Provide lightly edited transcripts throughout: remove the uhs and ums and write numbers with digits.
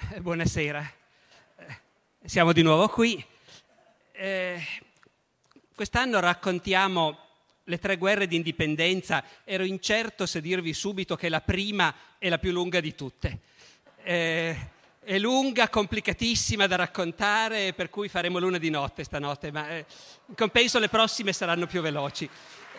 Buonasera, siamo di nuovo qui. Quest'anno raccontiamo le 3 guerre di indipendenza. Ero incerto se dirvi subito che la prima è la più lunga di tutte. È lunga, complicatissima da raccontare, per cui faremo l'una di notte stanotte, ma in compenso le prossime saranno più veloci.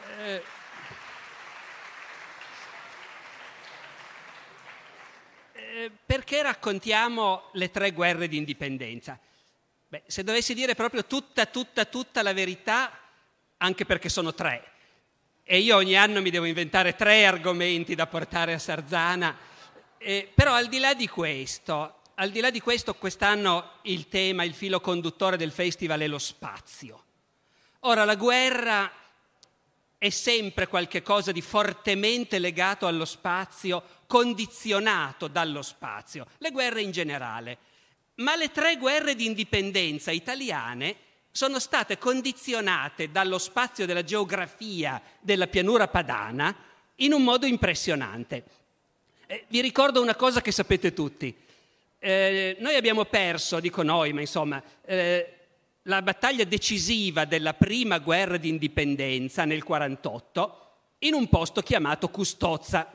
Perché raccontiamo le 3 guerre di indipendenza? Beh, se dovessi dire proprio tutta la verità, anche perché sono 3, e io ogni anno mi devo inventare 3 argomenti da portare a Sarzana, però al di là di questo, quest'anno il tema, il filo conduttore del festival è lo spazio. Ora, la guerra è sempre qualche cosa di fortemente legato allo spazio, condizionato dallo spazio, le guerre in generale. Ma le 3 guerre di indipendenza italiane sono state condizionate dallo spazio della geografia della pianura padana in un modo impressionante. Vi ricordo una cosa che sapete tutti. Noi abbiamo perso, dico noi, ma insomma, la battaglia decisiva della prima guerra di indipendenza nel 1948 in un posto chiamato Custozza.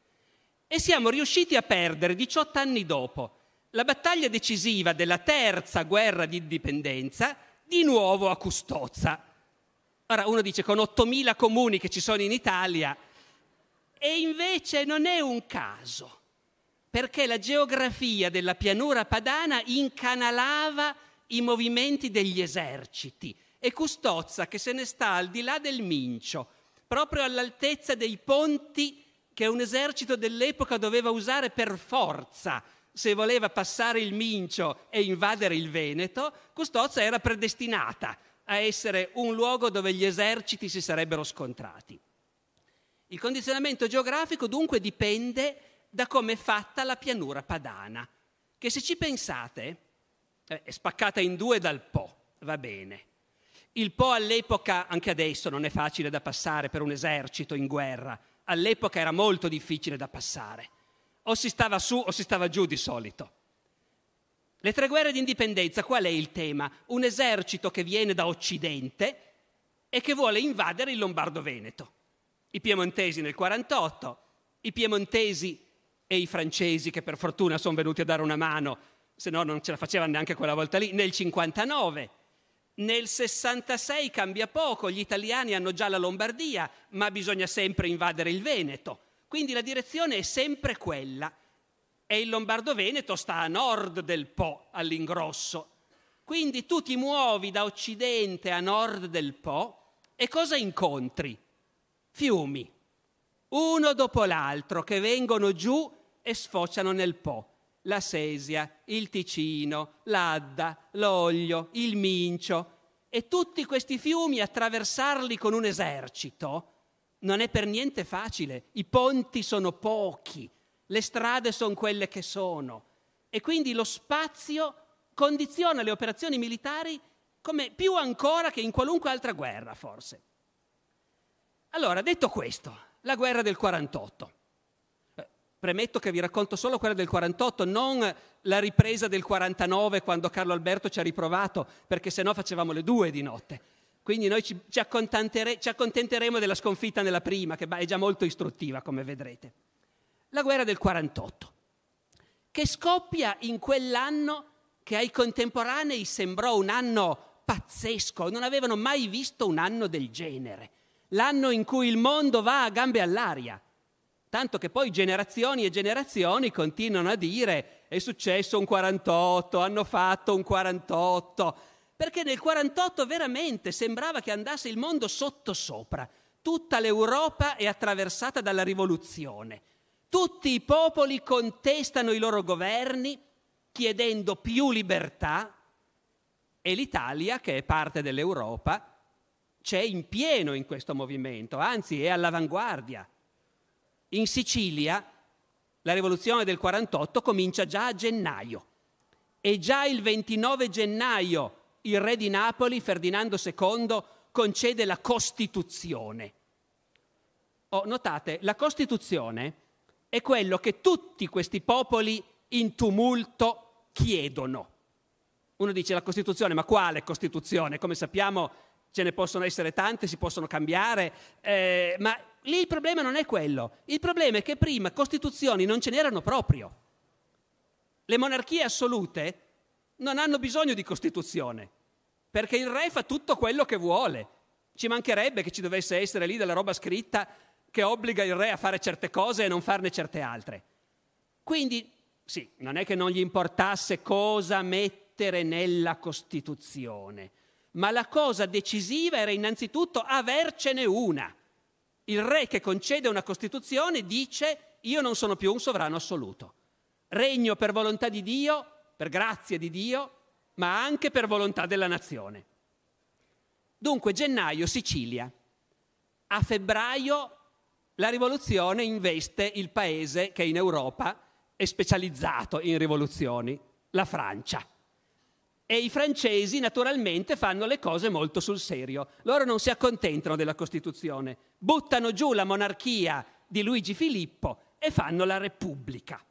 E siamo riusciti a perdere 18 anni dopo la battaglia decisiva della terza guerra di indipendenza di nuovo a Custozza. Ora uno dice con 8.000 comuni che ci sono in Italia, e invece non è un caso, perché la geografia della pianura padana incanalava i movimenti degli eserciti, e Custozza, che se ne sta al di là del Mincio, proprio all'altezza dei ponti che un esercito dell'epoca doveva usare per forza se voleva passare il Mincio e invadere il Veneto, Custozza era predestinata a essere un luogo dove gli eserciti si sarebbero scontrati. Il condizionamento geografico dunque dipende da come è fatta la pianura padana, che se ci pensate è spaccata in 2 dal Po, va bene. Il Po all'epoca, anche adesso, non è facile da passare per un esercito in guerra. All'epoca era molto difficile da passare. O si stava su o si stava giù di solito. Le 3 guerre di indipendenza, qual è il tema? Un esercito che viene da Occidente e che vuole invadere il Lombardo-Veneto. I piemontesi nel 1948, i piemontesi e i francesi, che per fortuna sono venuti a dare una mano, se no non ce la facevano neanche quella volta lì, nel 1959. Nel 1966 cambia poco, gli italiani hanno già la Lombardia, ma bisogna sempre invadere il Veneto. Quindi la direzione è sempre quella. E il Lombardo-Veneto sta a nord del Po, all'ingrosso. Quindi tu ti muovi da occidente a nord del Po e cosa incontri? Fiumi, uno dopo l'altro, che vengono giù e sfociano nel Po. La Sesia, il Ticino, l'Adda, l'Oglio, il Mincio. E tutti questi fiumi, attraversarli con un esercito non è per niente facile. I ponti sono pochi, le strade sono quelle che sono, e quindi lo spazio condiziona le operazioni militari come più ancora che in qualunque altra guerra, forse. Allora, detto questo, la guerra del 48. Premetto che vi racconto solo quella del 48, non la ripresa del 49 quando Carlo Alberto ci ha riprovato, perché sennò facevamo le 2 di notte. Quindi noi ci accontenteremo della sconfitta nella prima, che è già molto istruttiva, come vedrete. La guerra del 48, che scoppia in quell'anno che ai contemporanei sembrò un anno pazzesco, non avevano mai visto un anno del genere, l'anno in cui il mondo va a gambe all'aria. Tanto che poi generazioni e generazioni continuano a dire è successo un 48, hanno fatto un 48, perché nel 48 veramente sembrava che andasse il mondo sottosopra. Tutta l'Europa è attraversata dalla rivoluzione. Tutti i popoli contestano i loro governi chiedendo più libertà, e l'Italia, che è parte dell'Europa, c'è in pieno in questo movimento, anzi è all'avanguardia. In Sicilia la rivoluzione del 48 comincia già a gennaio, e già il 29 gennaio il re di Napoli, Ferdinando II, concede la Costituzione. Notate, la Costituzione è quello che tutti questi popoli in tumulto chiedono. Uno dice la Costituzione, ma quale Costituzione? Come sappiamo ce ne possono essere tante, si possono cambiare, ma lì il problema non è quello. Il problema è che prima Costituzioni non ce n'erano proprio. Le monarchie assolute non hanno bisogno di Costituzione, perché il re fa tutto quello che vuole. Ci mancherebbe che ci dovesse essere lì della roba scritta che obbliga il re a fare certe cose e non farne certe altre. Quindi, sì, non è che non gli importasse cosa mettere nella Costituzione, ma la cosa decisiva era innanzitutto avercene una. Il re che concede una Costituzione dice: io non sono più un sovrano assoluto. Regno per volontà di Dio, per grazia di Dio, ma anche per volontà della nazione. Dunque, gennaio, Sicilia. A febbraio la rivoluzione investe il paese che in Europa è specializzato in rivoluzioni, la Francia. E i francesi naturalmente fanno le cose molto sul serio. Loro non si accontentano della Costituzione, buttano giù la monarchia di Luigi Filippo e fanno la Repubblica.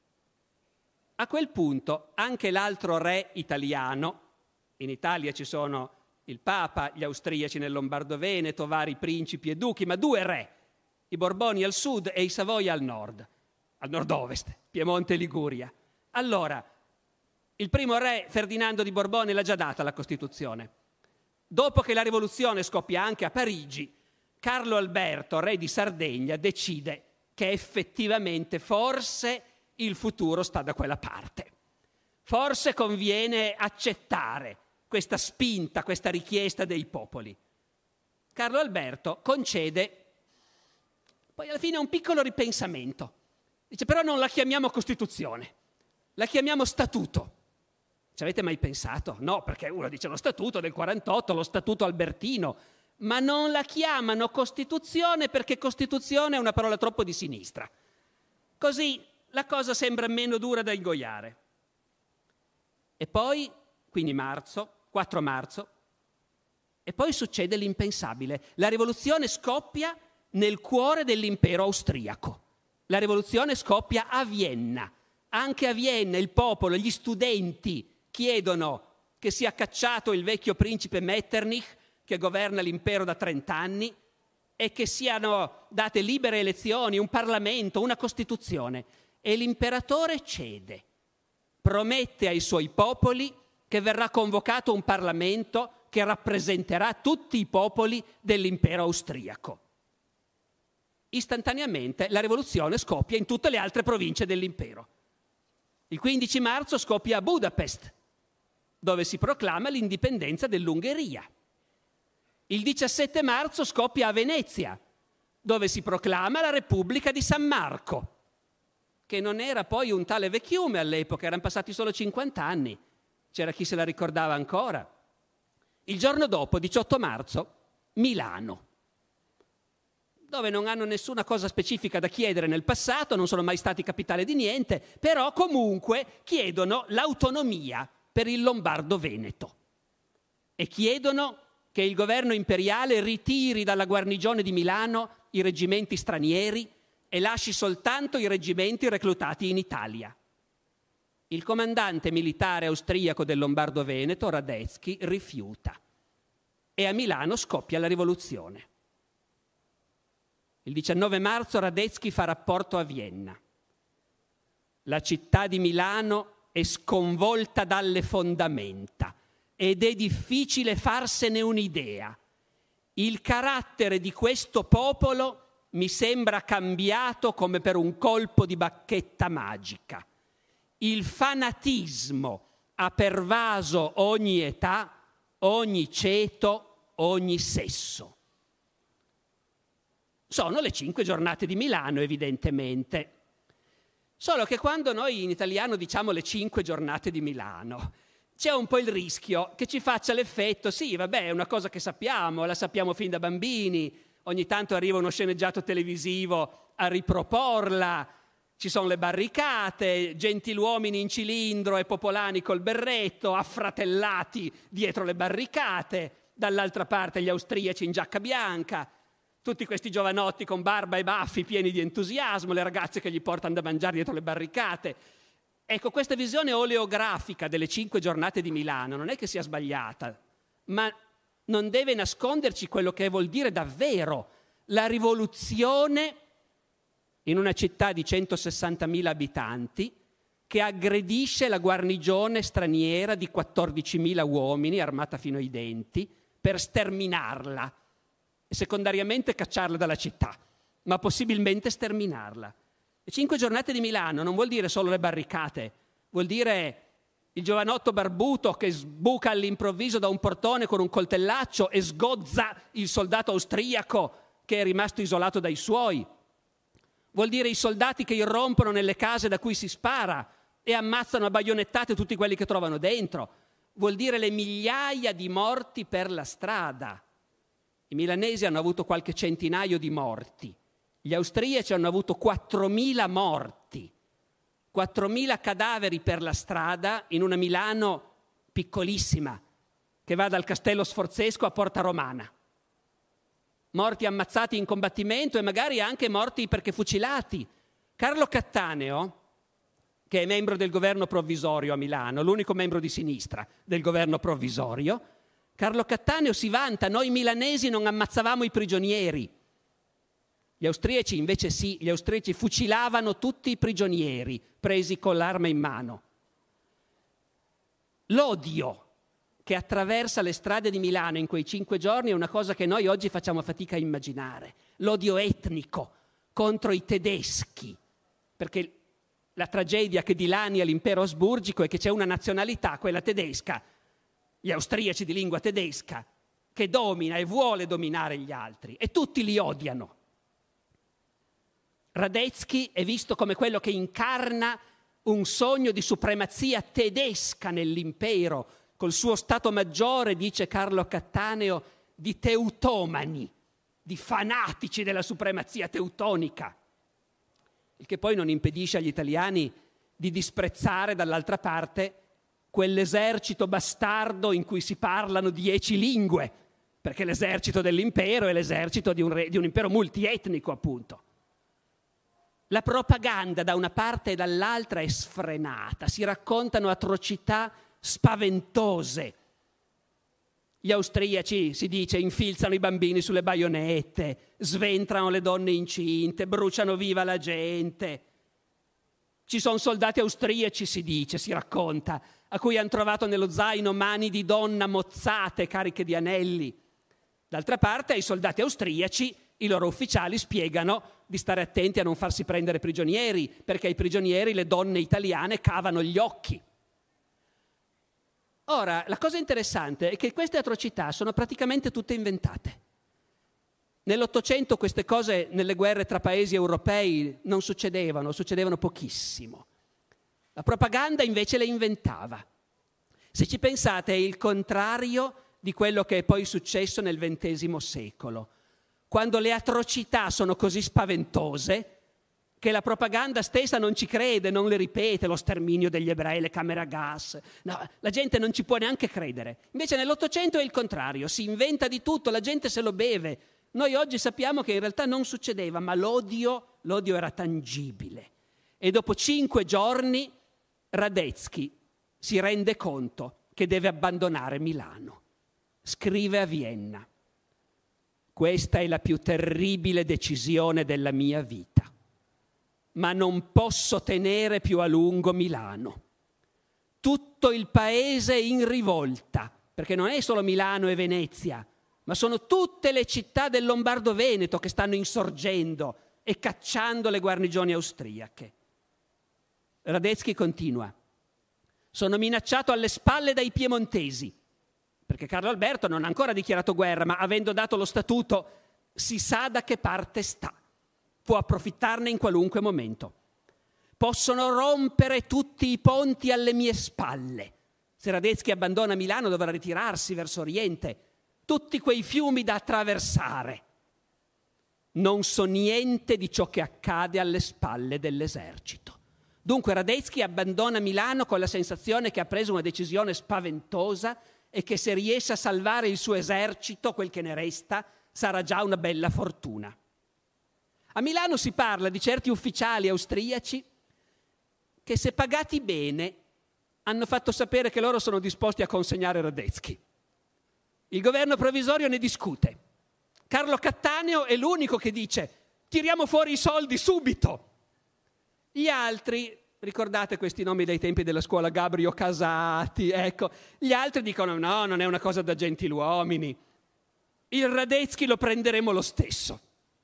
A quel punto anche l'altro re italiano, in Italia ci sono il Papa, gli austriaci nel Lombardo-Veneto, vari principi e duchi, ma 2 re, i Borboni al sud e i Savoia al nord-ovest, Piemonte e Liguria. Allora, il primo re, Ferdinando di Borbone, l'ha già data la Costituzione. Dopo che la rivoluzione scoppia anche a Parigi, Carlo Alberto, re di Sardegna, decide che effettivamente forse il futuro sta da quella parte. Forse conviene accettare questa spinta, questa richiesta dei popoli. Carlo Alberto concede poi alla fine un piccolo ripensamento. Dice: però non la chiamiamo Costituzione, la chiamiamo Statuto. Ci avete mai pensato? No, perché uno dice lo Statuto del 48, lo Statuto albertino, ma non la chiamano Costituzione perché Costituzione è una parola troppo di sinistra. Così la cosa sembra meno dura da ingoiare. E poi, quindi 4 marzo, e poi succede l'impensabile. La rivoluzione scoppia nel cuore dell'impero austriaco. La rivoluzione scoppia a Vienna. Anche a Vienna il popolo, gli studenti chiedono che sia cacciato il vecchio principe Metternich, che governa l'impero da 30 anni, e che siano date libere elezioni, un Parlamento, una Costituzione. E l'imperatore cede, promette ai suoi popoli che verrà convocato un Parlamento che rappresenterà tutti i popoli dell'impero austriaco. Istantaneamente la rivoluzione scoppia in tutte le altre province dell'impero. Il 15 marzo scoppia a Budapest, dove si proclama l'indipendenza dell'Ungheria. Il 17 marzo scoppia a Venezia, dove si proclama la Repubblica di San Marco, che non era poi un tale vecchiume all'epoca, erano passati solo 50 anni. C'era chi se la ricordava ancora. Il giorno dopo, 18 marzo, Milano, dove non hanno nessuna cosa specifica da chiedere nel passato, non sono mai stati capitale di niente, però comunque chiedono l'autonomia per il Lombardo-Veneto e chiedono che il governo imperiale ritiri dalla guarnigione di Milano i reggimenti stranieri e lasci soltanto i reggimenti reclutati in Italia. Il comandante militare austriaco del Lombardo-Veneto, Radetzky, rifiuta e a Milano scoppia la rivoluzione. Il 19 marzo Radetzky fa rapporto a Vienna. La città di Milano è sconvolta dalle fondamenta ed è difficile farsene un'idea. Il carattere di questo popolo mi sembra cambiato come per un colpo di bacchetta magica. Il fanatismo ha pervaso ogni età, ogni ceto, ogni sesso. Sono le 5 giornate di Milano, evidentemente. Solo che quando noi in italiano diciamo le 5 giornate di Milano, c'è un po' il rischio che ci faccia l'effetto, sì, vabbè, è una cosa che sappiamo, la sappiamo fin da bambini, ogni tanto arriva uno sceneggiato televisivo a riproporla, ci sono le barricate, gentiluomini in cilindro e popolani col berretto, affratellati dietro le barricate, dall'altra parte gli austriaci in giacca bianca, tutti questi giovanotti con barba e baffi pieni di entusiasmo, le ragazze che gli portano da mangiare dietro le barricate. Ecco, questa visione oleografica delle 5 giornate di Milano non è che sia sbagliata, ma non deve nasconderci quello che vuol dire davvero la rivoluzione in una città di 160.000 abitanti che aggredisce la guarnigione straniera di 14.000 uomini armata fino ai denti per sterminarla e secondariamente cacciarla dalla città, ma possibilmente sterminarla. Le 5 giornate di Milano non vuol dire solo le barricate, vuol dire il giovanotto barbuto che sbuca all'improvviso da un portone con un coltellaccio e sgozza il soldato austriaco che è rimasto isolato dai suoi. Vuol dire i soldati che irrompono nelle case da cui si spara e ammazzano a baionettate tutti quelli che trovano dentro. Vuol dire le migliaia di morti per la strada. I milanesi hanno avuto qualche centinaio di morti. Gli austriaci hanno avuto 4.000 morti, 4.000 cadaveri per la strada in una Milano piccolissima che va dal Castello Sforzesco a Porta Romana. Morti ammazzati in combattimento e magari anche morti perché fucilati. Carlo Cattaneo, che è membro del governo provvisorio a Milano, l'unico membro di sinistra del governo provvisorio, Carlo Cattaneo si vanta: noi milanesi non ammazzavamo i prigionieri. Gli austriaci invece sì, gli austriaci fucilavano tutti i prigionieri presi con l'arma in mano. L'odio che attraversa le strade di Milano in quei 5 giorni è una cosa che noi oggi facciamo fatica a immaginare. L'odio etnico contro i tedeschi, perché la tragedia che dilania l'impero asburgico è che c'è una nazionalità, quella tedesca, gli austriaci di lingua tedesca, che domina e vuole dominare gli altri e tutti li odiano. Radetzky è visto come quello che incarna un sogno di supremazia tedesca nell'impero, col suo stato maggiore, dice Carlo Cattaneo, di teutomani, di fanatici della supremazia teutonica, il che poi non impedisce agli italiani di disprezzare dall'altra parte quell'esercito bastardo in cui si parlano 10 lingue, perché l'esercito dell'impero è l'esercito di un impero multietnico, appunto. La propaganda da una parte e dall'altra è sfrenata, si raccontano atrocità spaventose. Gli austriaci, si dice, infilzano i bambini sulle baionette, sventrano le donne incinte, bruciano viva la gente. Ci sono soldati austriaci, si dice, si racconta, a cui hanno trovato nello zaino mani di donna mozzate, cariche di anelli. D'altra parte, ai soldati austriaci i loro ufficiali spiegano di stare attenti a non farsi prendere prigionieri, perché ai prigionieri le donne italiane cavano gli occhi. Ora, la cosa interessante è che queste atrocità sono praticamente tutte inventate. Nell'Ottocento queste cose nelle guerre tra paesi europei non succedevano pochissimo. La propaganda invece le inventava. Se ci pensate è il contrario di quello che è poi successo nel XX secolo, quando le atrocità sono così spaventose che la propaganda stessa non ci crede, non le ripete, lo sterminio degli ebrei, le camere a gas. No, la gente non ci può neanche credere. Invece nell'Ottocento è il contrario, si inventa di tutto, la gente se lo beve. Noi oggi sappiamo che in realtà non succedeva, ma l'odio era tangibile. E dopo 5 giorni Radetzky si rende conto che deve abbandonare Milano. Scrive a Vienna: questa è la più terribile decisione della mia vita, ma non posso tenere più a lungo Milano. Tutto il paese è in rivolta, perché non è solo Milano e Venezia, ma sono tutte le città del Lombardo-Veneto che stanno insorgendo e cacciando le guarnigioni austriache. Radetzky continua: sono minacciato alle spalle dai piemontesi, perché Carlo Alberto non ha ancora dichiarato guerra, ma avendo dato lo statuto si sa da che parte sta. Può approfittarne in qualunque momento. Possono rompere tutti i ponti alle mie spalle. Se Radetzky abbandona Milano dovrà ritirarsi verso Oriente. Tutti quei fiumi da attraversare. Non so niente di ciò che accade alle spalle dell'esercito. Dunque Radetzky abbandona Milano con la sensazione che ha preso una decisione spaventosa e che se riesce a salvare il suo esercito, quel che ne resta, sarà già una bella fortuna. A Milano si parla di certi ufficiali austriaci che se pagati bene hanno fatto sapere che loro sono disposti a consegnare Radetzky. Il governo provvisorio ne discute. Carlo Cattaneo è l'unico che dice tiriamo fuori i soldi subito. Gli altri, ricordate questi nomi dai tempi della scuola, Gabrio Casati, ecco, gli altri dicono no, non è una cosa da gentiluomini, il Radetzky lo prenderemo lo stesso.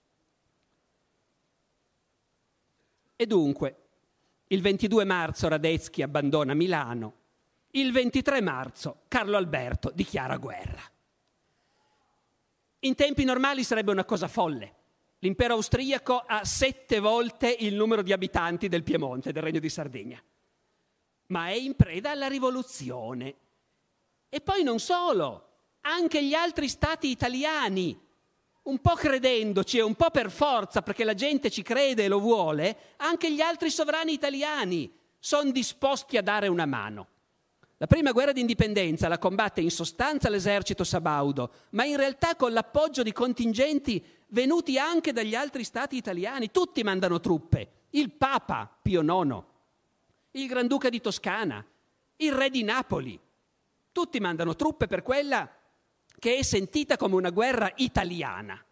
E dunque, il 22 marzo Radetzky abbandona Milano, il 23 marzo Carlo Alberto dichiara guerra. In tempi normali sarebbe una cosa folle. L'impero austriaco ha 7 volte il numero di abitanti del Piemonte, del Regno di Sardegna. Ma è in preda alla rivoluzione. E poi non solo, anche gli altri stati italiani, un po' credendoci e un po' per forza, perché la gente ci crede e lo vuole, anche gli altri sovrani italiani sono disposti a dare una mano. La prima guerra d'indipendenza la combatte in sostanza l'esercito sabaudo, ma in realtà con l'appoggio di contingenti venuti anche dagli altri stati italiani. Tutti mandano truppe. Il Papa Pio IX, il Granduca di Toscana, il Re di Napoli. Tutti mandano truppe per quella che è sentita come una guerra italiana.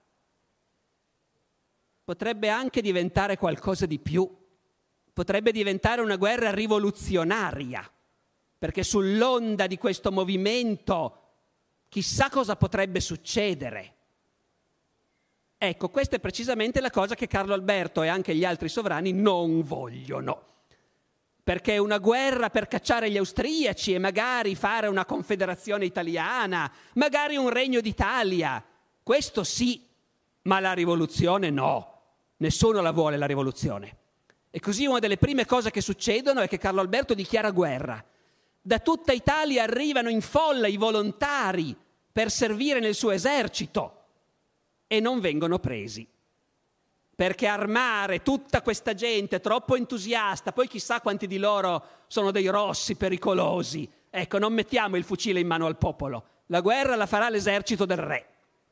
Potrebbe anche diventare qualcosa di più. Potrebbe diventare una guerra rivoluzionaria, perché sull'onda di questo movimento chissà cosa potrebbe succedere. Ecco, questa è precisamente la cosa che Carlo Alberto e anche gli altri sovrani non vogliono, perché una guerra per cacciare gli austriaci e magari fare una confederazione italiana, magari un regno d'Italia, questo sì, ma la rivoluzione no, nessuno la vuole la rivoluzione. E così una delle prime cose che succedono è che Carlo Alberto dichiara guerra. Da tutta Italia arrivano in folla i volontari per servire nel suo esercito e non vengono presi. Perché armare tutta questa gente troppo entusiasta, poi chissà quanti di loro sono dei rossi pericolosi. Ecco, non mettiamo il fucile in mano al popolo. La guerra la farà l'esercito del re.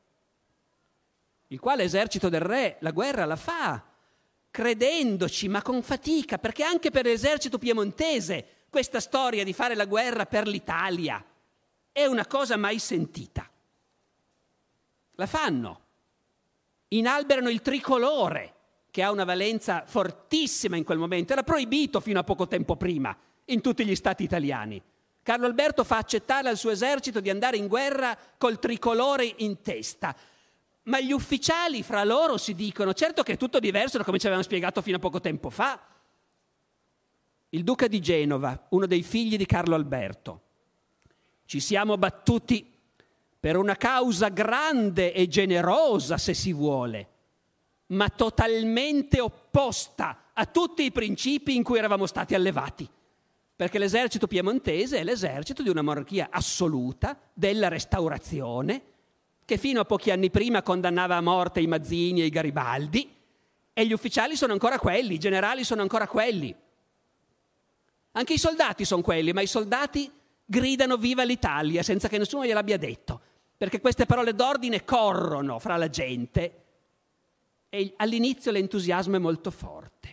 Il quale esercito del re la guerra la fa, credendoci, ma con fatica, perché anche per l'esercito piemontese questa storia di fare la guerra per l'Italia è una cosa mai sentita. La fanno. Inalberano il tricolore, che ha una valenza fortissima in quel momento. Era proibito fino a poco tempo prima in tutti gli stati italiani. Carlo Alberto fa accettare al suo esercito di andare in guerra col tricolore in testa. Ma gli ufficiali fra loro si dicono, certo che è tutto diverso da come ci avevano spiegato fino a poco tempo fa. Il duca di Genova, uno dei figli di Carlo Alberto: ci siamo battuti per una causa grande e generosa, se si vuole, ma totalmente opposta a tutti i principi in cui eravamo stati allevati, perché l'esercito piemontese è l'esercito di una monarchia assoluta, della Restaurazione, che fino a pochi anni prima condannava a morte i Mazzini e i Garibaldi, e gli ufficiali sono ancora quelli, i generali sono ancora quelli. Anche i soldati sono quelli, ma i soldati gridano viva l'Italia senza che nessuno gliel'abbia detto, perché queste parole d'ordine corrono fra la gente e all'inizio l'entusiasmo è molto forte.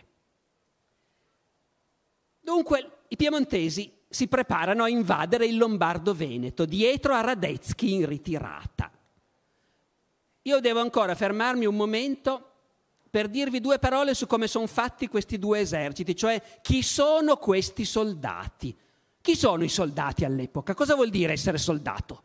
Dunque i piemontesi si preparano a invadere il Lombardo-Veneto dietro a Radetzky in ritirata. Io devo ancora fermarmi un momento per dirvi 2 parole su come sono fatti questi 2 eserciti, cioè chi sono questi soldati. Chi sono i soldati all'epoca? Cosa vuol dire essere soldato?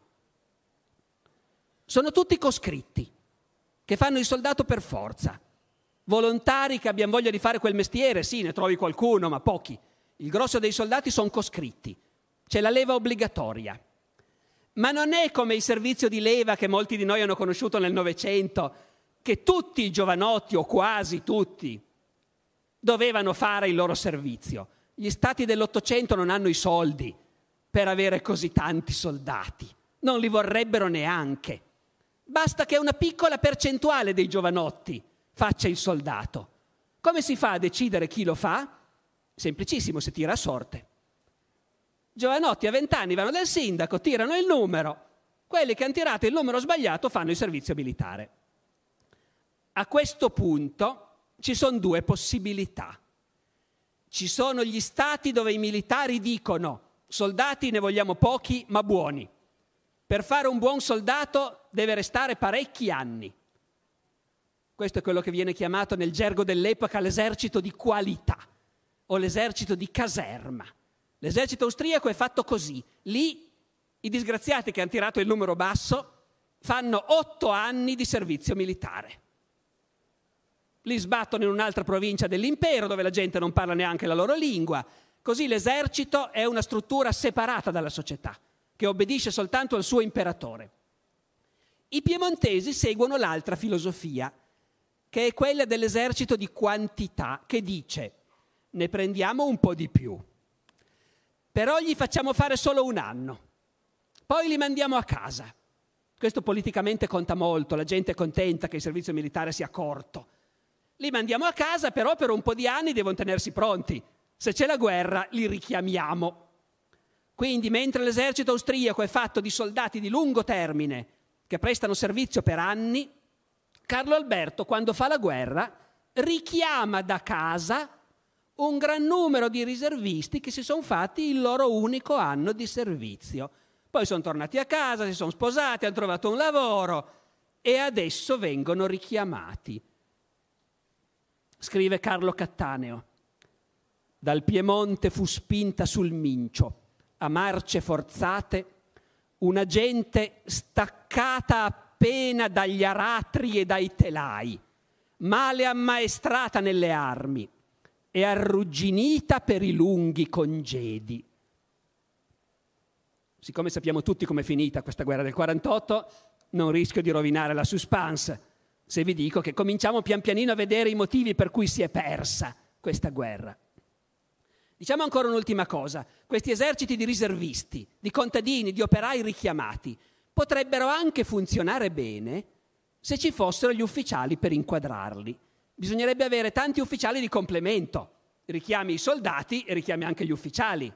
Sono tutti coscritti, che fanno il soldato per forza. Volontari che abbiano voglia di fare quel mestiere, sì, ne trovi qualcuno, ma pochi. Il grosso dei soldati sono coscritti. C'è la leva obbligatoria. Ma non è come il servizio di leva che molti di noi hanno conosciuto nel Novecento, che tutti i giovanotti, o quasi tutti, dovevano fare il loro servizio. Gli stati dell'Ottocento non hanno i soldi per avere così tanti soldati, non li vorrebbero neanche. Basta che una piccola percentuale dei giovanotti faccia il soldato. Come si fa a decidere chi lo fa? Semplicissimo, si tira a sorte. Giovanotti a 20 anni vanno dal sindaco, tirano il numero. Quelli che hanno tirato il numero sbagliato fanno il servizio militare. A questo punto ci sono 2 possibilità. Ci sono gli stati dove i militari dicono: soldati ne vogliamo pochi ma buoni. Per fare un buon soldato deve restare parecchi anni. Questo è quello che viene chiamato nel gergo dell'epoca l'esercito di qualità o l'esercito di caserma. L'esercito austriaco è fatto così. Lì i disgraziati che hanno tirato il numero basso fanno 8 anni di servizio militare. Li sbattono in un'altra provincia dell'impero dove la gente non parla neanche la loro lingua. Così l'esercito è una struttura separata dalla società, che obbedisce soltanto al suo imperatore. I piemontesi seguono l'altra filosofia, che è quella dell'esercito di quantità, che dice: ne prendiamo un po' di più, però gli facciamo fare solo 1 anno, poi li mandiamo a casa. Questo politicamente conta molto, la gente è contenta che il servizio militare sia corto. Li mandiamo a casa, però per un po' di anni devono tenersi pronti. Se c'è la guerra, li richiamiamo. Quindi, mentre l'esercito austriaco è fatto di soldati di lungo termine che prestano servizio per anni, Carlo Alberto, quando fa la guerra, richiama da casa un gran numero di riservisti che si sono fatti il loro unico anno di servizio. Poi sono tornati a casa, si sono sposati, hanno trovato un lavoro e adesso vengono richiamati. Scrive Carlo Cattaneo: dal Piemonte fu spinta sul Mincio, a marce forzate, una gente staccata appena dagli aratri e dai telai, male ammaestrata nelle armi e arrugginita per i lunghi congedi. Siccome sappiamo tutti com'è finita questa guerra del 48, non rischio di rovinare la suspense se vi dico che cominciamo pian pianino a vedere i motivi per cui si è persa questa guerra. Diciamo ancora un'ultima cosa: questi eserciti di riservisti, di contadini, di operai richiamati potrebbero anche funzionare bene se ci fossero gli ufficiali per inquadrarli. Bisognerebbe avere tanti ufficiali di complemento, richiami i soldati e richiami anche gli ufficiali.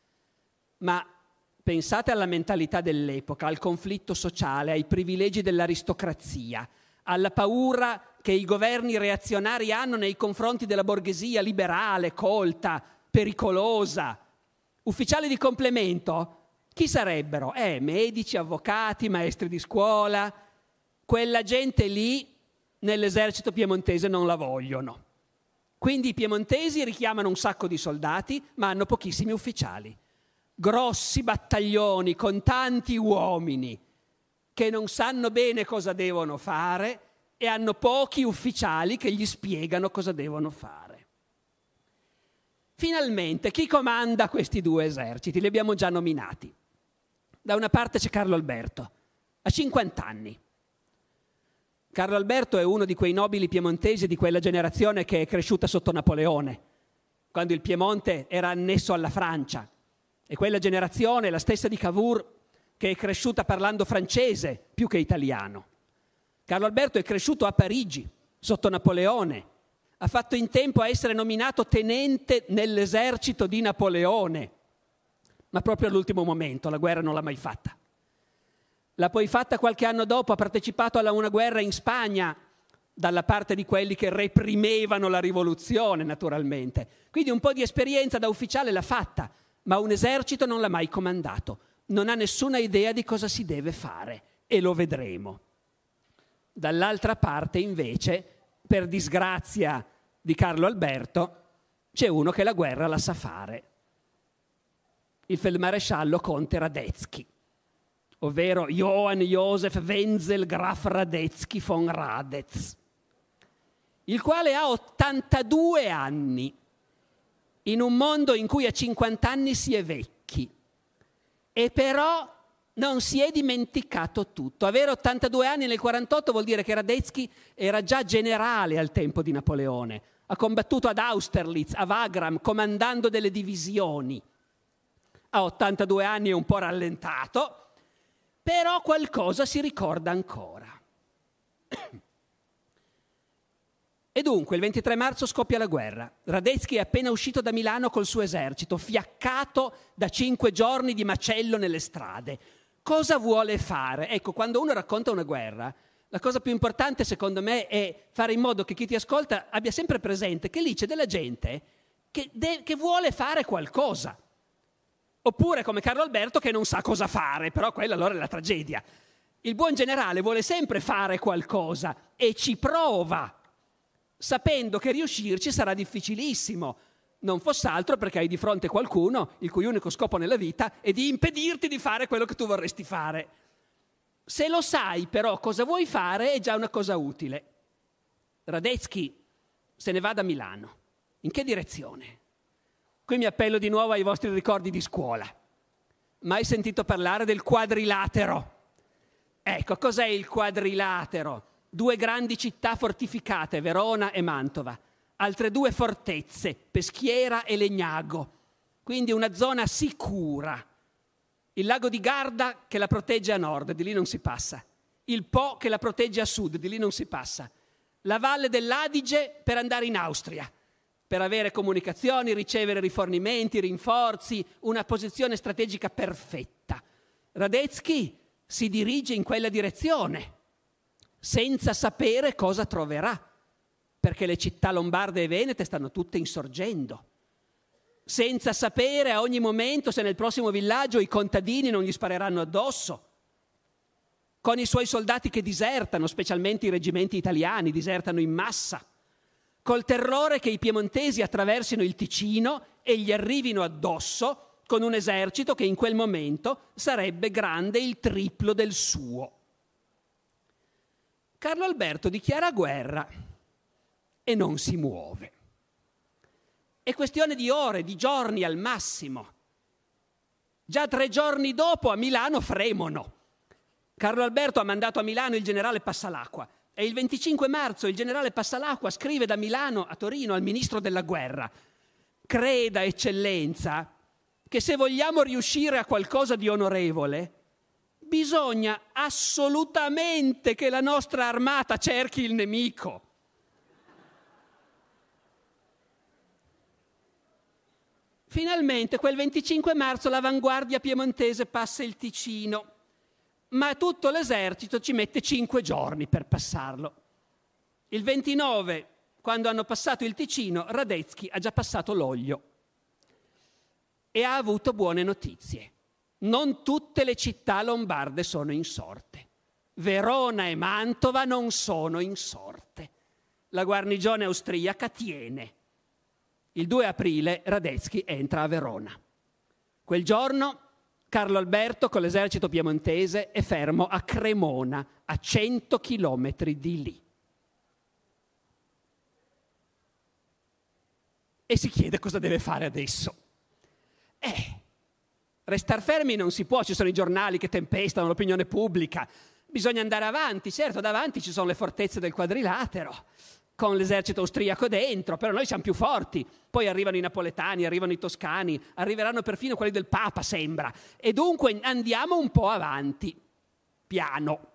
Ma pensate alla mentalità dell'epoca, al conflitto sociale, ai privilegi dell'aristocrazia, alla paura che i governi reazionari hanno nei confronti della borghesia liberale, colta, pericolosa. Ufficiali di complemento? Chi sarebbero? Medici, avvocati, maestri di scuola. Quella gente lì nell'esercito piemontese non la vogliono. Quindi i piemontesi richiamano un sacco di soldati, ma hanno pochissimi ufficiali. Grossi battaglioni con tanti uomini che non sanno bene cosa devono fare e hanno pochi ufficiali che gli spiegano cosa devono fare. Finalmente, chi comanda questi 2 eserciti? Li abbiamo già nominati. Da una parte c'è Carlo Alberto, a 50 anni. Carlo Alberto è uno di quei nobili piemontesi di quella generazione che è cresciuta sotto Napoleone, quando il Piemonte era annesso alla Francia. E quella generazione è la stessa di Cavour, che è cresciuta parlando francese più che italiano. Carlo Alberto è cresciuto a Parigi, sotto Napoleone. Ha fatto in tempo a essere nominato tenente nell'esercito di Napoleone, ma proprio all'ultimo momento, la guerra non l'ha mai fatta. L'ha poi fatta qualche anno dopo, ha partecipato a una guerra in Spagna, dalla parte di quelli che reprimevano la rivoluzione, naturalmente. Quindi un po' di esperienza da ufficiale l'ha fatta, ma un esercito non l'ha mai comandato. Non ha nessuna idea di cosa si deve fare, e lo vedremo. Dall'altra parte, invece, per disgrazia di Carlo Alberto, c'è uno che la guerra la sa fare. Il feldmaresciallo conte Radetzky, ovvero Johann Josef Wenzel Graf Radetzky von Radetz, il quale ha 82 anni, in un mondo in cui a 50 anni si è vecchi, e però non si è dimenticato tutto. Avere 82 anni nel 48 vuol dire che Radetzky era già generale al tempo di Napoleone, ha combattuto ad Austerlitz, a Wagram, comandando delle divisioni. A 82 anni è un po' rallentato, però qualcosa si ricorda ancora. E dunque il 23 marzo scoppia la guerra. Radetzky è appena uscito da Milano col suo esercito, fiaccato da 5 giorni di macello nelle strade. Cosa vuole fare? Ecco, quando uno racconta una guerra, la cosa più importante secondo me è fare in modo che chi ti ascolta abbia sempre presente che lì c'è della gente che vuole fare qualcosa. Oppure come Carlo Alberto che non sa cosa fare, però quella allora è la tragedia. Il buon generale vuole sempre fare qualcosa e ci prova, sapendo che riuscirci sarà difficilissimo, non fosse altro perché hai di fronte qualcuno il cui unico scopo nella vita è di impedirti di fare quello che tu vorresti fare. Se lo sai però cosa vuoi fare è già una cosa utile. Radetzky se ne va da Milano. In che direzione? Qui mi appello di nuovo ai vostri ricordi di scuola. Mai sentito parlare del quadrilatero? Ecco, cos'è il quadrilatero? 2 grandi città fortificate, Verona e Mantova. Altre 2 fortezze, Peschiera e Legnago. Quindi una zona sicura. Il lago di Garda che la protegge a nord, di lì non si passa. Il Po che la protegge a sud, di lì non si passa. La valle dell'Adige per andare in Austria, per avere comunicazioni, ricevere rifornimenti, rinforzi, una posizione strategica perfetta. Radetzky si dirige in quella direzione, senza sapere cosa troverà, perché le città lombarde e venete stanno tutte insorgendo, senza sapere a ogni momento se nel prossimo villaggio i contadini non gli spareranno addosso, con i suoi soldati che disertano, specialmente i reggimenti italiani, disertano in massa, col terrore che i piemontesi attraversino il Ticino e gli arrivino addosso con un esercito che in quel momento sarebbe grande il triplo del suo. Carlo Alberto dichiara guerra e non si muove. È questione di ore, di giorni al massimo. Già 3 giorni dopo a Milano fremono. Carlo Alberto ha mandato a Milano il generale Passalacqua e il 25 marzo il generale Passalacqua scrive da Milano a Torino al ministro della guerra: creda, eccellenza, che se vogliamo riuscire a qualcosa di onorevole bisogna assolutamente che la nostra armata cerchi il nemico. Finalmente quel 25 marzo l'avanguardia piemontese passa il Ticino, ma tutto l'esercito ci mette 5 giorni per passarlo. Il 29, quando hanno passato il Ticino, Radetzky ha già passato l'Oglio e ha avuto buone notizie. Non tutte le città lombarde sono insorte. Verona e Mantova non sono insorte. La guarnigione austriaca tiene. Il 2 aprile Radetzky entra a Verona. Quel giorno Carlo Alberto con l'esercito piemontese è fermo a Cremona, a 100 chilometri di lì. E si chiede cosa deve fare adesso. Restar fermi non si può, ci sono i giornali che tempestano, l'opinione pubblica. Bisogna andare avanti, certo, davanti ci sono le fortezze del quadrilatero, con l'esercito austriaco dentro, però noi siamo più forti. Poi arrivano i napoletani, arrivano i toscani, arriveranno perfino quelli del Papa, sembra. E dunque andiamo un po' avanti, piano.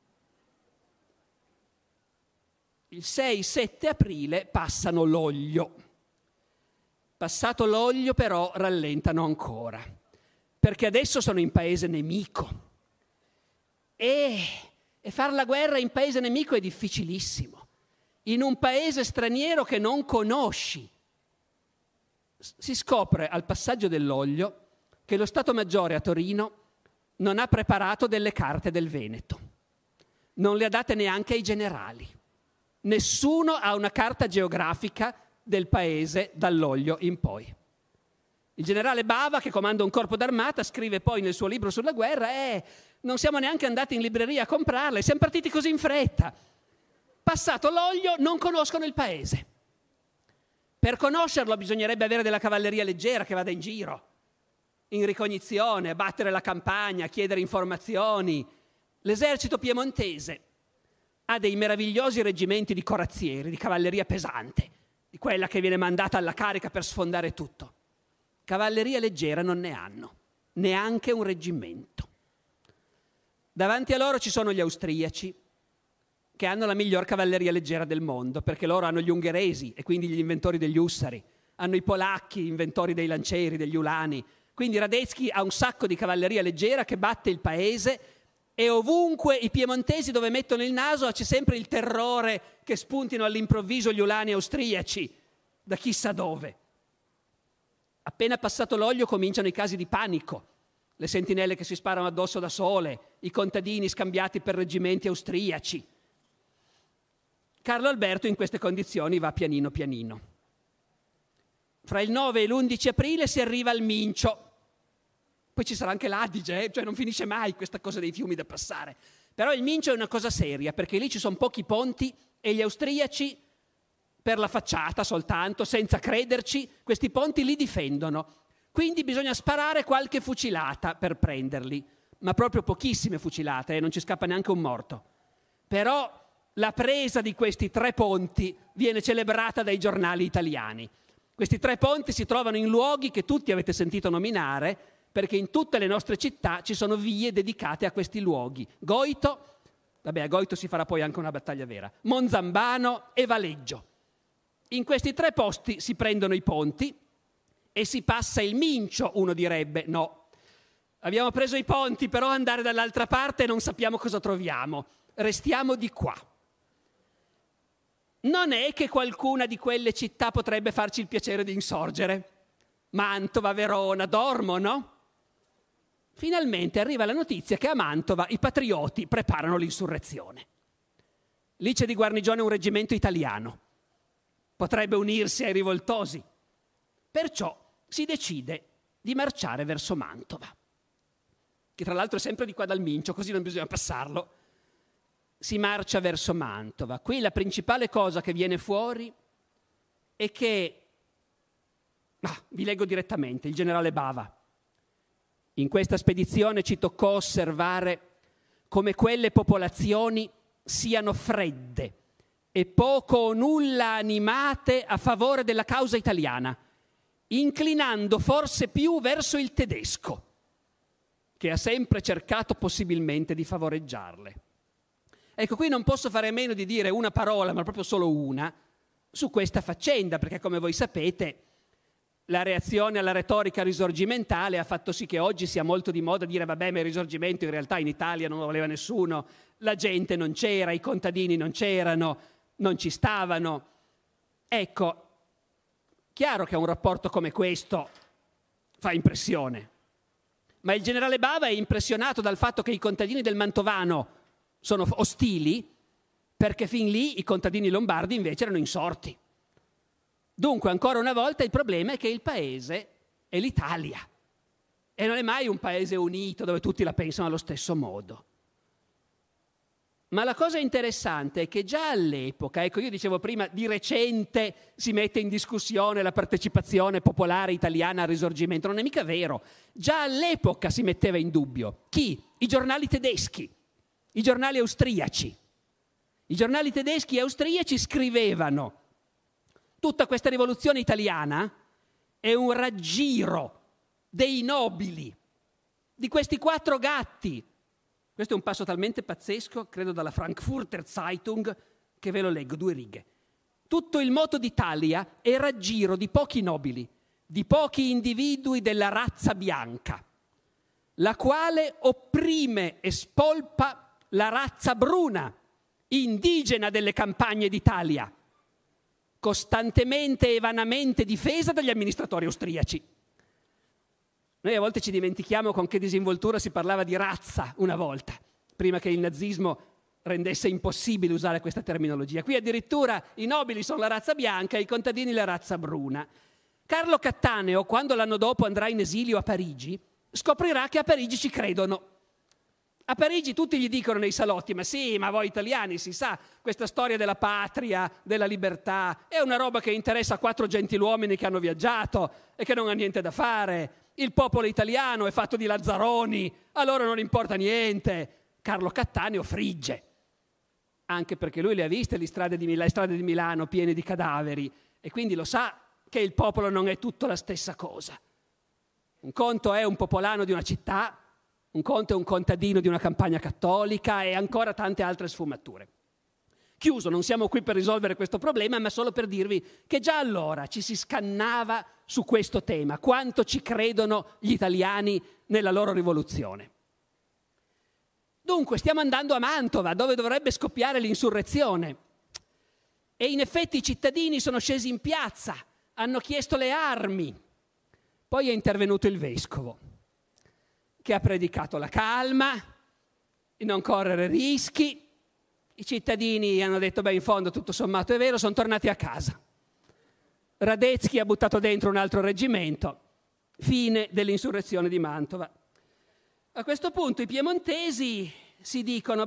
Il 6-7 aprile passano l'Oglio. Passato l'Oglio però rallentano ancora, perché adesso sono in paese nemico. E far la guerra in paese nemico è difficilissimo. In un paese straniero che non conosci. Si scopre al passaggio dell'Oglio che lo Stato Maggiore a Torino non ha preparato delle carte del Veneto. Non le ha date neanche ai generali. Nessuno ha una carta geografica del paese dall'Oglio in poi. Il generale Bava, che comanda un corpo d'armata, scrive poi nel suo libro sulla guerra: non siamo neanche andati in libreria a comprarle, siamo partiti così in fretta. Passato l'Oglio non conoscono il paese. Per conoscerlo bisognerebbe avere della cavalleria leggera che vada in giro, in ricognizione, a battere la campagna, a chiedere informazioni. L'esercito piemontese ha dei meravigliosi reggimenti di corazzieri, di cavalleria pesante, di quella che viene mandata alla carica per sfondare tutto. Cavalleria leggera non ne hanno, neanche un reggimento. Davanti a loro ci sono gli austriaci, che hanno la miglior cavalleria leggera del mondo, perché loro hanno gli ungheresi e quindi gli inventori degli ussari, hanno i polacchi, inventori dei lancieri, degli ulani. Quindi Radetzky ha un sacco di cavalleria leggera che batte il paese e ovunque i piemontesi dove mettono il naso c'è sempre il terrore che spuntino all'improvviso gli ulani austriaci da chissà dove. Appena passato l'olio cominciano i casi di panico, le sentinelle che si sparano addosso da sole, i contadini scambiati per reggimenti austriaci. Carlo Alberto in queste condizioni va pianino pianino. Fra il 9 e l'11 aprile si arriva al Mincio. Poi ci sarà anche l'Adige, cioè non finisce mai questa cosa dei fiumi da passare. Però il Mincio è una cosa seria, perché lì ci sono pochi ponti e gli austriaci, per la facciata soltanto, senza crederci, questi ponti li difendono. Quindi bisogna sparare qualche fucilata per prenderli, ma proprio pochissime fucilate, non ci scappa neanche un morto. Però la presa di questi 3 ponti viene celebrata dai giornali italiani. Questi 3 ponti si trovano in luoghi che tutti avete sentito nominare, perché in tutte le nostre città ci sono vie dedicate a questi luoghi. Goito, vabbè, a Goito si farà poi anche una battaglia vera, Monzambano e Valeggio. In questi 3 posti si prendono i ponti e si passa il Mincio, uno direbbe. No, abbiamo preso i ponti, però andare dall'altra parte non sappiamo cosa troviamo. Restiamo di qua. Non è che qualcuna di quelle città potrebbe farci il piacere di insorgere. Mantova, Verona, dormono? Finalmente arriva la notizia che a Mantova i patrioti preparano l'insurrezione. Lì c'è di guarnigione un reggimento italiano. Potrebbe unirsi ai rivoltosi. Perciò si decide di marciare verso Mantova, che tra l'altro è sempre di qua dal Mincio, così non bisogna passarlo. Si marcia verso Mantova. Qui la principale cosa che viene fuori è che, vi leggo direttamente, il generale Bava. In questa spedizione ci toccò osservare come quelle popolazioni siano fredde e poco o nulla animate a favore della causa italiana, inclinando forse più verso il tedesco, che ha sempre cercato possibilmente di favoreggiarle. Ecco, qui non posso fare a meno di dire una parola, ma proprio solo una, su questa faccenda, perché come voi sapete la reazione alla retorica risorgimentale ha fatto sì che oggi sia molto di moda dire vabbè, ma il risorgimento in realtà in Italia non lo voleva nessuno, la gente non c'era, i contadini non c'erano, non ci stavano. Ecco, chiaro che un rapporto come questo fa impressione, ma il generale Bava è impressionato dal fatto che i contadini del Mantovano sono ostili, perché fin lì i contadini lombardi invece erano insorti. Dunque, ancora una volta, il problema è che il paese è l'Italia e non è mai un paese unito dove tutti la pensano allo stesso modo. Ma la cosa interessante è che già all'epoca, ecco, io dicevo prima, di recente si mette in discussione la partecipazione popolare italiana al Risorgimento. Non è mica vero. Già all'epoca si metteva in dubbio. Chi? I giornali tedeschi, i giornali austriaci. I giornali tedeschi e austriaci scrivevano: tutta questa rivoluzione italiana è un raggiro dei nobili, di questi 4 gatti. Questo è un passo talmente pazzesco, credo dalla Frankfurter Zeitung, che ve lo leggo, 2 righe. Tutto il moto d'Italia è raggiro di pochi nobili, di pochi individui della razza bianca, la quale opprime e spolpa la razza bruna, indigena delle campagne d'Italia, costantemente e vanamente difesa dagli amministratori austriaci. Noi a volte ci dimentichiamo con che disinvoltura si parlava di razza una volta, prima che il nazismo rendesse impossibile usare questa terminologia. Qui addirittura i nobili sono la razza bianca e i contadini la razza bruna. Carlo Cattaneo, quando l'anno dopo andrà in esilio a Parigi, scoprirà che a Parigi ci credono. A Parigi tutti gli dicono nei salotti: ma sì, ma voi italiani, si sa, questa storia della patria, della libertà, è una roba che interessa a 4 gentiluomini che hanno viaggiato e che non ha niente da fare. Il popolo italiano è fatto di lazzaroni, a loro non importa niente. Carlo Cattaneo frigge, anche perché lui le ha viste le strade di Milano piene di cadaveri, e quindi lo sa che il popolo non è tutto la stessa cosa. Un conto è un popolano di una città, un conto è un contadino di una campagna cattolica e ancora tante altre sfumature. Chiuso, non siamo qui per risolvere questo problema, ma solo per dirvi che già allora ci si scannava su questo tema, quanto ci credono gli italiani nella loro rivoluzione. Dunque stiamo andando a Mantova, dove dovrebbe scoppiare l'insurrezione, e in effetti i cittadini sono scesi in piazza, hanno chiesto le armi, Poi è intervenuto il vescovo, che ha predicato la calma, di non correre rischi. I cittadini hanno detto, in fondo tutto sommato è vero, sono tornati a casa. Radetzky ha buttato dentro un altro reggimento, fine dell'insurrezione di Mantova. A questo punto i piemontesi si dicono,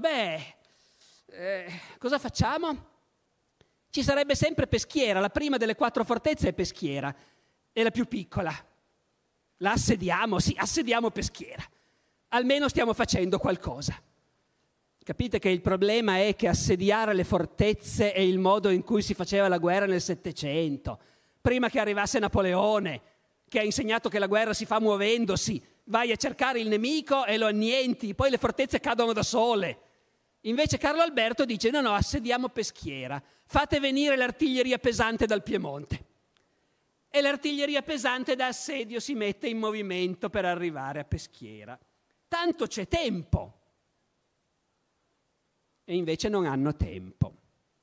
cosa facciamo? Ci sarebbe sempre Peschiera, la prima delle 4 fortezze è Peschiera, è la più piccola. La assediamo? Sì, assediamo Peschiera. Almeno stiamo facendo qualcosa. Capite che il problema è che assediare le fortezze è il modo in cui si faceva la guerra nel Settecento. Prima che arrivasse Napoleone, che ha insegnato che la guerra si fa muovendosi, vai a cercare il nemico e lo annienti, poi le fortezze cadono da sole. Invece Carlo Alberto dice, no, assediamo Peschiera, fate venire l'artiglieria pesante dal Piemonte. E l'artiglieria pesante da assedio si mette in movimento per arrivare a Peschiera. Tanto c'è tempo. E invece non hanno tempo,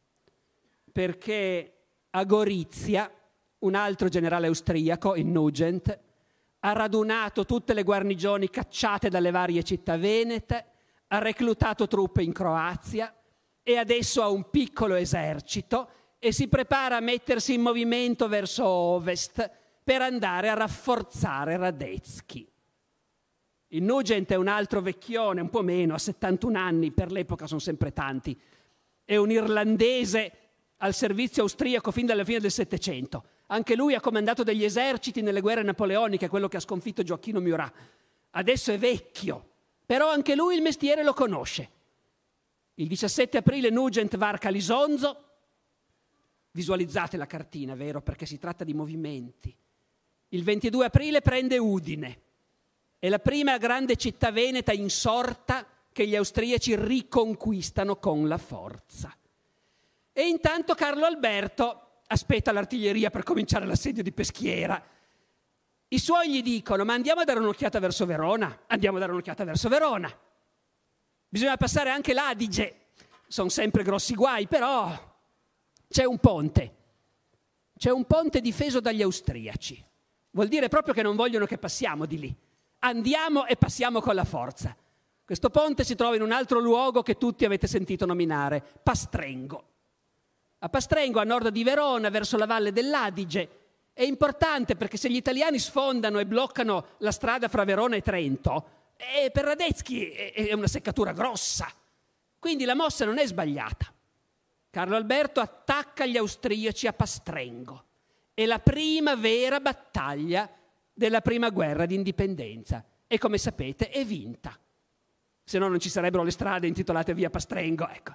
perché a Gorizia un altro generale austriaco, il Nugent, ha radunato tutte le guarnigioni cacciate dalle varie città venete, ha reclutato truppe in Croazia e adesso ha un piccolo esercito e si prepara a mettersi in movimento verso ovest per andare a rafforzare Radetzky. Il Nugent è un altro vecchione, un po' meno, ha 71 anni, per l'epoca sono sempre tanti. È un irlandese al servizio austriaco fin dalla fine del Settecento. Anche lui ha comandato degli eserciti nelle guerre napoleoniche, quello che ha sconfitto Gioacchino Murat. Adesso è vecchio, però anche lui il mestiere lo conosce. Il 17 aprile Nugent varca l'Isonzo. Visualizzate la cartina, vero? Perché si tratta di movimenti. Il 22 aprile prende Udine. È la prima grande città veneta insorta che gli austriaci riconquistano con la forza. E intanto Carlo Alberto aspetta l'artiglieria per cominciare l'assedio di Peschiera. I suoi gli dicono, ma andiamo a dare un'occhiata verso Verona? Andiamo a dare un'occhiata verso Verona. Bisogna passare anche l'Adige. Sono sempre grossi guai, però c'è un ponte. C'è un ponte difeso dagli austriaci. Vuol dire proprio che non vogliono che passiamo di lì. Andiamo e passiamo con la forza. Questo ponte si trova in un altro luogo che tutti avete sentito nominare, Pastrengo. A Pastrengo, a nord di Verona, verso la valle dell'Adige, è importante perché se gli italiani sfondano e bloccano la strada fra Verona e Trento, per Radetzky è una seccatura grossa. Quindi la mossa non è sbagliata. Carlo Alberto attacca gli austriaci a Pastrengo. È la prima vera battaglia della prima guerra d'indipendenza e, come sapete, è vinta. Se no non ci sarebbero le strade intitolate via Pastrengo. Ecco.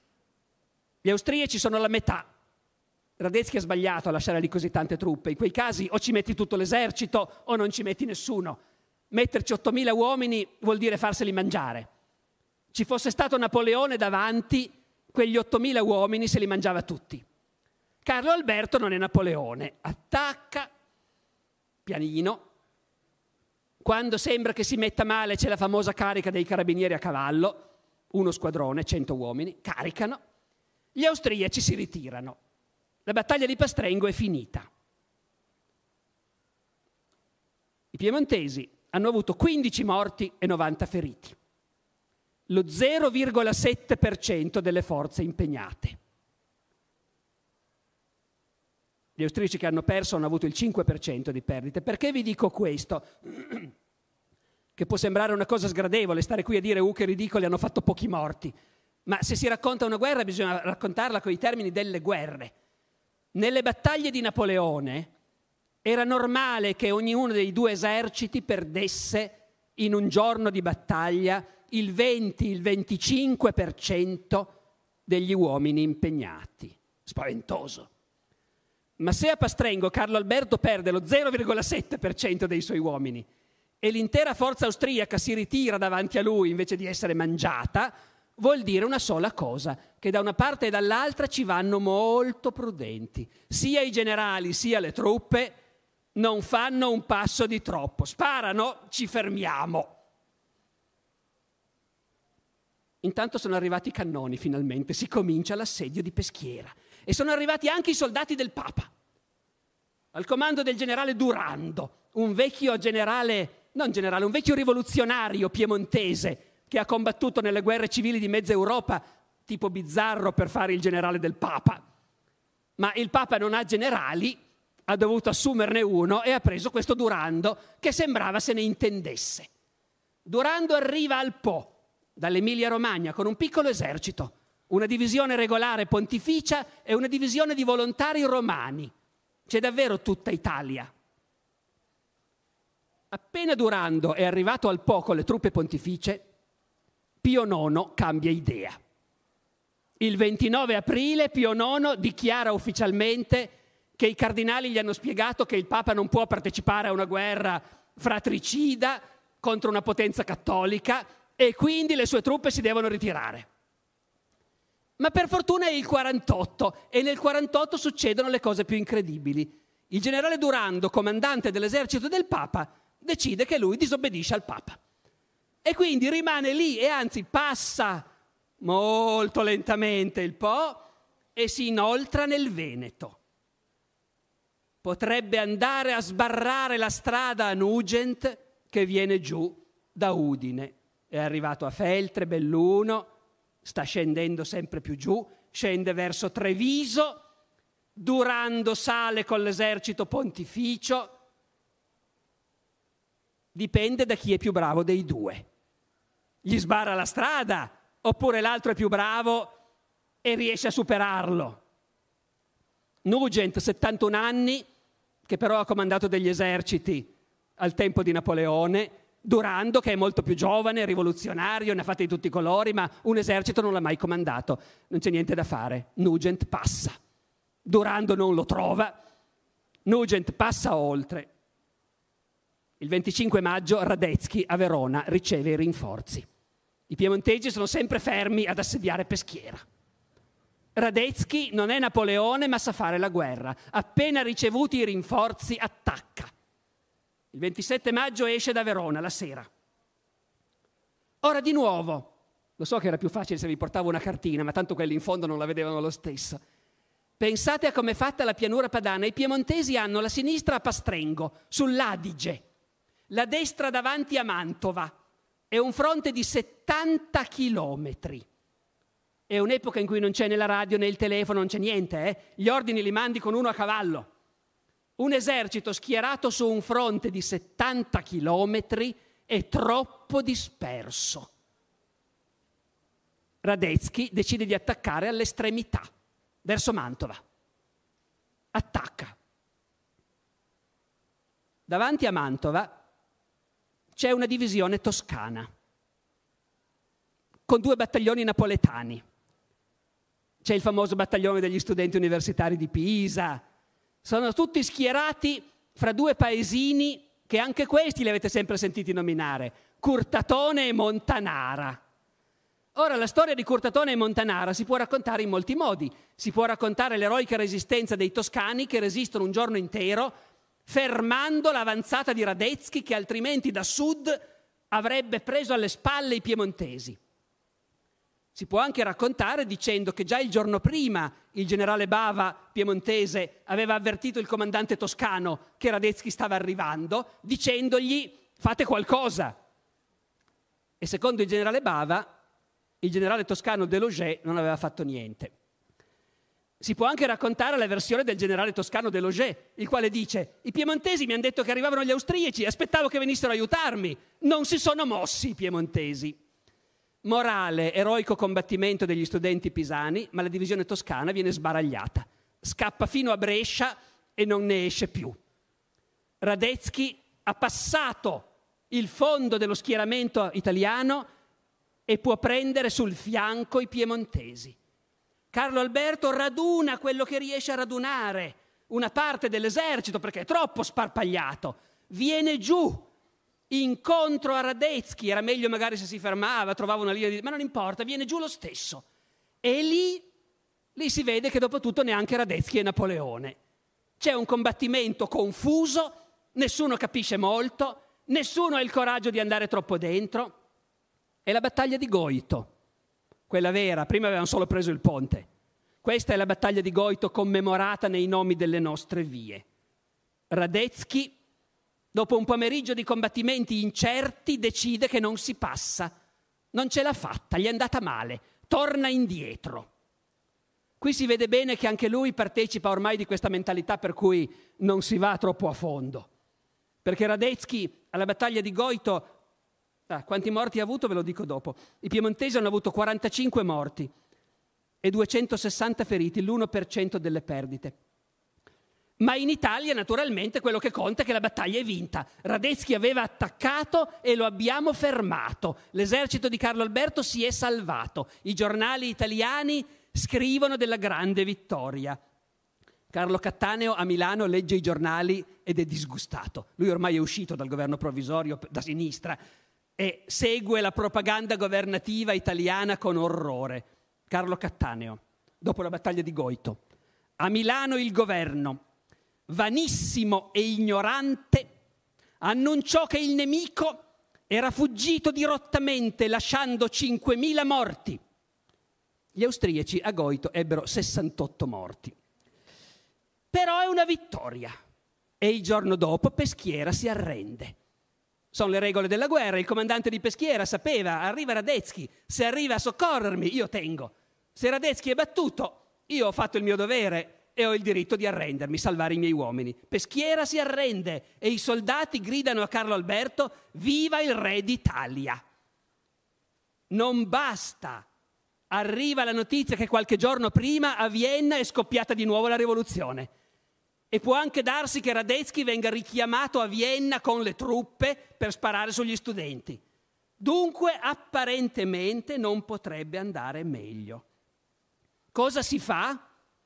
Gli austriaci sono la metà. Radetzky ha sbagliato a lasciare lì così tante truppe. In quei casi o ci metti tutto l'esercito o non ci metti nessuno. Metterci 8.000 uomini vuol dire farseli mangiare. Ci fosse stato Napoleone davanti, quegli 8.000 uomini se li mangiava tutti. Carlo Alberto non è Napoleone. Attacca pianino. Quando sembra che si metta male c'è la famosa carica dei carabinieri a cavallo, uno squadrone, 100 uomini, caricano. Gli austriaci si ritirano. La battaglia di Pastrengo è finita. I piemontesi hanno avuto 15 morti e 90 feriti. Lo 0,7% delle forze impegnate. Gli austriaci che hanno perso hanno avuto il 5% di perdite. Perché vi dico questo? Che può sembrare una cosa sgradevole stare qui a dire che ridicoli, hanno fatto pochi morti. Ma se si racconta una guerra bisogna raccontarla con i termini delle guerre. Nelle battaglie di Napoleone era normale che ognuno dei due eserciti perdesse in un giorno di battaglia il 20, il 25% degli uomini impegnati. Spaventoso. Ma se a Pastrengo Carlo Alberto perde lo 0,7% dei suoi uomini e l'intera forza austriaca si ritira davanti a lui invece di essere mangiata, vuol dire una sola cosa, che da una parte e dall'altra ci vanno molto prudenti. Sia i generali sia le truppe non fanno un passo di troppo. Sparano, ci fermiamo. Intanto sono arrivati i cannoni finalmente, si comincia l'assedio di Peschiera. E sono arrivati anche i soldati del Papa. al comando del generale Durando, un vecchio un vecchio rivoluzionario piemontese che ha combattuto nelle guerre civili di mezza Europa, tipo bizzarro per fare il generale del Papa. Ma il Papa non ha generali, ha dovuto assumerne uno e ha preso questo Durando che sembrava se ne intendesse. Durando arriva al Po, dall'Emilia-Romagna, con un piccolo esercito, una divisione regolare pontificia e una divisione di volontari romani. C'è davvero tutta Italia. Appena Durando è arrivato al Po con le truppe pontificie, Pio IX cambia idea. Il 29 aprile Pio IX dichiara ufficialmente che i cardinali gli hanno spiegato che il Papa non può partecipare a una guerra fratricida contro una potenza cattolica e quindi le sue truppe si devono ritirare. Ma per fortuna è il 48 e nel 48 succedono le cose più incredibili. Il generale Durando, comandante dell'esercito del Papa, decide che lui disobbedisce al Papa. E quindi rimane lì e anzi passa molto lentamente il Po e si inoltra nel Veneto. Potrebbe andare a sbarrare la strada a Nugent che viene giù da Udine. È arrivato a Feltre, Belluno, sta scendendo sempre più giù, scende verso Treviso, Durando sale con l'esercito pontificio. Dipende da chi è più bravo dei due. Gli sbarra la strada oppure l'altro è più bravo e riesce a superarlo. Nugent, 71 anni, che però ha comandato degli eserciti al tempo di Napoleone. Durando, che è molto più giovane, rivoluzionario, ne ha fatte di tutti i colori, ma un esercito non l'ha mai comandato. Non c'è niente da fare. Nugent passa. Durando non lo trova. Nugent passa oltre. Il 25 maggio Radetzky a Verona riceve i rinforzi. I piemontesi sono sempre fermi ad assediare Peschiera. Radetzky non è Napoleone, ma sa fare la guerra. Appena ricevuti i rinforzi, attacca. Il 27 maggio esce da Verona, la sera. Ora di nuovo, lo so che era più facile se vi portavo una cartina, ma tanto quelli in fondo non la vedevano lo stesso. Pensate a come è fatta la pianura padana. I piemontesi hanno la sinistra a Pastrengo, sull'Adige, la destra davanti a Mantova. È un fronte di 70 chilometri. È un'epoca in cui non c'è né la radio né il telefono, non c'è niente. Gli ordini li mandi con uno a cavallo. Un esercito schierato su un fronte di 70 chilometri è troppo disperso. Radetzky decide di attaccare all'estremità, verso Mantova. Attacca. Davanti a Mantova c'è una divisione toscana, con 2 battaglioni napoletani. C'è il famoso battaglione degli studenti universitari di Pisa. Sono tutti schierati fra 2 paesini che anche questi li avete sempre sentiti nominare, Curtatone e Montanara. Ora, la storia di Curtatone e Montanara si può raccontare in molti modi. Si può raccontare l'eroica resistenza dei toscani che resistono un giorno intero fermando l'avanzata di Radetzky che altrimenti da sud avrebbe preso alle spalle i piemontesi. Si può anche raccontare dicendo che già il giorno prima il generale Bava, piemontese, aveva avvertito il comandante toscano che Radetzky stava arrivando, dicendogli fate qualcosa. E secondo il generale Bava, il generale toscano Deloger non aveva fatto niente. Si può anche raccontare la versione del generale toscano Deloger, il quale dice i piemontesi mi hanno detto che arrivavano gli austriaci, aspettavo che venissero a aiutarmi, non si sono mossi i piemontesi. Morale, eroico combattimento degli studenti pisani, ma la divisione toscana viene sbaragliata. Scappa fino a Brescia e non ne esce più. Radetzky ha passato il fondo dello schieramento italiano e può prendere sul fianco i piemontesi. Carlo Alberto raduna quello che riesce a radunare, una parte dell'esercito perché è troppo sparpagliato. Viene giù incontro a Radetzky, era meglio magari se si fermava, trovava una linea ma non importa, viene giù lo stesso. E lì si vede che dopo tutto neanche Radetzky è Napoleone. C'è un combattimento confuso, nessuno capisce molto, nessuno ha il coraggio di andare troppo dentro. È la battaglia di Goito, quella vera, prima avevano solo preso il ponte. Questa è la battaglia di Goito commemorata nei nomi delle nostre vie. Radetzky, dopo un pomeriggio di combattimenti incerti, decide che non si passa. Non ce l'ha fatta, gli è andata male, torna indietro. Qui si vede bene che anche lui partecipa ormai di questa mentalità per cui non si va troppo a fondo. Perché Radetzky alla battaglia di Goito, quanti morti ha avuto ve lo dico dopo, i piemontesi hanno avuto 45 morti e 260 feriti, l'1% delle perdite. Ma in Italia naturalmente quello che conta è che la battaglia è vinta. Radetzky aveva attaccato e lo abbiamo fermato. L'esercito di Carlo Alberto si è salvato. I giornali italiani scrivono della grande vittoria. Carlo Cattaneo a Milano legge i giornali ed è disgustato. Lui ormai è uscito dal governo provvisorio da sinistra e segue la propaganda governativa italiana con orrore. Carlo Cattaneo, dopo la battaglia di Goito. A Milano il governo, vanissimo e ignorante, annunciò che il nemico era fuggito dirottamente lasciando 5.000 morti. Gli austriaci a Goito ebbero 68 morti. Però è una vittoria. E il giorno dopo Peschiera si arrende. Sono le regole della guerra. Il comandante di Peschiera sapeva, arriva Radetzky, se arriva a soccorrermi io tengo. Se Radetzky è battuto, io ho fatto il mio dovere e ho il diritto di arrendermi, salvare i miei uomini. Peschiera si arrende e i soldati gridano a Carlo Alberto: viva il re d'Italia! Non basta. Arriva la notizia che qualche giorno prima a Vienna è scoppiata di nuovo la rivoluzione. E può anche darsi che Radetzky venga richiamato a Vienna con le truppe per sparare sugli studenti. Dunque, apparentemente, non potrebbe andare meglio. Cosa si fa?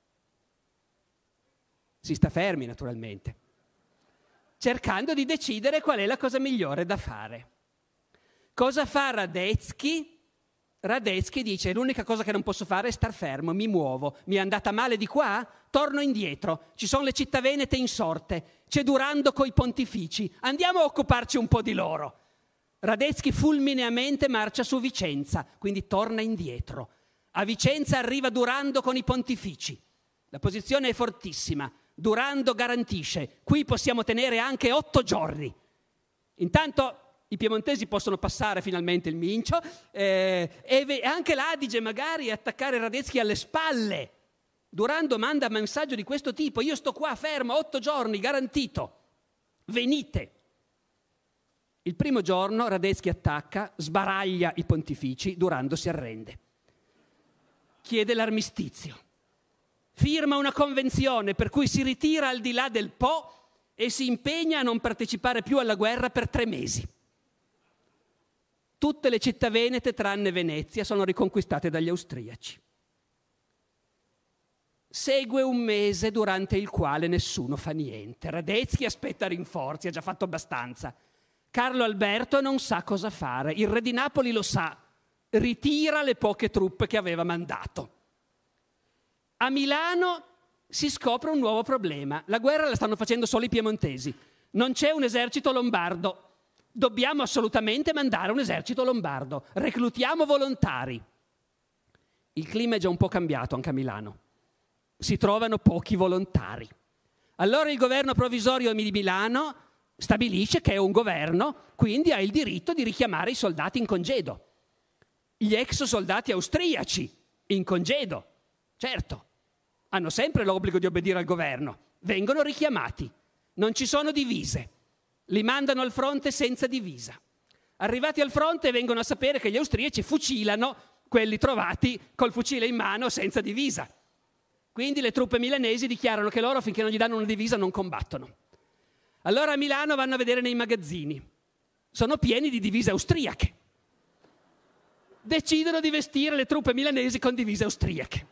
Si sta fermi, naturalmente, cercando di decidere qual è la cosa migliore da fare. Cosa fa Radetzky? Radetzky dice: l'unica cosa che non posso fare è star fermo, mi muovo, mi è andata male di qua, torno indietro, ci sono le città venete insorte, c'è Durando coi pontifici, andiamo a occuparci un po' di loro. Radetzky fulmineamente marcia su Vicenza, quindi torna indietro. A Vicenza arriva Durando con i pontifici. La posizione è fortissima. Durando garantisce: qui possiamo tenere anche 8 giorni. Intanto i piemontesi possono passare finalmente il Mincio e anche l'Adige magari attaccare Radetzky alle spalle. Durando manda un messaggio di questo tipo: io sto qua fermo 8 giorni, garantito, venite. Il primo giorno Radetzky attacca, sbaraglia i pontifici, Durando si arrende. Chiede l'armistizio. Firma una convenzione per cui si ritira al di là del Po e si impegna a non partecipare più alla guerra per 3 mesi. Tutte le città venete, tranne Venezia, sono riconquistate dagli austriaci. Segue un mese durante il quale nessuno fa niente. Radetzky aspetta rinforzi, ha già fatto abbastanza. Carlo Alberto non sa cosa fare. Il re di Napoli lo sa, ritira le poche truppe che aveva mandato. A Milano si scopre un nuovo problema. La guerra la stanno facendo solo i piemontesi. Non c'è un esercito lombardo. Dobbiamo assolutamente mandare un esercito lombardo. Reclutiamo volontari. Il clima è già un po' cambiato anche a Milano. Si trovano pochi volontari. Allora il governo provvisorio di Milano stabilisce che è un governo, quindi ha il diritto di richiamare i soldati in congedo. Gli ex soldati austriaci in congedo, certo, hanno sempre l'obbligo di obbedire al governo, vengono richiamati, non ci sono divise, li mandano al fronte senza divisa. Arrivati al fronte vengono a sapere che gli austriaci fucilano quelli trovati col fucile in mano senza divisa. Quindi le truppe milanesi dichiarano che loro, finché non gli danno una divisa, non combattono. Allora a Milano vanno a vedere nei magazzini. Sono pieni di divise austriache. Decidono di vestire le truppe milanesi con divise austriache.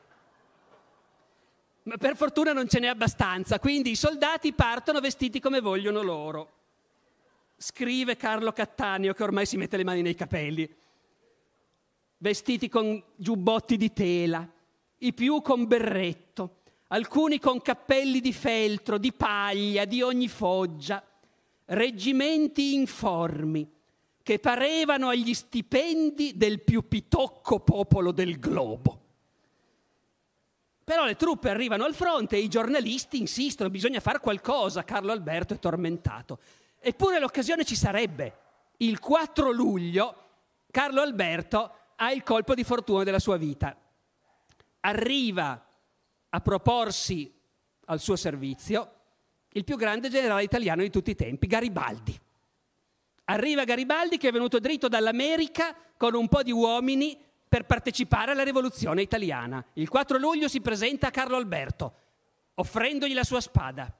Ma per fortuna non ce n'è abbastanza, quindi i soldati partono vestiti come vogliono loro. Scrive Carlo Cattaneo, che ormai si mette le mani nei capelli. Vestiti con giubbotti di tela, i più con berretto, alcuni con cappelli di feltro, di paglia, di ogni foggia, reggimenti informi che parevano agli stipendi del più pitocco popolo del globo. Però le truppe arrivano al fronte e i giornalisti insistono, bisogna fare qualcosa, Carlo Alberto è tormentato. Eppure l'occasione ci sarebbe. Il 4 luglio Carlo Alberto ha il colpo di fortuna della sua vita. Arriva a proporsi al suo servizio il più grande generale italiano di tutti i tempi, Garibaldi. Arriva Garibaldi che è venuto dritto dall'America con un po' di uomini per partecipare alla rivoluzione italiana. Il 4 luglio si presenta a Carlo Alberto, offrendogli la sua spada.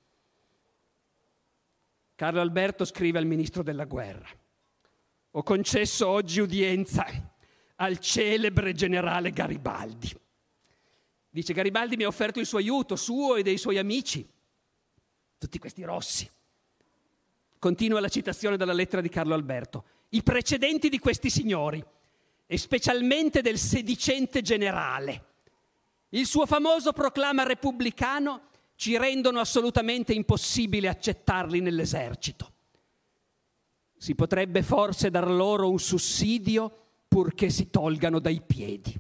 Carlo Alberto scrive al ministro della guerra: ho concesso oggi udienza al celebre generale Garibaldi. Dice: Garibaldi mi ha offerto il suo aiuto, suo e dei suoi amici, tutti questi rossi. Continua la citazione dalla lettera di Carlo Alberto. I precedenti di questi signori, e specialmente del sedicente generale, il suo famoso proclama repubblicano, ci rendono assolutamente impossibile accettarli nell'esercito. Si potrebbe forse dar loro un sussidio purché si tolgano dai piedi.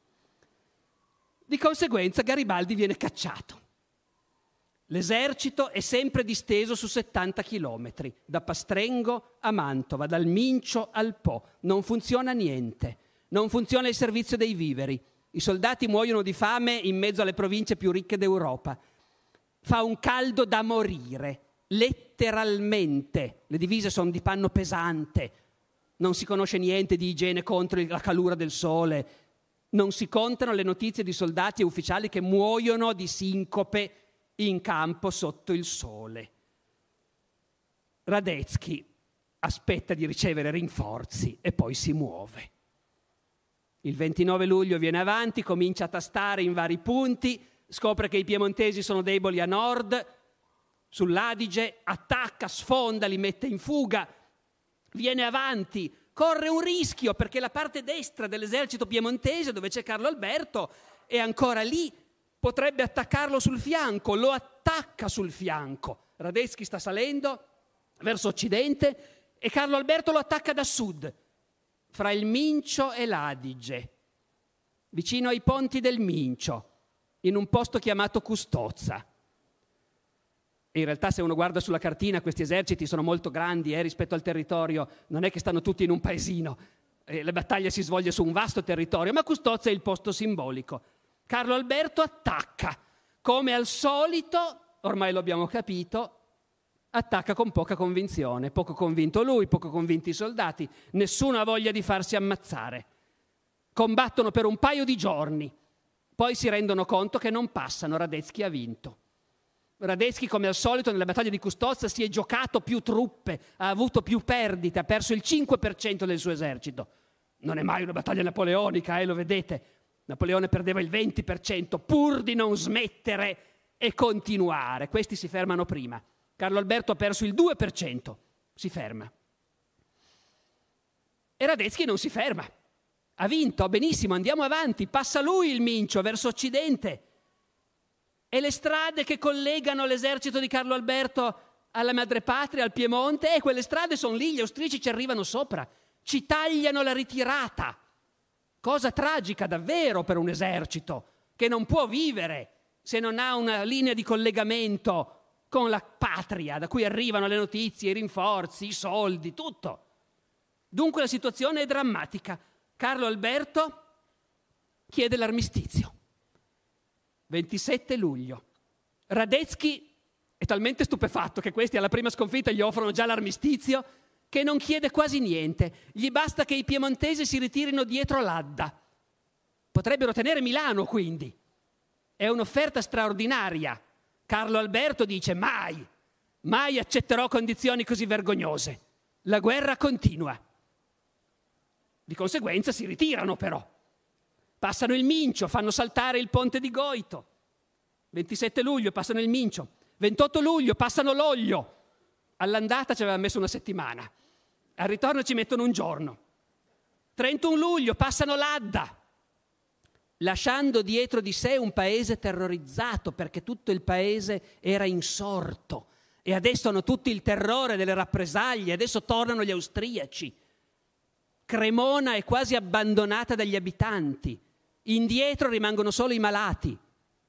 Di conseguenza Garibaldi viene cacciato. L'esercito è sempre disteso su 70 chilometri, da Pastrengo a Mantova, dal Mincio al Po. Non funziona niente, non funziona il servizio dei viveri. I soldati muoiono di fame in mezzo alle province più ricche d'Europa. Fa un caldo da morire, letteralmente. Le divise sono di panno pesante, non si conosce niente di igiene contro la calura del sole, non si contano le notizie di soldati e ufficiali che muoiono di sincope in campo sotto il sole. Radetzky aspetta di ricevere rinforzi e poi si muove. Il 29 luglio viene avanti, comincia a tastare in vari punti, scopre che i piemontesi sono deboli a nord, sull'Adige, attacca, sfonda, li mette in fuga, viene avanti, corre un rischio perché la parte destra dell'esercito piemontese, dove c'è Carlo Alberto, è ancora lì, potrebbe attaccarlo sul fianco, lo attacca sul fianco. Radetzky sta salendo verso occidente e Carlo Alberto lo attacca da sud, fra il Mincio e l'Adige, vicino ai ponti del Mincio, in un posto chiamato Custozza. E in realtà, se uno guarda sulla cartina, questi eserciti sono molto grandi rispetto al territorio, non è che stanno tutti in un paesino, la battaglia si svolge su un vasto territorio, ma Custozza è il posto simbolico. Carlo Alberto attacca, come al solito, ormai lo abbiamo capito, attacca con poca convinzione, poco convinto lui, poco convinti i soldati, nessuno ha voglia di farsi ammazzare. Combattono per un paio di giorni, poi si rendono conto che non passano, Radetzky ha vinto. Radetzky, come al solito, nella battaglia di Custozza si è giocato più truppe, ha avuto più perdite, ha perso il 5% del suo esercito. Non è mai una battaglia napoleonica, lo vedete. Napoleone perdeva il 20% pur di non smettere e continuare. Questi si fermano prima. Carlo Alberto ha perso il 2%, si ferma. E Radetzky non si ferma. Ha vinto, benissimo, andiamo avanti, passa lui il Mincio verso occidente. E le strade che collegano l'esercito di Carlo Alberto alla madrepatria, al Piemonte, quelle strade sono lì, gli austriaci ci arrivano sopra, ci tagliano la ritirata. Cosa tragica davvero per un esercito che non può vivere se non ha una linea di collegamento con la patria, da cui arrivano le notizie, i rinforzi, i soldi, tutto. Dunque la situazione è drammatica. Carlo Alberto chiede l'armistizio. 27 luglio. Radetzky è talmente stupefatto che questi alla prima sconfitta gli offrono già l'armistizio che non chiede quasi niente. Gli basta che i piemontesi si ritirino dietro l'Adda. Potrebbero tenere Milano, quindi. È un'offerta straordinaria. Carlo Alberto dice: mai accetterò condizioni così vergognose. La guerra continua. Di conseguenza si ritirano però. Passano il Mincio, fanno saltare il ponte di Goito. 27 luglio passano il Mincio. 28 luglio passano l'Oglio. All'andata ci aveva messo una settimana. Al ritorno ci mettono un giorno. 31 luglio passano l'Adda, lasciando dietro di sé un paese terrorizzato perché tutto il paese era insorto e adesso hanno tutti il terrore delle rappresaglie, adesso tornano gli austriaci. Cremona è quasi abbandonata dagli abitanti, indietro rimangono solo i malati,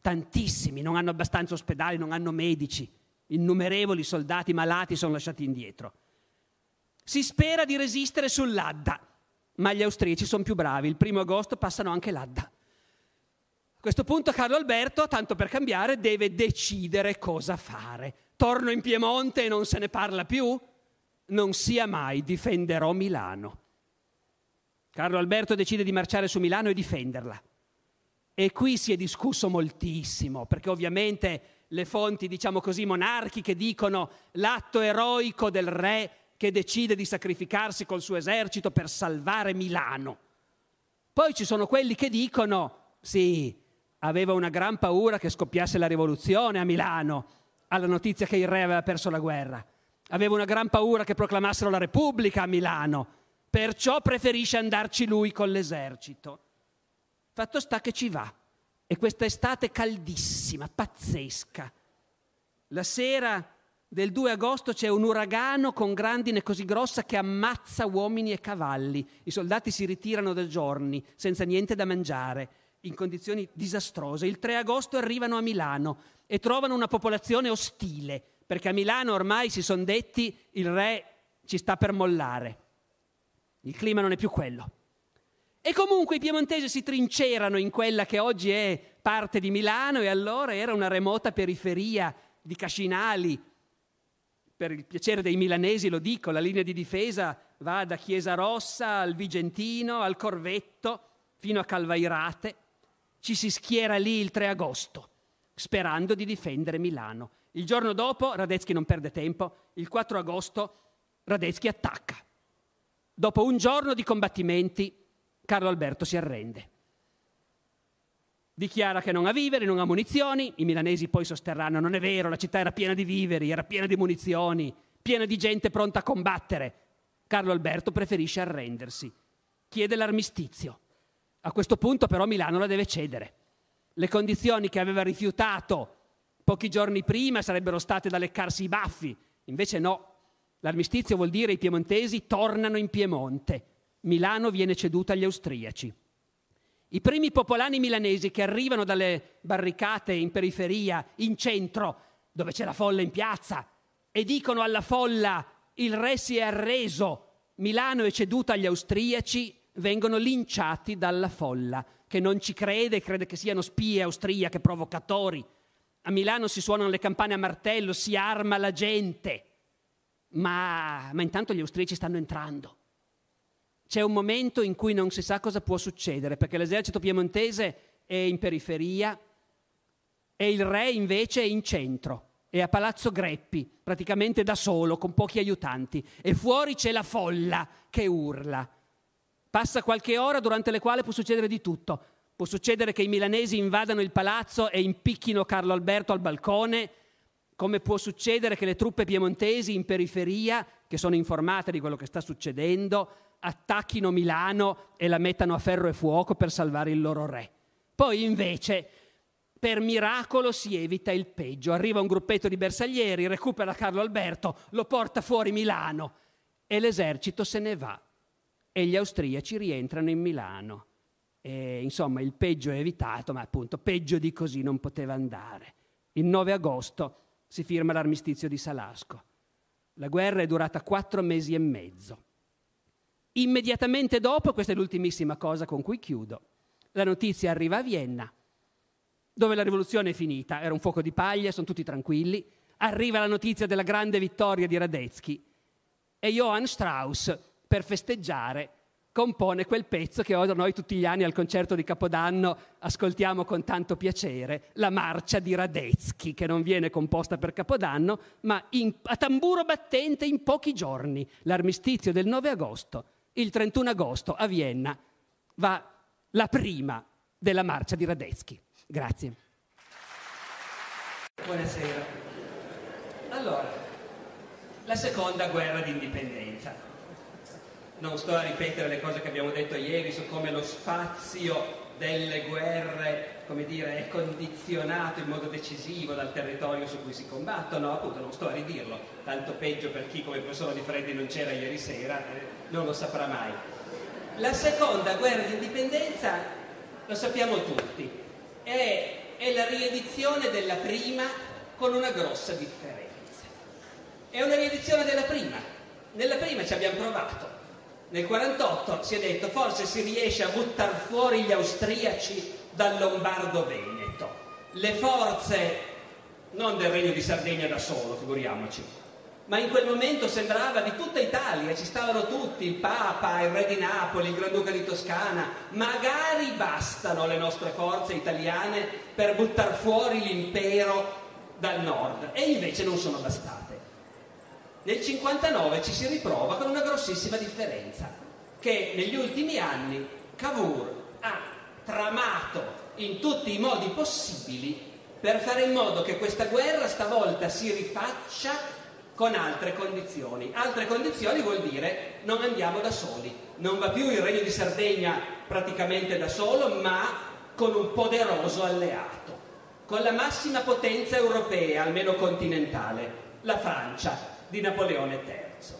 tantissimi, non hanno abbastanza ospedali, non hanno medici, innumerevoli soldati malati sono lasciati indietro. Si spera di resistere sull'Adda, ma gli austriaci sono più bravi, il 1° agosto passano anche l'Adda. A questo punto Carlo Alberto, tanto per cambiare, deve decidere cosa fare. Torno in Piemonte e non se ne parla più? Non sia mai, difenderò Milano. Carlo Alberto decide di marciare su Milano e difenderla. E qui si è discusso moltissimo, perché ovviamente le fonti, diciamo così, monarchiche dicono l'atto eroico del re che decide di sacrificarsi col suo esercito per salvare Milano. Poi ci sono quelli che dicono, sì, aveva una gran paura che scoppiasse la rivoluzione a Milano, alla notizia che il re aveva perso la guerra. Aveva una gran paura che proclamassero la Repubblica a Milano, perciò preferisce andarci lui con l'esercito. Fatto sta che ci va. E questa estate caldissima, pazzesca. La sera del 2 agosto c'è un uragano con grandine così grossa che ammazza uomini e cavalli. I soldati si ritirano da giorni, senza niente da mangiare, in condizioni disastrose. Il 3 agosto arrivano a Milano e trovano una popolazione ostile, perché a Milano ormai si sono detti il re ci sta per mollare. Il clima non è più quello. E comunque i piemontesi si trincerano in quella che oggi è parte di Milano e allora era una remota periferia di Cascinali. Per il piacere dei milanesi lo dico, la linea di difesa va da Chiesa Rossa al Vigentino, al Corvetto, fino a Calvairate. Ci si schiera lì il 3 agosto, sperando di difendere Milano. Il giorno dopo Radetzky non perde tempo, il 4 agosto Radetzky attacca. Dopo un giorno di combattimenti, Carlo Alberto si arrende. Dichiara che non ha viveri, non ha munizioni. I milanesi poi sosterranno: non è vero, la città era piena di viveri, era piena di munizioni, piena di gente pronta a combattere. Carlo Alberto preferisce arrendersi. Chiede l'armistizio. A questo punto però Milano la deve cedere. Le condizioni che aveva rifiutato pochi giorni prima sarebbero state da leccarsi i baffi. Invece no. L'armistizio vuol dire i piemontesi tornano in Piemonte. Milano viene ceduta agli austriaci. I primi popolani milanesi che arrivano dalle barricate in periferia, in centro, dove c'è la folla in piazza, e dicono alla folla il re si è arreso, Milano è ceduta agli austriaci, vengono linciati dalla folla, che non ci crede, crede che siano spie austriache, provocatori. A Milano si suonano le campane a martello, si arma la gente, ma intanto gli austriaci stanno entrando. C'è un momento in cui non si sa cosa può succedere, perché l'esercito piemontese è in periferia e il re invece è in centro, è a Palazzo Greppi, praticamente da solo, con pochi aiutanti, e fuori c'è la folla che urla. Passa qualche ora durante le quali può succedere di tutto. Può succedere che i milanesi invadano il palazzo e impicchino Carlo Alberto al balcone, come può succedere che le truppe piemontesi in periferia, che sono informate di quello che sta succedendo, attacchino Milano e la mettano a ferro e fuoco per salvare il loro re. Poi invece, per miracolo, si evita il peggio. Arriva un gruppetto di bersaglieri, recupera Carlo Alberto, lo porta fuori Milano e l'esercito se ne va. E gli austriaci rientrano in Milano. E, insomma, il peggio è evitato, ma appunto peggio di così non poteva andare. Il 9 agosto si firma l'armistizio di Salasco. La guerra è durata 4 mesi e mezzo. Immediatamente dopo, questa è l'ultimissima cosa con cui chiudo, la notizia arriva a Vienna, dove la rivoluzione è finita, era un fuoco di paglia, sono tutti tranquilli, arriva la notizia della grande vittoria di Radetzky e Johann Strauss, per festeggiare, compone quel pezzo che noi tutti gli anni al concerto di Capodanno ascoltiamo con tanto piacere, la marcia di Radetzky, che non viene composta per Capodanno, ma a tamburo battente in pochi giorni, l'armistizio del 9 agosto. Il 31 agosto a Vienna va la prima della marcia di Radetzky. Grazie. Buonasera. Allora, la seconda guerra d'indipendenza. Non sto a ripetere le cose che abbiamo detto ieri su come lo spazio delle guerre, come dire, è condizionato in modo decisivo dal territorio su cui si combattono, appunto non sto a ridirlo, tanto peggio per chi come il professor Di Freddi non c'era ieri sera, non lo saprà mai. La seconda guerra d'indipendenza, lo sappiamo tutti, è è la riedizione della prima con una grossa differenza. È una riedizione della prima. Nella prima ci abbiamo provato. Nel 48 si è detto forse si riesce a buttare fuori gli austriaci dal Lombardo-Veneto. Le forze, non del Regno di Sardegna da solo, figuriamoci, ma in quel momento sembrava di tutta Italia, ci stavano tutti, il Papa, il Re di Napoli, il Granduca di Toscana, magari bastano le nostre forze italiane per buttar fuori l'impero dal nord, e invece non sono bastate. Nel 59 ci si riprova con una grossissima differenza, che negli ultimi anni Cavour ha tramato in tutti i modi possibili per fare in modo che questa guerra stavolta si rifaccia con altre condizioni. Altre condizioni vuol dire non andiamo da soli, non va più il Regno di Sardegna praticamente da solo, ma con un poderoso alleato, con la massima potenza europea, almeno continentale, la Francia di Napoleone III.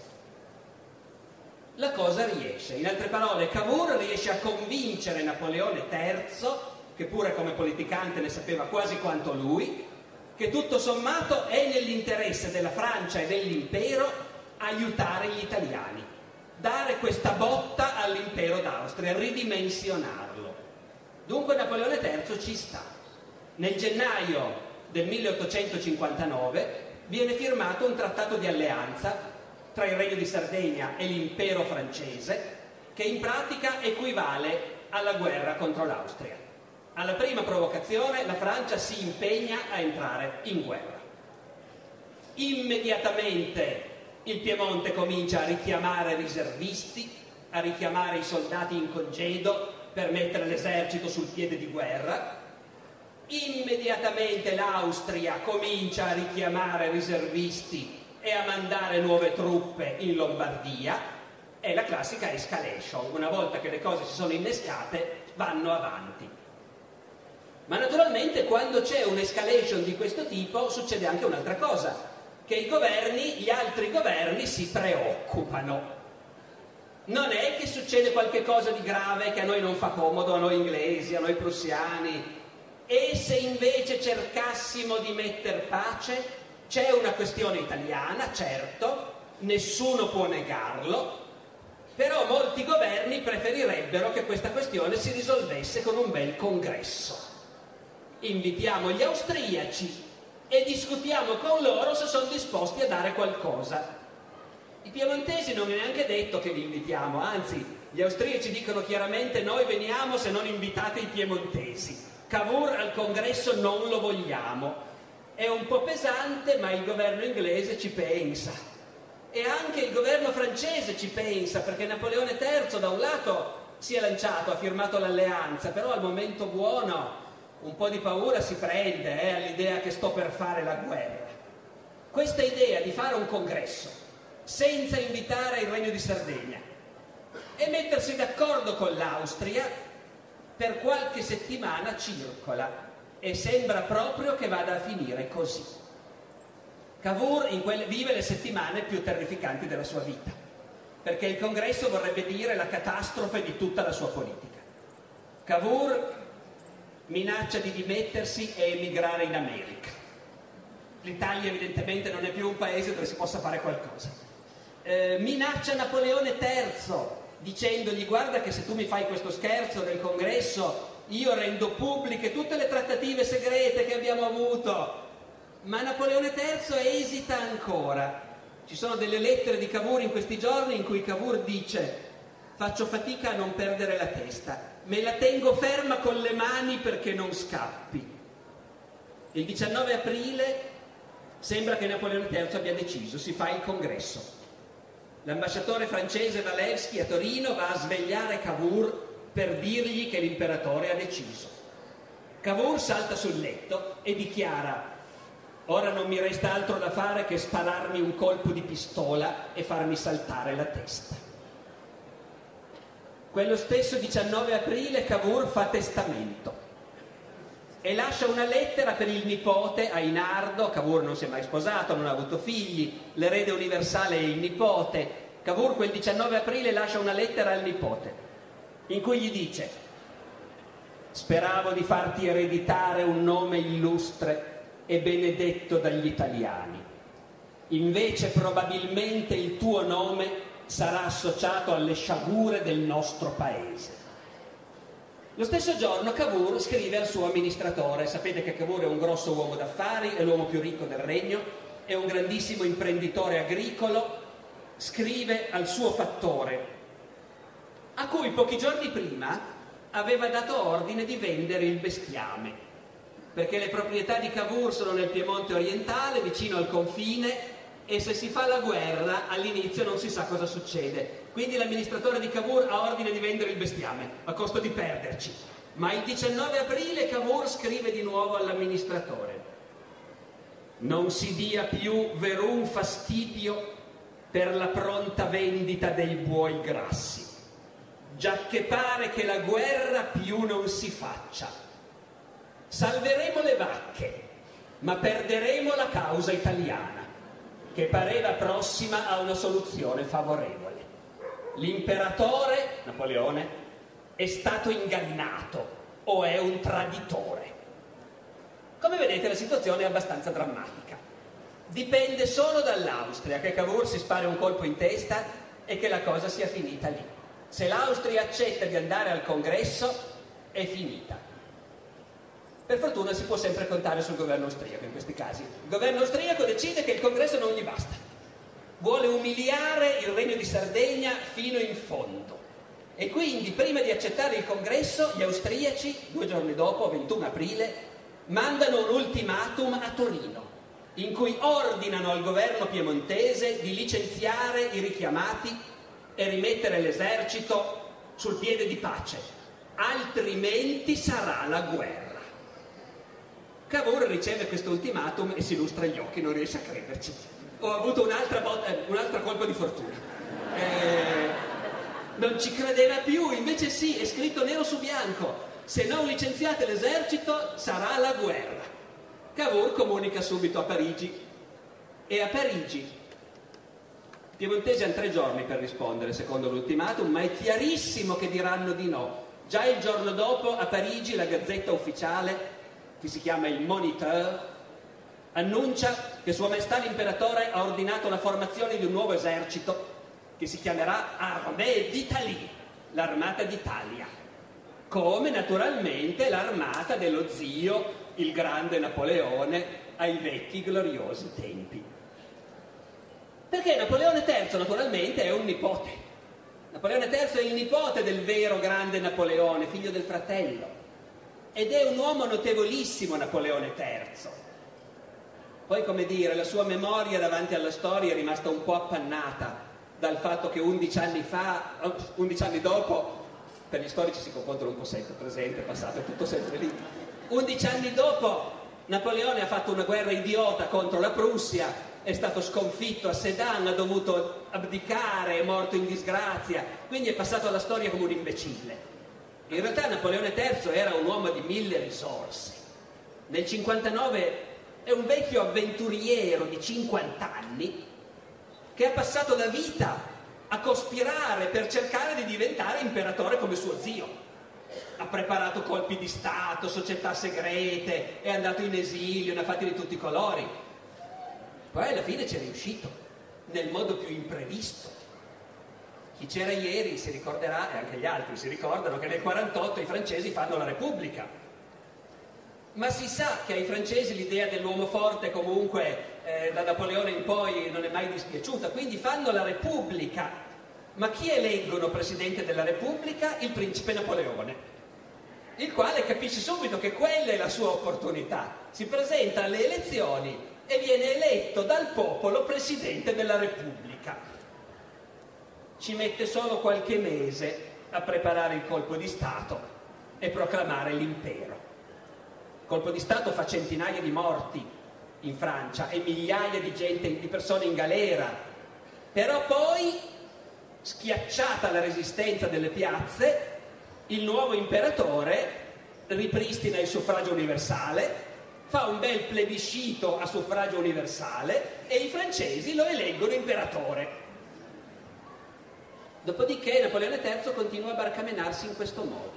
La cosa riesce, in altre parole Cavour riesce a convincere Napoleone III, che pure come politicante ne sapeva quasi quanto lui, che tutto sommato è nell'interesse della Francia e dell'impero aiutare gli italiani, dare questa botta all'impero d'Austria, ridimensionarlo. Dunque Napoleone III ci sta. Nel gennaio del 1859 viene firmato un trattato di alleanza tra il Regno di Sardegna e l'impero francese, che in pratica equivale alla guerra contro l'Austria. Alla prima provocazione la Francia si impegna a entrare in guerra. Immediatamente il Piemonte comincia a richiamare riservisti, a richiamare i soldati in congedo per mettere l'esercito sul piede di guerra. Immediatamente l'Austria comincia a richiamare riservisti e a mandare nuove truppe in Lombardia. È la classica escalation, una volta che le cose si sono innescate vanno avanti. Ma naturalmente quando c'è un'escalation di questo tipo succede anche un'altra cosa, che gli altri governi si preoccupano. Non è che succede qualche cosa di grave che a noi non fa comodo, a noi inglesi, a noi prussiani. E se invece cercassimo di metter pace? C'è una questione italiana, certo, nessuno può negarlo, però molti governi preferirebbero che questa questione si risolvesse con un bel congresso. Invitiamo gli austriaci e discutiamo con loro se sono disposti a dare qualcosa. I piemontesi non è neanche detto che li invitiamo, anzi, gli austriaci dicono chiaramente noi veniamo se non invitate i piemontesi. Cavour al congresso non lo vogliamo, è un po' pesante, ma il governo inglese ci pensa e anche il governo francese ci pensa, perché Napoleone III da un lato si è lanciato, ha firmato l'alleanza, però al momento buono un po' di paura si prende all'idea che sto per fare la guerra. Questa idea di fare un congresso senza invitare il Regno di Sardegna e mettersi d'accordo con l'Austria per qualche settimana circola e sembra proprio che vada a finire così. Cavour vive le settimane più terrificanti della sua vita, perché il congresso vorrebbe dire la catastrofe di tutta la sua politica. Cavour minaccia di dimettersi e emigrare in America. L'Italia evidentemente non è più un paese dove si possa fare qualcosa. Minaccia Napoleone III dicendogli guarda che se tu mi fai questo scherzo del congresso io rendo pubbliche tutte le trattative segrete che abbiamo avuto. Ma Napoleone III esita ancora. Ci sono delle lettere di Cavour in questi giorni in cui Cavour dice faccio fatica a non perdere la testa, me la tengo ferma con le mani perché non scappi. Il 19 aprile sembra che Napoleone III abbia deciso, si fa il congresso. L'ambasciatore francese Walewski a Torino va a svegliare Cavour per dirgli che l'imperatore ha deciso. Cavour salta sul letto e dichiara ora non mi resta altro da fare che spararmi un colpo di pistola e farmi saltare la testa. Quello stesso 19 aprile Cavour fa testamento e lascia una lettera per il nipote Ainardo. Cavour non si è mai sposato, non ha avuto figli, l'erede universale è il nipote. Cavour quel 19 aprile lascia una lettera al nipote in cui gli dice Speravo di farti ereditare un nome illustre e benedetto dagli italiani. Invece probabilmente il tuo nome sarà associato alle sciagure del nostro paese. Lo stesso giorno Cavour scrive al suo amministratore, sapete che Cavour è un grosso uomo d'affari, è l'uomo più ricco del regno, è un grandissimo imprenditore agricolo, scrive al suo fattore, a cui pochi giorni prima aveva dato ordine di vendere il bestiame, perché le proprietà di Cavour sono nel Piemonte orientale, vicino al confine, e se si fa la guerra all'inizio non si sa cosa succede. Quindi l'amministratore di Cavour ha ordine di vendere il bestiame, a costo di perderci. Ma il 19 aprile Cavour scrive di nuovo all'amministratore: non si dia più verun fastidio per la pronta vendita dei buoi grassi, giacché pare che la guerra più non si faccia. Salveremo le vacche, ma perderemo la causa italiana, che pareva prossima a una soluzione favorevole. L'imperatore, Napoleone, è stato ingannato o è un traditore. Come vedete la situazione è abbastanza drammatica. Dipende solo dall'Austria che Cavour si spari un colpo in testa e che la cosa sia finita lì. Se l'Austria accetta di andare al congresso, è finita. Per fortuna si può sempre contare sul governo austriaco in questi casi. Il governo austriaco decide che il congresso non gli basta. Vuole umiliare il Regno di Sardegna fino in fondo. E quindi, prima di accettare il congresso, gli austriaci, 2 giorni dopo, 21 aprile, mandano un ultimatum a Torino, in cui ordinano al governo piemontese di licenziare i richiamati e rimettere l'esercito sul piede di pace, altrimenti sarà la guerra. Cavour riceve questo ultimatum e si lustra gli occhi, non riesce a crederci. Ho avuto un'altra colpa di fortuna. Non ci credeva più, invece sì, è scritto nero su bianco: se non licenziate l'esercito sarà la guerra. Cavour comunica subito a Parigi, e a Parigi i piemontesi hanno 3 giorni per rispondere secondo l'ultimatum, ma è chiarissimo che diranno di no. Già il giorno dopo a Parigi la gazzetta ufficiale, che si chiama il Moniteur, annuncia che Sua Maestà l'Imperatore ha ordinato la formazione di un nuovo esercito che si chiamerà Armée d'Italie, l'armata d'Italia, come naturalmente l'armata dello zio, il grande Napoleone, ai vecchi gloriosi tempi. Perché Napoleone III naturalmente è un nipote. Napoleone III è il nipote del vero grande Napoleone, figlio del fratello, ed è un uomo notevolissimo Napoleone III. Poi, come dire, la sua memoria davanti alla storia è rimasta un po' appannata dal fatto che 11 anni dopo, per gli storici si confondono un po' sempre, presente, passato, è tutto sempre lì. 11 anni dopo Napoleone ha fatto una guerra idiota contro la Prussia, è stato sconfitto a Sedan, ha dovuto abdicare, è morto in disgrazia, quindi è passato alla storia come un imbecille. In realtà Napoleone III era un uomo di 1000 risorse. Nel 59 è un vecchio avventuriero di 50 anni che ha passato la vita a cospirare per cercare di diventare imperatore come suo zio. Ha preparato colpi di Stato, società segrete, è andato in esilio, ne ha fatti di tutti i colori. Poi alla fine ci è riuscito, nel modo più imprevisto. Chi c'era ieri si ricorderà, e anche gli altri si ricordano, che nel 48 i francesi fanno la Repubblica. Ma si sa che ai francesi l'idea dell'uomo forte comunque da Napoleone in poi non è mai dispiaciuta, quindi fanno la Repubblica. Ma chi eleggono presidente della Repubblica? Il principe Napoleone, il quale capisce subito che quella è la sua opportunità. Si presenta alle elezioni e viene eletto dal popolo presidente della Repubblica. Ci mette solo qualche mese a preparare il colpo di Stato e proclamare l'impero. Il colpo di Stato fa centinaia di morti in Francia e migliaia di persone in galera, però poi, schiacciata la resistenza delle piazze, il nuovo imperatore ripristina il suffragio universale, fa un bel plebiscito a suffragio universale e i francesi lo eleggono imperatore. Dopodiché Napoleone III continua a barcamenarsi in questo modo.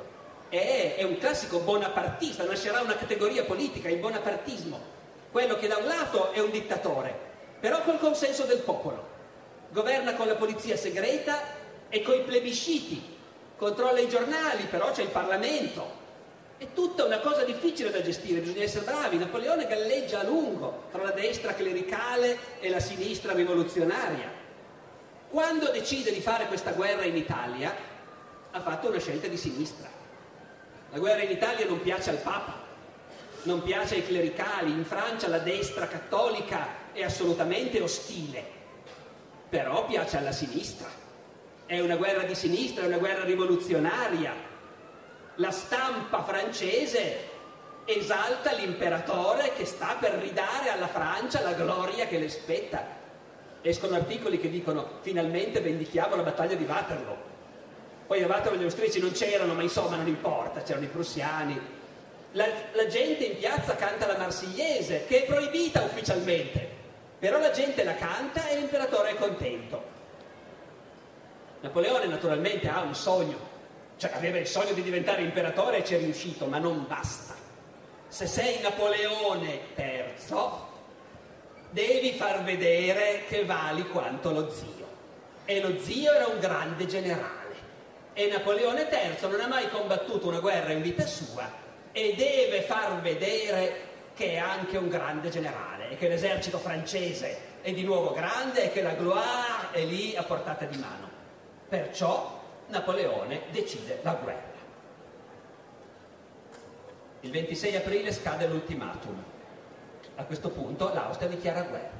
è un classico bonapartista, nascerà una categoria politica, il bonapartismo, quello che da un lato è un dittatore, però col consenso del popolo, governa con la polizia segreta e coi plebisciti, controlla i giornali, però c'è il Parlamento. È tutta una cosa difficile da gestire, bisogna essere bravi. Napoleone galleggia a lungo tra la destra clericale e la sinistra rivoluzionaria. Quando decide di fare questa guerra in Italia, ha fatto una scelta di sinistra. La guerra in Italia non piace al Papa, non piace ai clericali. In Francia la destra cattolica è assolutamente ostile, però piace alla sinistra. È una guerra di sinistra, è una guerra rivoluzionaria. La stampa francese esalta l'imperatore che sta per ridare alla Francia la gloria che le spetta. Escono articoli che dicono: finalmente vendichiamo la battaglia di Waterloo. Poi a Waterloo gli austriaci non c'erano, ma insomma non importa, c'erano i prussiani. La gente in piazza canta la Marsigliese, che è proibita ufficialmente, però la gente la canta e l'imperatore è contento. Napoleone naturalmente ha un sogno, cioè aveva il sogno di diventare imperatore e ci è riuscito, ma non basta. Se sei Napoleone III, devi far vedere che vali quanto lo zio. E lo zio era un grande generale. E Napoleone III non ha mai combattuto una guerra in vita sua e deve far vedere che è anche un grande generale e che l'esercito francese è di nuovo grande e che la gloire è lì a portata di mano. Perciò Napoleone decide la guerra. Il 26 aprile scade l'ultimatum. A questo punto l'Austria dichiara guerra.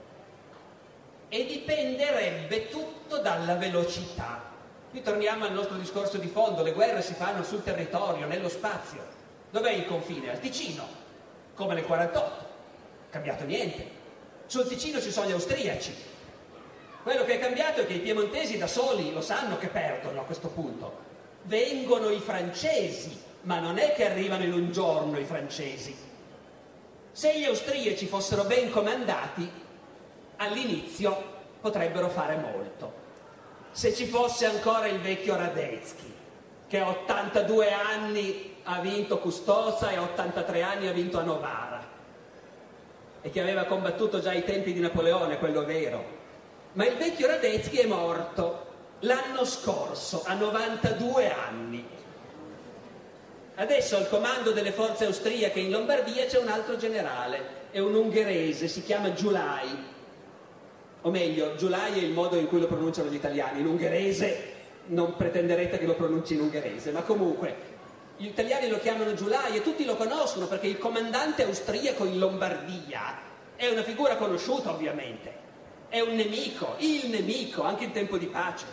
E dipenderebbe tutto dalla velocità. Qui torniamo al nostro discorso di fondo: le guerre si fanno sul territorio, nello spazio. Dov'è il confine? Al Ticino, come nel 48. Cambiato niente. Sul Ticino ci sono gli austriaci. Quello che è cambiato è che i piemontesi da soli lo sanno che perdono a questo punto. Vengono i francesi, ma non è che arrivano in un giorno i francesi. Se gli austriaci fossero ben comandati, all'inizio potrebbero fare molto. Se ci fosse ancora il vecchio Radetzky, che a 82 anni ha vinto Custoza e a 83 anni ha vinto a Novara, e che aveva combattuto già ai tempi di Napoleone, quello vero. Ma il vecchio Radetzky è morto l'anno scorso, a 92 anni. Adesso al comando delle forze austriache in Lombardia c'è un altro generale, è un ungherese, si chiama Gyulai. O meglio, Gyulai è il modo in cui lo pronunciano gli italiani. In ungherese non pretenderete che lo pronunci in ungherese, ma comunque gli italiani lo chiamano Gyulai e tutti lo conoscono perché il comandante austriaco in Lombardia è una figura conosciuta, ovviamente. È un nemico, il nemico, anche in tempo di pace.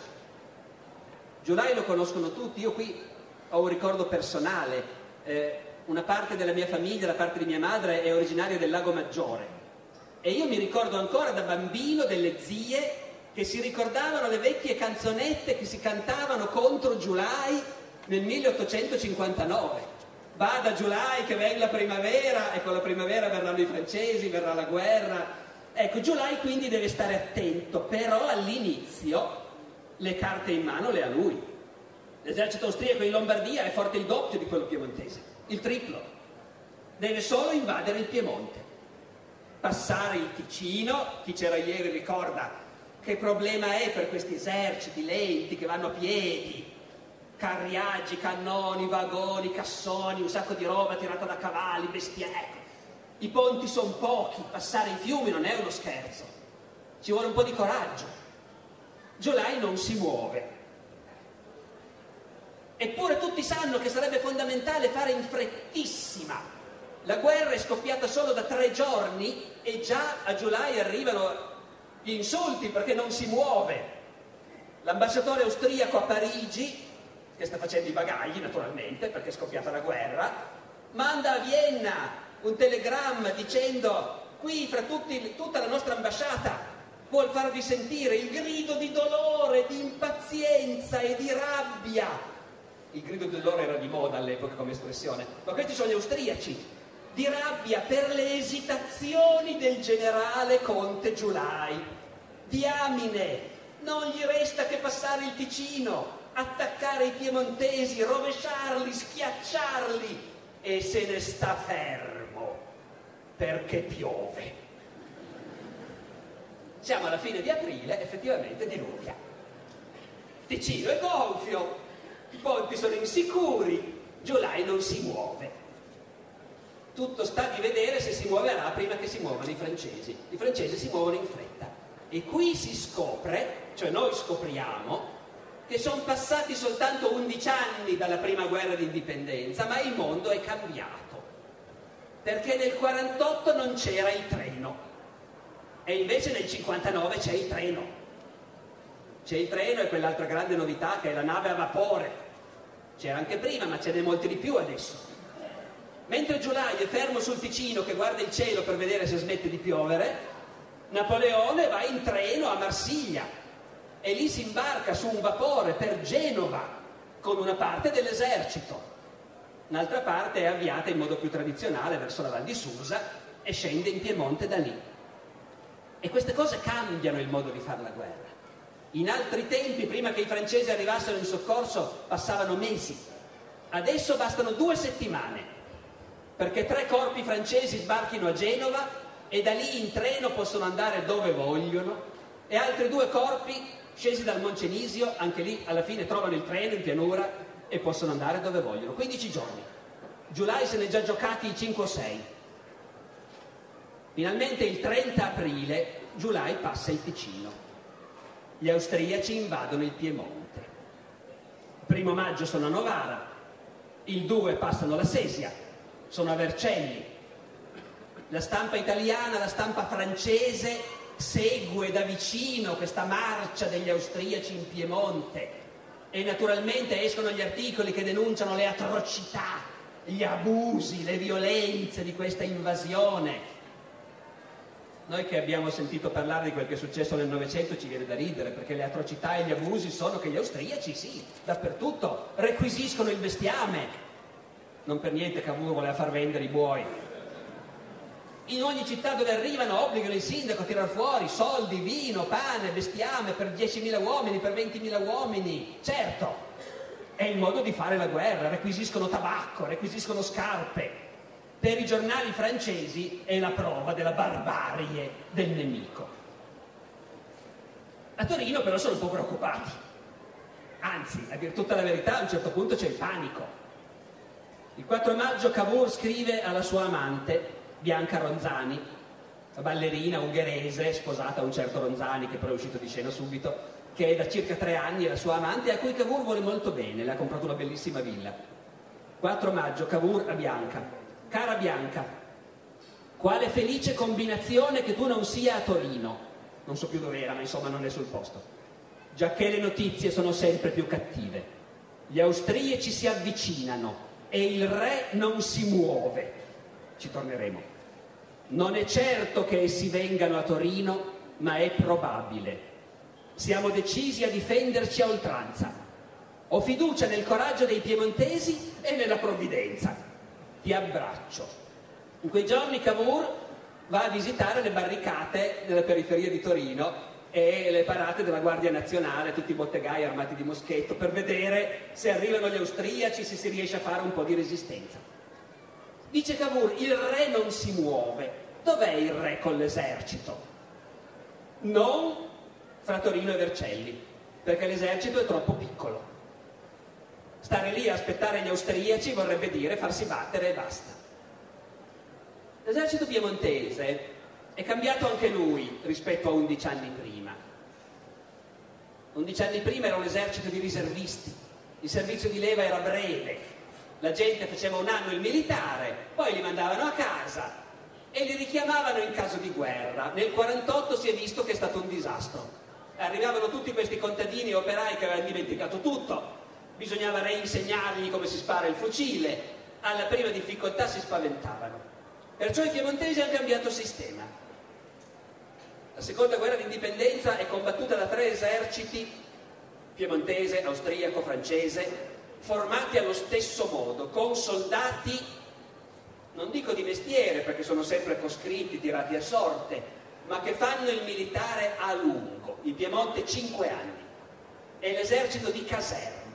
Gyulai lo conoscono tutti. Io qui ho un ricordo personale. Una parte della mia famiglia, la parte di mia madre, è originaria del Lago Maggiore. E io mi ricordo ancora da bambino delle zie che si ricordavano le vecchie canzonette che si cantavano contro Gyulai nel 1859. Vada Gyulai che venga la primavera, e con la primavera verranno i francesi, verrà la guerra. Ecco, Gyulai quindi deve stare attento, però all'inizio le carte in mano le ha lui. L'esercito austriaco in Lombardia è forte il doppio di quello piemontese, il triplo. Deve solo invadere il Piemonte, passare il Ticino. Chi c'era ieri ricorda che problema è per questi eserciti lenti che vanno a piedi, carriaggi, cannoni, vagoni, cassoni, un sacco di roba tirata da cavalli, bestiame. I ponti sono pochi, passare i fiumi non è uno scherzo, ci vuole un po' di coraggio. Gyulai non si muove. Eppure tutti sanno che sarebbe fondamentale fare in frettissima. La guerra è scoppiata solo da 3 giorni e già a Gyulai arrivano gli insulti perché non si muove. L'ambasciatore austriaco a Parigi, che sta facendo i bagagli naturalmente perché è scoppiata la guerra, manda a Vienna un telegramma dicendo: qui fra tutta la nostra ambasciata vuol farvi sentire il grido di dolore, di impazienza e di rabbia. Il grido di dolore era di moda all'epoca come espressione, ma questi sono gli austriaci. Di rabbia per le esitazioni del generale Conte Gyulai. Diamine, non gli resta che passare il Ticino. attaccare i piemontesi, rovesciarli, schiacciarli, e se ne sta fermo perché piove. Siamo alla fine di aprile, effettivamente diluvia. Ticino è gonfio, i ponti sono insicuri, Giulai non si muove. Tutto sta di vedere se si muoverà prima che si muovano i francesi. I francesi si muovono in fretta. E qui si scopre, cioè noi scopriamo, che sono passati soltanto 11 anni dalla prima guerra d'indipendenza, ma il mondo è cambiato. Perché nel 48 non c'era il treno, e invece nel 59 c'è il treno. C'è il treno e quell'altra grande novità che è la nave a vapore. C'era anche prima, ma ce n'è molti di più adesso. Mentre Giulai è fermo sul Ticino che guarda il cielo per vedere se smette di piovere, Napoleone va in treno a Marsiglia e lì si imbarca su un vapore per Genova con una parte dell'esercito. Un'altra parte è avviata in modo più tradizionale verso la Val di Susa e scende in Piemonte da lì. E queste cose cambiano il modo di fare la guerra. In altri tempi, prima che i francesi arrivassero in soccorso, passavano mesi. Adesso bastano 2 settimane perché 3 corpi francesi sbarchino a Genova e da lì in treno possono andare dove vogliono, e altri 2 corpi scesi dal Moncenisio, anche lì alla fine trovano il treno in pianura e possono andare dove vogliono. 15 giorni. Giulai se ne è già giocati i 5 o 6. Finalmente il 30 aprile Giulai passa il Ticino. Gli austriaci invadono il Piemonte. Il 1° maggio sono a Novara, il 2 passano la Sesia, sono a Vercelli. La stampa italiana, la stampa francese segue da vicino questa marcia degli austriaci in Piemonte e naturalmente escono gli articoli che denunciano le atrocità, gli abusi, le violenze di questa invasione. Noi che abbiamo sentito parlare di quel che è successo nel Novecento ci viene da ridere, perché le atrocità e gli abusi sono che gli austriaci, sì, dappertutto, requisiscono il bestiame. Non per niente Cavour voleva far vendere i buoi. In ogni città dove arrivano obbligano il sindaco a tirar fuori soldi, vino, pane, bestiame per 10.000 uomini, per 20.000 uomini. Certo, è il modo di fare la guerra, requisiscono tabacco, requisiscono scarpe. Per i giornali francesi è la prova della barbarie del nemico. A Torino però sono un po' preoccupati. Anzi, a dir tutta la verità, a un certo punto c'è il panico. Il 4 maggio Cavour scrive alla sua amante, Bianca Ronzani, la ballerina ungherese sposata a un certo Ronzani, che però è uscito di scena subito, che è da circa 3 anni la sua amante, a cui Cavour vuole molto bene, le ha comprato una bellissima villa. 4 maggio Cavour a Bianca. Cara Bianca, quale felice combinazione che tu non sia a Torino. Non so più dove era, ma insomma non è sul posto. Giacché le notizie sono sempre più cattive. Gli austriaci si avvicinano e il re non si muove. Ci torneremo. Non è certo che essi vengano a Torino, ma è probabile. Siamo decisi a difenderci a oltranza. Ho fiducia nel coraggio dei piemontesi e nella provvidenza. Ti abbraccio. In quei giorni Cavour va a visitare le barricate della periferia di Torino e le parate della Guardia Nazionale, tutti i bottegai armati di moschetto, per vedere se arrivano gli austriaci, se si riesce a fare un po' di resistenza. Dice Cavour, il re non si muove. Dov'è il re con l'esercito? Non fra Torino e Vercelli, perché l'esercito è troppo piccolo. Stare lì a aspettare gli austriaci vorrebbe dire farsi battere e basta. L'esercito piemontese è cambiato anche lui rispetto a 11 anni prima. 11 anni prima era un esercito di riservisti, il servizio di leva era breve, la gente faceva 1 anno il militare, poi li mandavano a casa e li richiamavano in caso di guerra. Nel 48 si è visto che è stato un disastro. Arrivavano tutti questi contadini operai che avevano dimenticato tutto. Bisognava reinsegnargli come si spara il fucile, alla prima difficoltà si spaventavano. Perciò i piemontesi hanno cambiato sistema. La seconda guerra d'indipendenza è combattuta da 3 eserciti, piemontese, austriaco, francese, formati allo stesso modo, con soldati, non dico di mestiere perché sono sempre coscritti, tirati a sorte, ma che fanno il militare a lungo. Il Piemonte 5 anni, è l'esercito di caserma.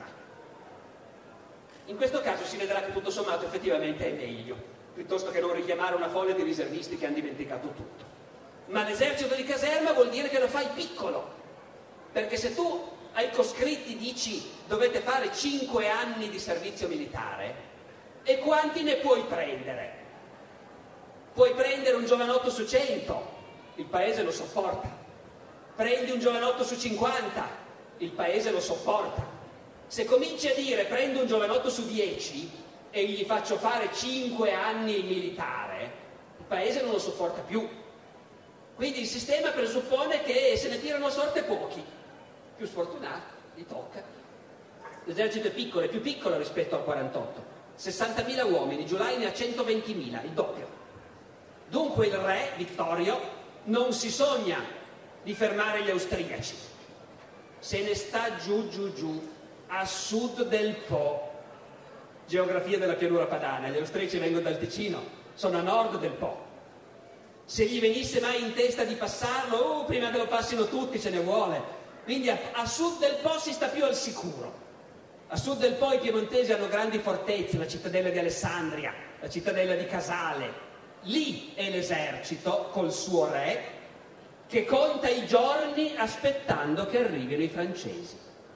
In questo caso si vedrà che tutto sommato effettivamente è meglio, piuttosto che non richiamare una folla di riservisti che hanno dimenticato tutto. Ma l'esercito di caserma vuol dire che lo fai piccolo, perché se tu ai coscritti dici dovete fare 5 anni di servizio militare, e quanti ne puoi prendere? Puoi prendere un giovanotto su 100, il paese lo sopporta. Prendi un giovanotto su 50, il paese lo sopporta. Se cominci a dire prendo un giovanotto su 10 e gli faccio fare 5 anni il militare, il paese non lo sopporta più. Quindi il sistema presuppone che se ne tirano a sorte pochi, più sfortunati, gli tocca. L'esercito è piccolo, è più piccolo rispetto al 48. 60.000 uomini, Giulai ne ha 120.000, il doppio. Dunque il re, Vittorio, non si sogna di fermare gli austriaci. Se ne sta giù, a sud del Po. Geografia della pianura padana, gli austriaci vengono dal Ticino, sono a nord del Po. Se gli venisse mai in testa di passarlo, prima che lo passino tutti ce ne vuole. Quindi a sud del Po si sta più al sicuro. A sud del Po i piemontesi hanno grandi fortezze, la cittadella di Alessandria, la cittadella di Casale. Lì è l'esercito col suo re che conta i giorni aspettando che arrivino i francesi.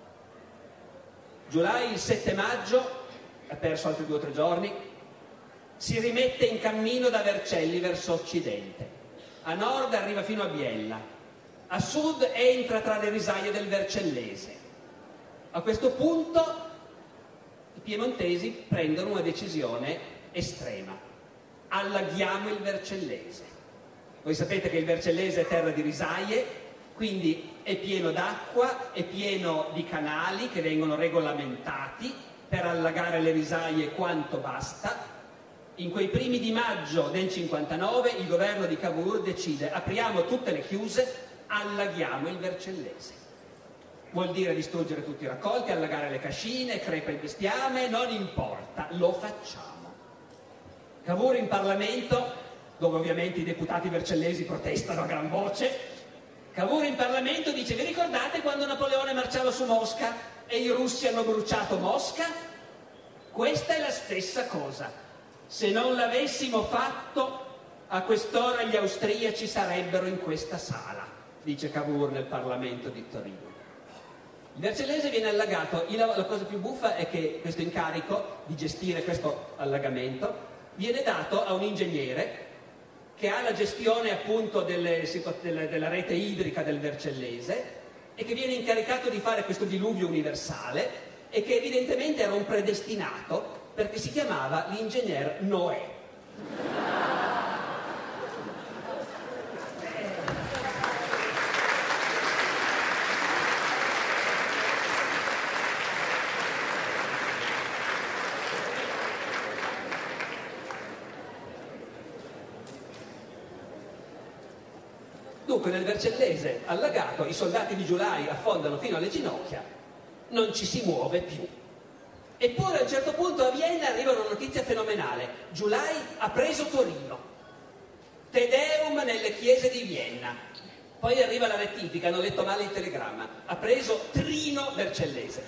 Giulai il 7 maggio, ha perso altri 2 o 3 giorni, si rimette in cammino da Vercelli verso occidente. A nord arriva fino a Biella, a sud entra tra le risaie del Vercellese. A questo punto i piemontesi prendono una decisione estrema: allaghiamo il Vercellese. Voi sapete che il Vercellese è terra di risaie, quindi è pieno d'acqua, è pieno di canali che vengono regolamentati per allagare le risaie quanto basta. In quei primi di maggio del 59 il governo di Cavour decide: apriamo tutte le chiuse, allaghiamo il Vercellese. Vuol dire distruggere tutti i raccolti, allagare le cascine, crepa il bestiame, non importa, lo facciamo. Cavour in Parlamento, dove ovviamente i deputati vercellesi protestano a gran voce, Cavour in Parlamento dice: vi ricordate quando Napoleone marciava su Mosca e i russi hanno bruciato Mosca? Questa è la stessa cosa. Se non l'avessimo fatto, a quest'ora gli austriaci sarebbero in questa sala, dice Cavour nel Parlamento di Torino. Il Vercellese viene allagato. La cosa più buffa è che questo incarico di gestire questo allagamento viene dato a un ingegnere che ha la gestione appunto della rete idrica del Vercellese e che viene incaricato di fare questo diluvio universale e che evidentemente era un predestinato perché si chiamava l'ingegner Noè. Dunque nel Vercellese allagato i soldati di Giulai affondano fino alle ginocchia, non ci si muove più. Eppure a un certo punto a Vienna arriva una notizia fenomenale: Giulai ha preso Torino, Te Deum nelle chiese di Vienna. Poi arriva la rettifica, hanno letto male il telegramma, ha preso Trino Vercellese.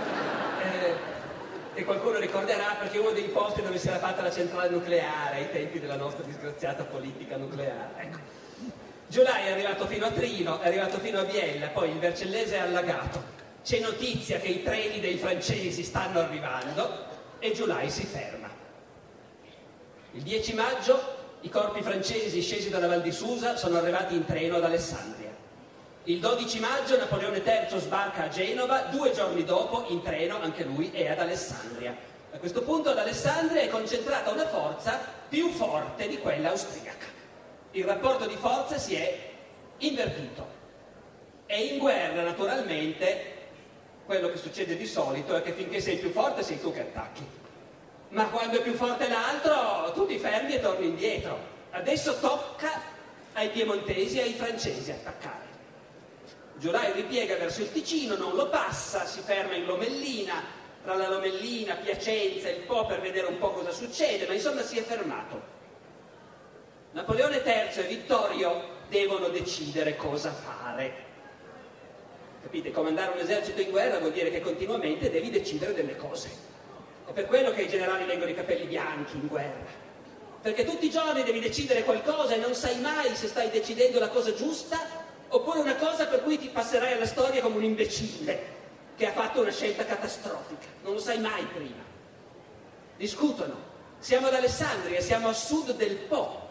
E qualcuno ricorderà perché è uno dei posti dove si era fatta la centrale nucleare ai tempi della nostra disgraziata politica nucleare. Ecco. Giulai è arrivato fino a Trino, è arrivato fino a Biella, poi il Vercellese è allagato. C'è notizia che i treni dei francesi stanno arrivando e Giulai si ferma. Il 10 maggio i corpi francesi scesi dalla Val di Susa sono arrivati in treno ad Alessandria. Il 12 maggio Napoleone III sbarca a Genova, 2 giorni dopo in treno anche lui è ad Alessandria. A questo punto ad Alessandria è concentrata una forza più forte di quella austriaca. Il rapporto di forza si è invertito e in guerra naturalmente quello che succede di solito è che finché sei più forte sei tu che attacchi, ma quando è più forte l'altro tu ti fermi e torni indietro. Adesso tocca ai piemontesi e ai francesi attaccare. Giulai ripiega verso il Ticino, non lo passa, si ferma in Lomellina, tra la Lomellina, Piacenza e il Po per vedere un po' cosa succede, ma insomma si è fermato. Napoleone III e Vittorio devono decidere cosa fare. Capite? Comandare un esercito in guerra vuol dire che continuamente devi decidere delle cose. per quello che ai generali vengono i capelli bianchi in guerra. Perché tutti i giorni devi decidere qualcosa e non sai mai se stai decidendo la cosa giusta oppure una cosa per cui ti passerai alla storia come un imbecille che ha fatto una scelta catastrofica. Non lo sai mai prima. Discutono. Siamo ad Alessandria, siamo a sud del Po.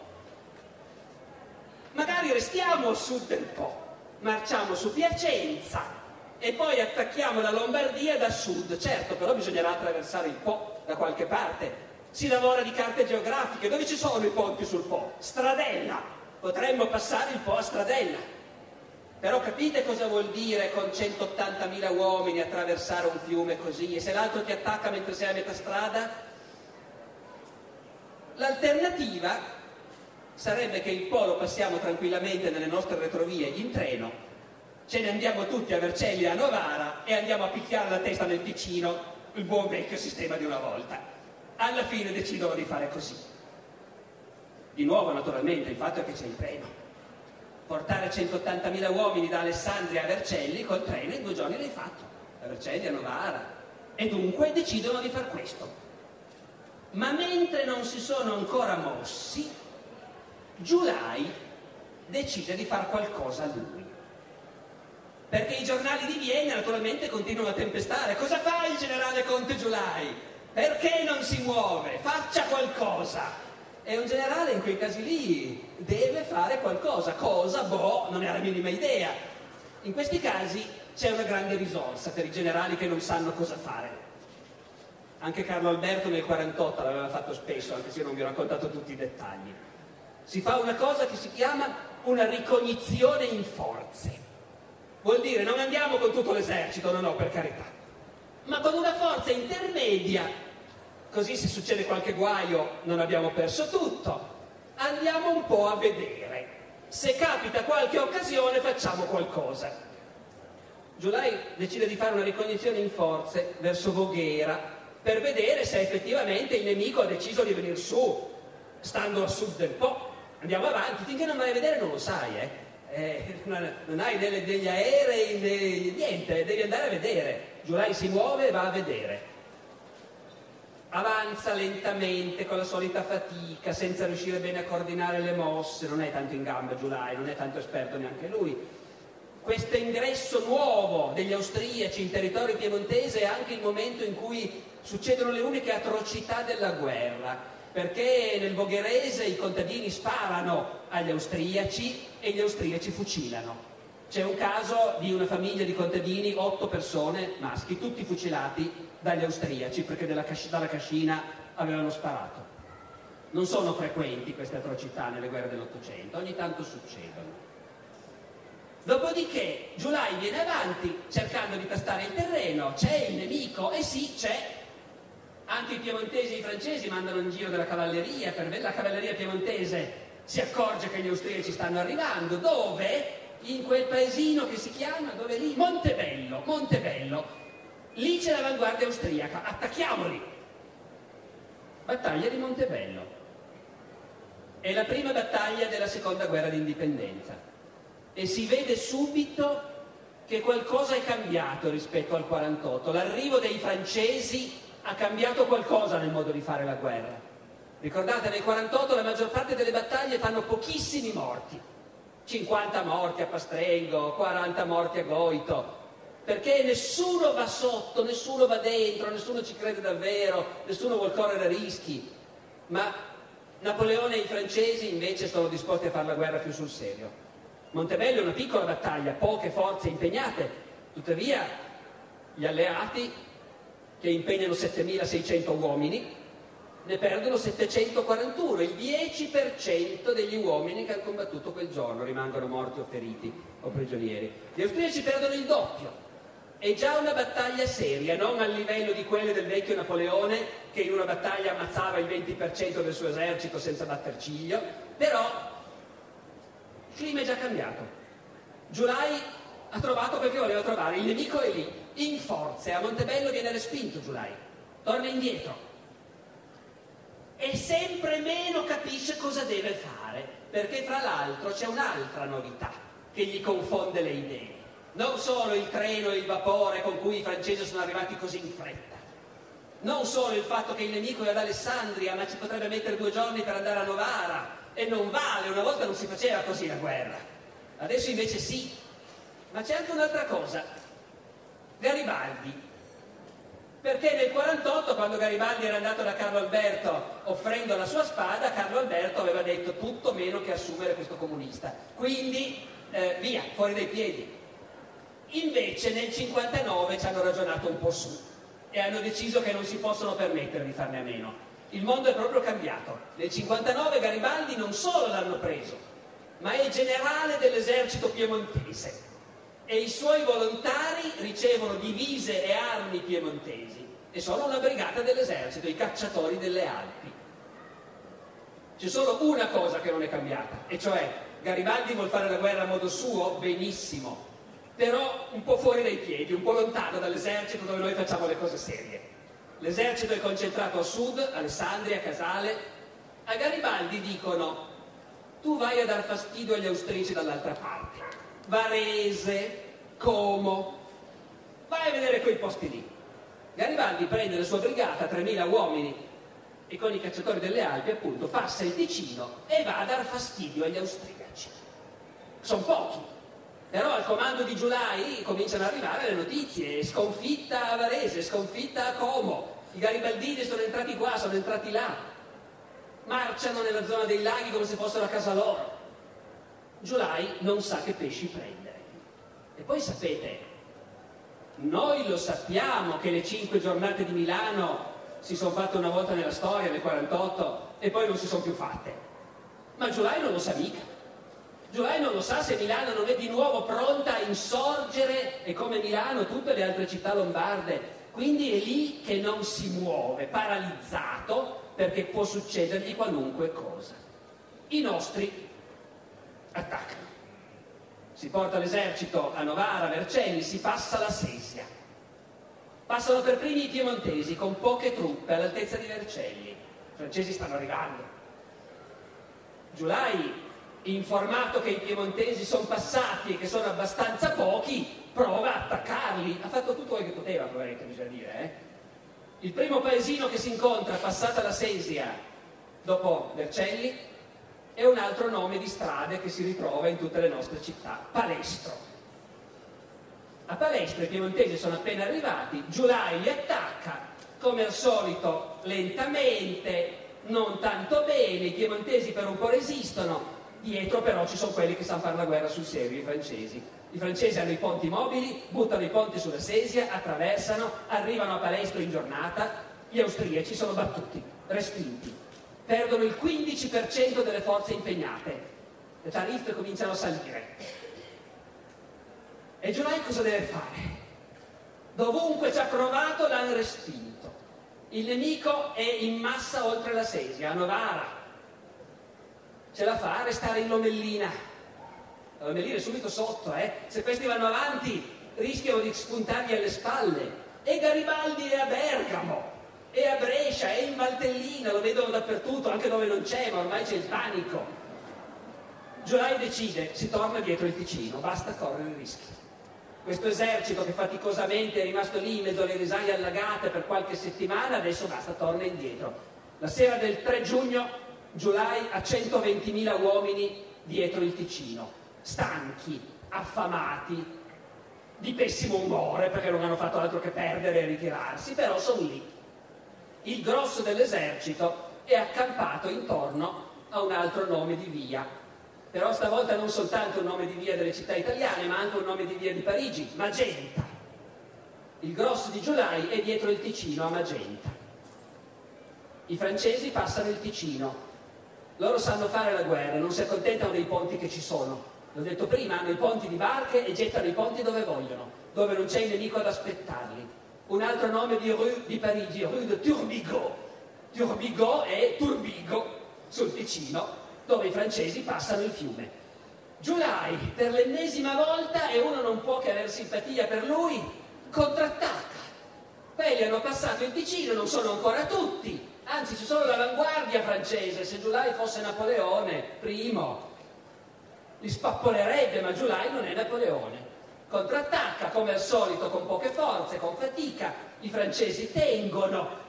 Magari restiamo a sud del Po, marciamo su Piacenza e poi attacchiamo la Lombardia da sud. Certo, però bisognerà attraversare il Po da qualche parte. Si lavora di carte geografiche. Dove ci sono i ponti sul Po? Stradella. Potremmo passare il Po a Stradella. Però capite cosa vuol dire con 180.000 uomini attraversare un fiume così? E se l'altro ti attacca mentre sei a metà strada? L'alternativa sarebbe che il Po lo passiamo tranquillamente nelle nostre retrovie in treno, ce ne andiamo tutti a Vercelli e a Novara e andiamo a picchiare la testa nel Ticino, il buon vecchio sistema di una volta. Alla fine decidono di fare così. Di nuovo, naturalmente, il fatto è che c'è il treno. Portare 180.000 uomini da Alessandria a Vercelli col treno in 2 giorni l'hai fatto, da Vercelli a Novara. E dunque decidono di far questo. Ma mentre non si sono ancora mossi, Giulai decide di far qualcosa lui. Perché i giornali di Vienna naturalmente continuano a tempestare. Cosa fa il generale Conte Giulai? Perché non si muove? Faccia qualcosa! E un generale in quei casi lì deve fare qualcosa. Cosa? Boh, non ne ha la minima idea. In questi casi c'è una grande risorsa per i generali che non sanno cosa fare. Anche Carlo Alberto nel 48 l'aveva fatto spesso, anche se io non vi ho raccontato tutti i dettagli. Si fa una cosa che si chiama una ricognizione in forze. Vuol dire non andiamo con tutto l'esercito, no, per carità, ma con una forza intermedia, così se succede qualche guaio non abbiamo perso tutto. Andiamo un po' a vedere. Se capita qualche occasione facciamo qualcosa. Giulai decide di fare una ricognizione in forze verso Voghera, per vedere se effettivamente il nemico ha deciso di venire su, stando a sud del Po. Andiamo avanti, finché non vai a vedere non lo sai, non hai degli aerei, niente, devi andare a vedere. Giulai si muove e va a vedere. Avanza lentamente, con la solita fatica, senza riuscire bene a coordinare le mosse. Non è tanto in gamba Giulai, non è tanto esperto neanche lui. Questo ingresso nuovo degli austriaci in territorio piemontese è anche il momento in cui succedono le uniche atrocità della guerra, perché nel vogherese i contadini sparano agli austriaci e gli austriaci fucilano. C'è un caso di una famiglia di contadini, 8 persone, maschi, tutti fucilati dagli austriaci perché dalla cascina avevano sparato. Non sono frequenti queste atrocità nelle guerre dell'Ottocento, ogni tanto succedono. Dopodiché Giulai viene avanti cercando di tastare il terreno, c'è il nemico, e sì, c'è. Anche i piemontesi e i francesi mandano in giro della cavalleria, la cavalleria piemontese si accorge che gli austriaci stanno arrivando. Dove? In quel paesino che si chiama, dove lì? Montebello. Lì c'è l'avanguardia austriaca, attacchiamoli! Battaglia di Montebello. È la prima battaglia della seconda guerra d'indipendenza. E si vede subito che qualcosa è cambiato rispetto al 48. L'arrivo dei francesi ha cambiato qualcosa nel modo di fare la guerra. Ricordate, nel 48 la maggior parte delle battaglie fanno pochissimi morti. 50 morti a Pastrengo, 40 morti a Goito, perché nessuno va sotto, nessuno va dentro, nessuno ci crede davvero, nessuno vuol correre rischi. Ma Napoleone e i francesi invece sono disposti a fare la guerra più sul serio. Montebello è una piccola battaglia, poche forze impegnate, tuttavia gli alleati, che impegnano 7.600 uomini, ne perdono 741, il 10% degli uomini che hanno combattuto quel giorno rimangono morti o feriti o prigionieri. Gli austriaci perdono il doppio. È già una battaglia seria, non al livello di quelle del vecchio Napoleone, che in una battaglia ammazzava il 20% del suo esercito senza batter ciglio, però il clima è già cambiato. Giulai ha trovato perché voleva trovare, il nemico è lì, in forze. A Montebello viene respinto Giulai, torna indietro e sempre meno capisce cosa deve fare, perché fra l'altro c'è un'altra novità che gli confonde le idee. Non solo il treno e il vapore con cui i francesi sono arrivati così in fretta, non solo il fatto che il nemico è ad Alessandria, ma ci potrebbe mettere 2 giorni per andare a Novara, e non vale, una volta non si faceva così la guerra, adesso invece sì. Ma c'è anche un'altra cosa, Garibaldi, perché nel 48, quando Garibaldi era andato da Carlo Alberto offrendo la sua spada, Carlo Alberto aveva detto tutto meno che assumere questo comunista, quindi via, fuori dai piedi. Invece nel 59 ci hanno ragionato un po' su e hanno deciso che non si possono permettere di farne a meno. Il mondo è proprio cambiato. Nel 59 Garibaldi non solo l'hanno preso, ma è generale dell'esercito piemontese e i suoi volontari ricevono divise e armi piemontesi e sono una brigata dell'esercito, i cacciatori delle Alpi. C'è solo una cosa che non è cambiata, e cioè Garibaldi vuol fare la guerra a modo suo, benissimo, però un po' fuori dai piedi, un po' lontano dall'esercito dove noi facciamo le cose serie. L'esercito è concentrato a sud, Alessandria, Casale. A Garibaldi dicono: tu vai a dar fastidio agli austriaci dall'altra parte, Varese, Como, vai a vedere quei posti lì. Garibaldi prende la sua brigata, 3.000 uomini, e con i cacciatori delle Alpi appunto passa il Ticino e va a dar fastidio agli austriaci. Sono pochi, però al comando di Giulai cominciano ad arrivare le notizie: sconfitta a Varese, sconfitta a Como, i garibaldini sono entrati qua, sono entrati là, marciano nella zona dei laghi come se fossero a casa loro. Giulai non sa che pesci prendere. E poi sapete, noi lo sappiamo che le 5 giornate di Milano si sono fatte una volta nella storia, nel 48, e poi non si sono più fatte, ma Giulai non lo sa mica. Giulai non lo sa se Milano non è di nuovo pronta a insorgere, e come Milano tutte le altre città lombarde, quindi è lì che non si muove, paralizzato, perché può succedergli qualunque cosa. I nostri attaccano, si porta l'esercito a Novara, Vercelli, si passa la Sesia, passano per primi i piemontesi con poche truppe all'altezza di Vercelli, i francesi stanno arrivando. Giulai, informato che i piemontesi sono passati e che sono abbastanza pochi, prova a attaccarli, ha fatto tutto quello che poteva, probabilmente bisogna dire. Il primo paesino che si incontra passata la Sesia dopo Vercelli è un altro nome di strade che si ritrova in tutte le nostre città: Palestro. A Palestro i piemontesi sono appena arrivati, Giulai li attacca, come al solito lentamente, non tanto bene, i piemontesi per un po' resistono, dietro però ci sono quelli che sanno fare la guerra sul serio, i francesi. I francesi hanno i ponti mobili, buttano i ponti sulla Sesia, attraversano, arrivano a Palestro in giornata, gli austriaci sono battuti, respinti, perdono il 15% delle forze impegnate, le tariffe cominciano a salire. E Giulai cosa deve fare? Dovunque ci ha provato l'hanno respinto. Il nemico è in massa oltre la Sesia, a Novara. Ce la fa a restare in Lomellina. La Lomellina è subito sotto, Se questi vanno avanti rischiano di spuntargli alle spalle. E Garibaldi è a Bergamo, è a Brescia, è in Valtellina, lo vedono dappertutto, anche dove non c'è, ma ormai c'è il panico. Giulai decide, si torna dietro il Ticino, basta correre rischi. Questo esercito che faticosamente è rimasto lì in mezzo alle risaie allagate per qualche settimana, adesso basta, torna indietro. La sera del 3 giugno Giulai ha 120.000 uomini dietro il Ticino, stanchi, affamati, di pessimo umore perché non hanno fatto altro che perdere e ritirarsi, però sono lì. Il grosso dell'esercito è accampato intorno a un altro nome di via, però stavolta non soltanto un nome di via delle città italiane, ma anche un nome di via di Parigi, Magenta. Il grosso di Giulai è dietro il Ticino a Magenta. I francesi passano il Ticino, loro sanno fare la guerra, non si accontentano dei ponti che ci sono. L'ho detto prima, hanno i ponti di barche e gettano i ponti dove vogliono, dove non c'è il nemico ad aspettarli. Un altro nome di rue di Parigi, rue de Turbigo. Turbigo è Turbigo, sul Ticino, dove i francesi passano il fiume. Giulai, per l'ennesima volta, e uno non può che avere simpatia per lui, contrattacca. Quelli hanno passato il Ticino, non sono ancora tutti, anzi c'è solo l'avanguardia francese. Se Giulai fosse Napoleone primo li spappolerebbe, ma Giulai non è Napoleone. Contrattacca come al solito con poche forze, con fatica, i francesi tengono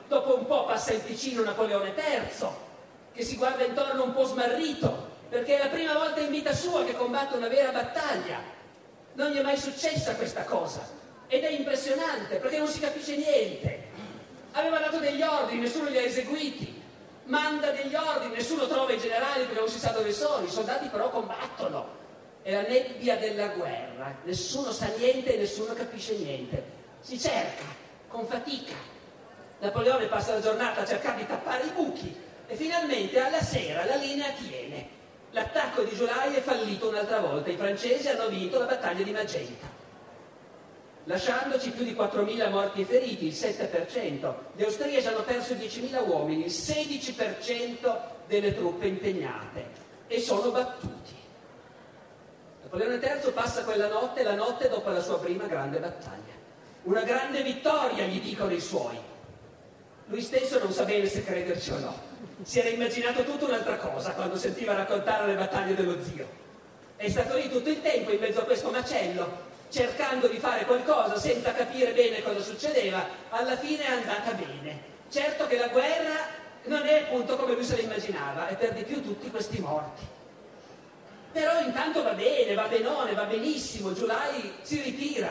Dopo un po' passa il piccino Napoleone III, che si guarda intorno un po' smarrito, perché è la prima volta in vita sua che combatte una vera battaglia. Non gli è mai successa questa cosa. Ed è impressionante, perché non si capisce niente. Aveva dato degli ordini, nessuno li ha eseguiti. Manda degli ordini, nessuno trova i generali perché non si sa dove sono, i soldati però combattono. È la nebbia della guerra, nessuno sa niente e nessuno capisce niente. Si cerca, con fatica. Napoleone passa la giornata a cercare di tappare i buchi e finalmente alla sera la linea tiene. L'attacco di July è fallito un'altra volta, i francesi hanno vinto la battaglia di Magenta, lasciandoci più di 4.000 morti e feriti, il 7%. Gli austriaci hanno perso 10.000 uomini, il 16% delle truppe impegnate, e sono battuti. Napoleone III passa quella notte, la notte dopo la sua prima grande battaglia. Una grande vittoria, gli dicono i suoi. Lui stesso non sa bene se crederci o no. Si era immaginato tutta un'altra cosa quando sentiva raccontare le battaglie dello zio. È stato lì tutto il tempo in mezzo a questo macello, cercando di fare qualcosa senza capire bene cosa succedeva. Alla fine è andata bene. Certo che la guerra non è appunto come lui se la immaginava, e per di più tutti questi morti. Però intanto va bene, va benone, va benissimo. July si ritira.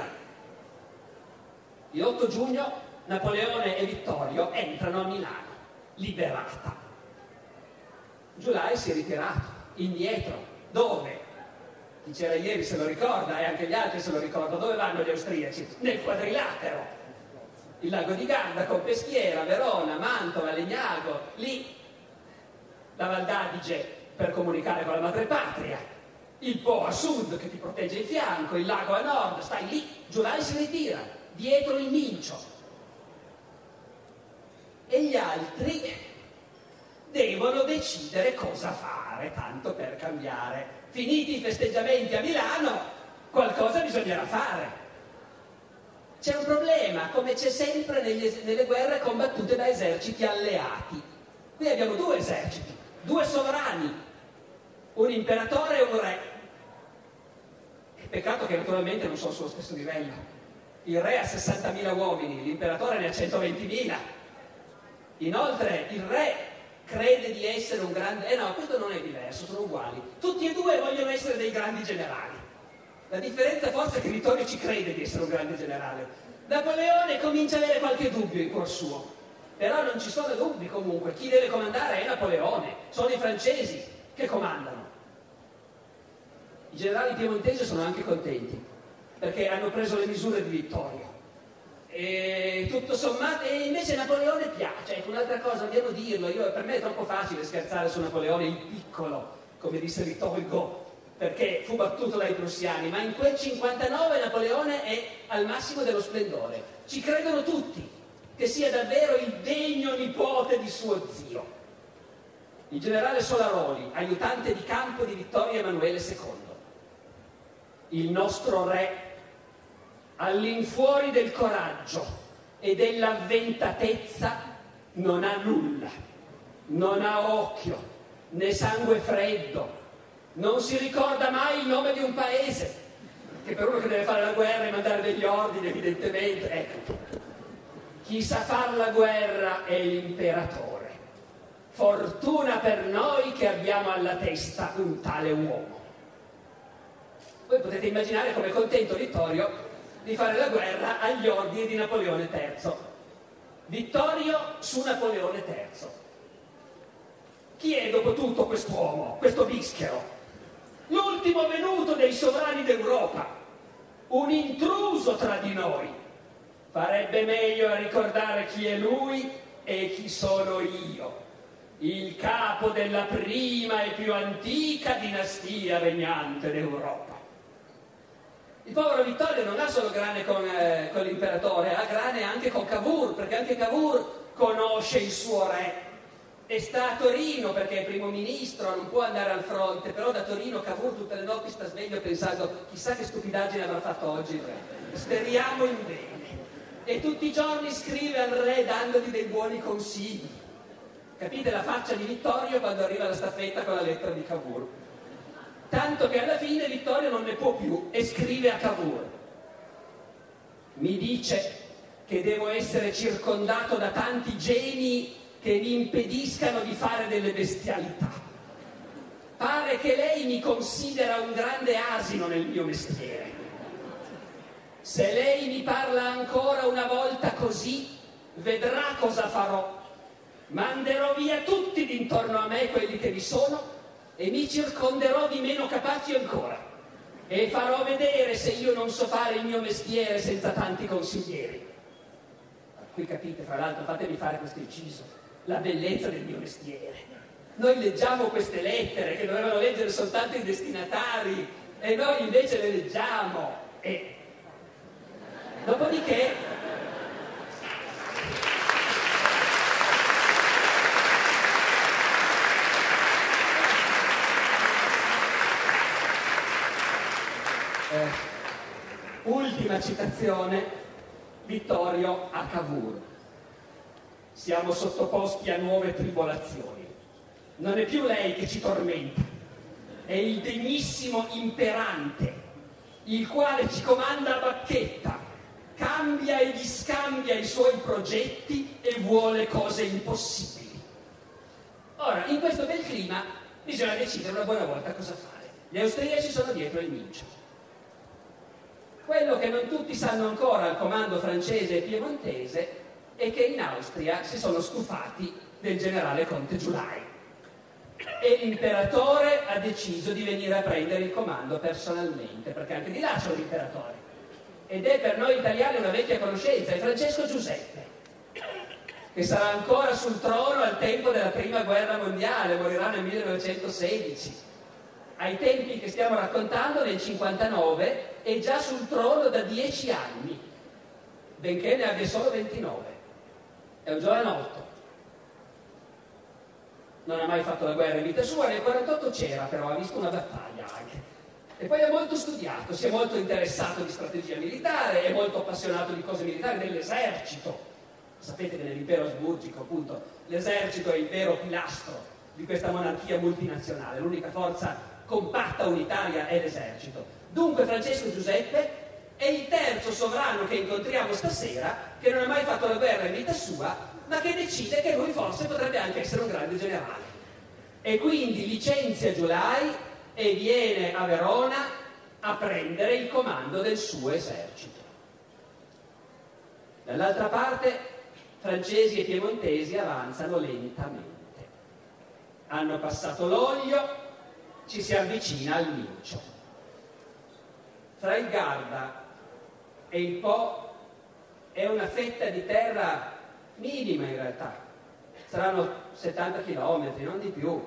Il 8 giugno Napoleone e Vittorio entrano a Milano, liberata. July si è ritirato, indietro. Dove? Chi c'era ieri se lo ricorda, e anche gli altri se lo ricordano. Dove vanno gli austriaci? Nel quadrilatero. Il lago di Garda con Peschiera, Verona, Mantova, Legnago, lì la Val d'Adige per comunicare con la madrepatria, il Po a sud che ti protegge il fianco, il lago a nord, stai lì. July si ritira, dietro il Mincio. E gli altri devono decidere cosa fare, tanto per cambiare. Finiti i festeggiamenti a Milano, qualcosa bisognerà fare. C'è un problema, come c'è sempre nelle guerre combattute da eserciti alleati. Qui abbiamo due eserciti, due sovrani, un imperatore e un re. Peccato che naturalmente non sono sullo stesso livello. Il re ha 60.000 uomini, l'imperatore ne ha 120.000. Inoltre il re crede di essere un grande... no, questo non è diverso, sono uguali. Tutti e due vogliono essere dei grandi generali. La differenza forse è che Vittorio ci crede di essere un grande generale. Napoleone comincia ad avere qualche dubbio in cuor suo. Però non ci sono dubbi comunque. Chi deve comandare è Napoleone. Sono i francesi che comandano. I generali piemontesi sono anche contenti, perché hanno preso le misure di Vittorio. E tutto sommato, e invece Napoleone piace. Ecco, un'altra cosa, dobbiamo dirlo, per me è troppo facile scherzare su Napoleone il piccolo, come disse Victor Hugo, perché fu battuto dai prussiani, ma in quel 59 Napoleone è al massimo dello splendore. Ci credono tutti che sia davvero il degno nipote di suo zio. Il generale Solaroli, aiutante di campo di Vittorio Emanuele II. Il nostro re, all'infuori del coraggio e dell'avventatezza, non ha nulla, non ha occhio, né sangue freddo, non si ricorda mai il nome di un paese, che per uno che deve fare la guerra e mandare degli ordini evidentemente, ecco, chi sa far la guerra è l'imperatore. Fortuna per noi che abbiamo alla testa un tale uomo. Voi potete immaginare come è contento Vittorio di fare la guerra agli ordini di Napoleone III. Vittorio su Napoleone III. Chi è dopo tutto quest'uomo, questo bischero? L'ultimo venuto dei sovrani d'Europa, un intruso tra di noi. Farebbe meglio a ricordare chi è lui e chi sono io, il capo della prima e più antica dinastia regnante d'Europa. Il povero Vittorio non ha solo grane con l'imperatore, ha grane anche con Cavour, perché anche Cavour conosce il suo re. E sta a Torino perché è primo ministro, non può andare al fronte, però da Torino Cavour tutte le notti sta sveglio pensando chissà che stupidaggine avrà fatto oggi il re. Speriamo in bene. E tutti i giorni scrive al re dandogli dei buoni consigli. Capite la faccia di Vittorio quando arriva la staffetta con la lettera di Cavour? Tanto che alla fine Vittorio non ne può più e scrive a Cavour. Mi dice che devo essere circondato da tanti geni che mi impediscano di fare delle bestialità. Pare che lei mi considera un grande asino nel mio mestiere. Se lei mi parla ancora una volta così, vedrà cosa farò. Manderò via tutti d'intorno a me quelli che vi sono e mi circonderò di meno capaci ancora. E farò vedere se io non so fare il mio mestiere senza tanti consiglieri. Qui capite, fra l'altro, fatemi fare questo inciso, la bellezza del mio mestiere. Noi leggiamo queste lettere che dovevano leggere soltanto i destinatari e noi invece le leggiamo. E dopodiché ultima citazione, Vittorio a Cavour. Siamo sottoposti a nuove tribolazioni. Non è più lei che ci tormenta, è il degnissimo imperante, il quale ci comanda a bacchetta, cambia e discambia i suoi progetti e vuole cose impossibili. Ora, in questo bel clima bisogna decidere una buona volta cosa fare. Gli austriaci sono dietro il Mincio. Quello che non tutti sanno ancora al comando francese e piemontese è che in Austria si sono stufati del generale Conte Giulai e l'imperatore ha deciso di venire a prendere il comando personalmente, perché anche di là c'è un imperatore ed è per noi italiani una vecchia conoscenza, è Francesco Giuseppe, che sarà ancora sul trono al tempo della prima guerra mondiale, morirà nel 1916. Ai tempi che stiamo raccontando, nel 59, è già sul trono da 10 anni, benché ne abbia solo 29. È un giovanotto. Non ha mai fatto la guerra in vita sua, nel 48 c'era, però ha visto una battaglia anche. E poi ha molto studiato, si è molto interessato di strategia militare, è molto appassionato di cose militari, dell'esercito. Sapete che nell'impero asburgico, appunto, l'esercito è il vero pilastro di questa monarchia multinazionale, l'unica forza compatta unitaria è l'esercito. Dunque Francesco Giuseppe è il terzo sovrano che incontriamo stasera che non ha mai fatto la guerra in vita sua, ma che decide che lui forse potrebbe anche essere un grande generale. E quindi licenzia Giulai e viene a Verona a prendere il comando del suo esercito. Dall'altra parte francesi e piemontesi avanzano lentamente. Hanno passato l'Oglio, ci si avvicina al Mincio. Fra il Garda e il Po è una fetta di terra minima in realtà, saranno 70 chilometri, non di più,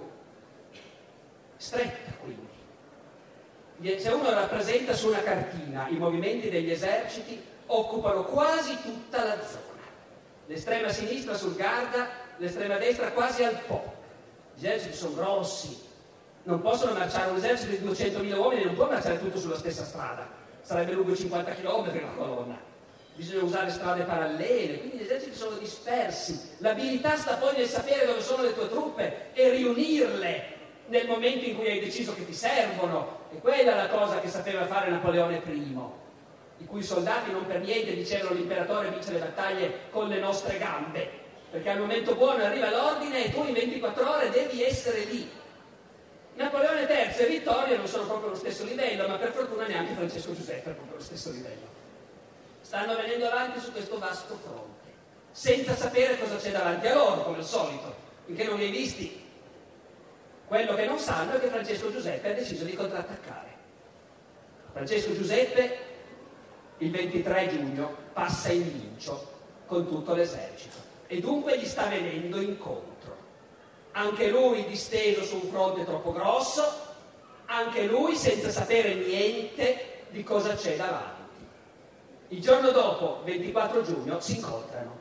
stretta quindi. Se uno rappresenta su una cartina i movimenti degli eserciti, occupano quasi tutta la zona. L'estrema sinistra sul Garda, l'estrema destra quasi al Po. Gli eserciti sono grossi, non possono marciare, un esercito di 200.000 uomini non può marciare tutto sulla stessa strada, sarebbe lungo 50 km la colonna, bisogna usare strade parallele, quindi gli eserciti sono dispersi. L'abilità sta poi nel sapere dove sono le tue truppe e riunirle nel momento in cui hai deciso che ti servono, e quella è la cosa che sapeva fare Napoleone I, i cui soldati non per niente dicevano l'imperatore vince le battaglie con le nostre gambe, perché al momento buono arriva l'ordine e tu in 24 ore devi essere lì. Napoleone III e Vittorio non sono proprio allo stesso livello, ma per fortuna neanche Francesco Giuseppe è proprio allo stesso livello. Stanno venendo avanti su questo vasto fronte, senza sapere cosa c'è davanti a loro, come al solito, finché non li hai visti. Quello che non sanno è che Francesco Giuseppe ha deciso di contrattaccare. Francesco Giuseppe il 23 giugno passa in Mincio con tutto l'esercito e dunque gli sta venendo incontro. Anche lui disteso su un fronte troppo grosso, anche lui senza sapere niente di cosa c'è davanti. Il giorno dopo, 24 giugno, si incontrano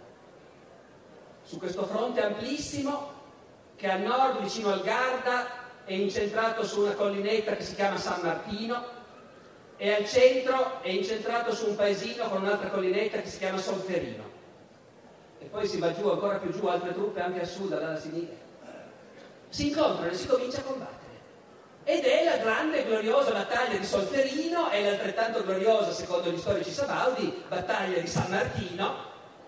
su questo fronte amplissimo che a nord, vicino al Garda, è incentrato su una collinetta che si chiama San Martino e al centro è incentrato su un paesino con un'altra collinetta che si chiama Solferino. E poi si va giù, ancora più giù, altre truppe anche a sud, dalla sinistra. Si incontrano e si comincia a combattere. Ed è la grande e gloriosa battaglia di Solferino e l'altrettanto gloriosa, secondo gli storici sabaudi, battaglia di San Martino,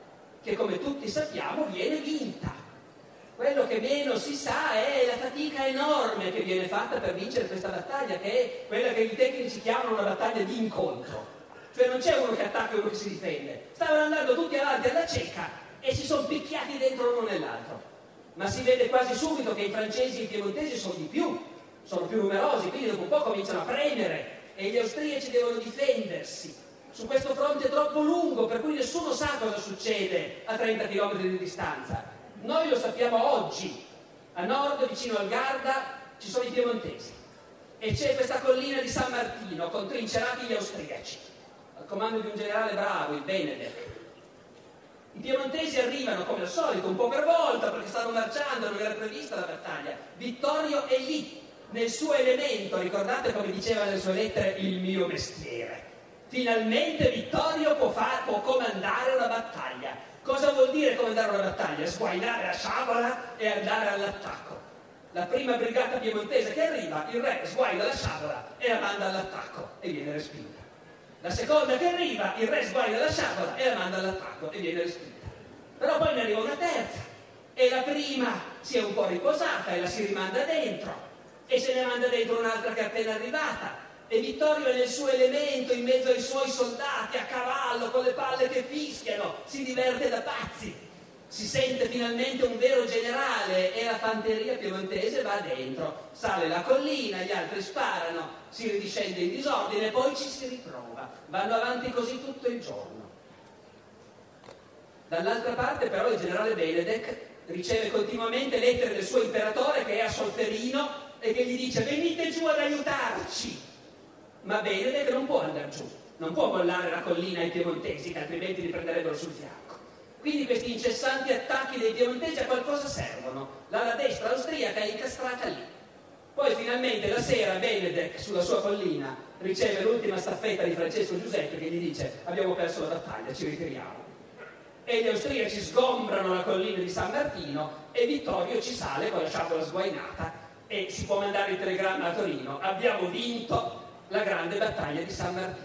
che come tutti sappiamo viene vinta. Quello che meno si sa è la fatica enorme che viene fatta per vincere questa battaglia, che è quella che i tecnici chiamano una battaglia di incontro. Cioè non c'è uno che attacca e uno che si difende. Stavano andando tutti avanti alla cieca e si sono picchiati dentro l'uno nell'altro. Ma si vede quasi subito che i francesi e i piemontesi sono di più, sono più numerosi, quindi dopo un po' cominciano a premere e gli austriaci devono difendersi su questo fronte troppo lungo, per cui nessuno sa cosa succede a 30 km di distanza. Noi lo sappiamo oggi. A nord, vicino al Garda, ci sono i piemontesi e c'è questa collina di San Martino con trincerati gli austriaci al comando di un generale bravo, il Benedek. I piemontesi arrivano come al solito, un po' per volta, perché stanno marciando, non era prevista la battaglia. Vittorio è lì, nel suo elemento, ricordate come diceva nelle sue lettere, il mio mestiere. Finalmente Vittorio può comandare una battaglia. Cosa vuol dire comandare una battaglia? Sguainare a sciabola e andare all'attacco. La prima brigata piemontese che arriva, il re sguaina la sciabola e la manda all'attacco e viene respinta. La seconda che arriva, il re sguaina la sciabola e la manda all'attacco e viene respinta. Però poi ne arriva una terza e la prima si è un po' riposata e la si rimanda dentro e se ne manda dentro un'altra che è appena arrivata. E Vittorio è nel suo elemento, in mezzo ai suoi soldati, a cavallo, con le palle che fischiano, si diverte da pazzi. Si sente finalmente un vero generale e la fanteria piemontese va dentro. Sale la collina, gli altri sparano, si ridiscende in disordine e poi ci si riprova. Vanno avanti così tutto il giorno. Dall'altra parte però il generale Benedek riceve continuamente lettere del suo imperatore che è a Solferino e che gli dice venite giù ad aiutarci. Ma Benedek non può andare giù, non può mollare la collina ai piemontesi che altrimenti li prenderebbero sul fianco. Quindi questi incessanti attacchi dei piemontesi a qualcosa servono. L'ala destra austriaca è incastrata lì. Poi finalmente la sera Benedek sulla sua collina riceve l'ultima staffetta di Francesco Giuseppe che gli dice abbiamo perso la battaglia, ci ritiriamo. E gli austriaci sgombrano la collina di San Martino e Vittorio ci sale con la sciabola sguainata e si può mandare il telegramma a Torino. Abbiamo vinto la grande battaglia di San Martino.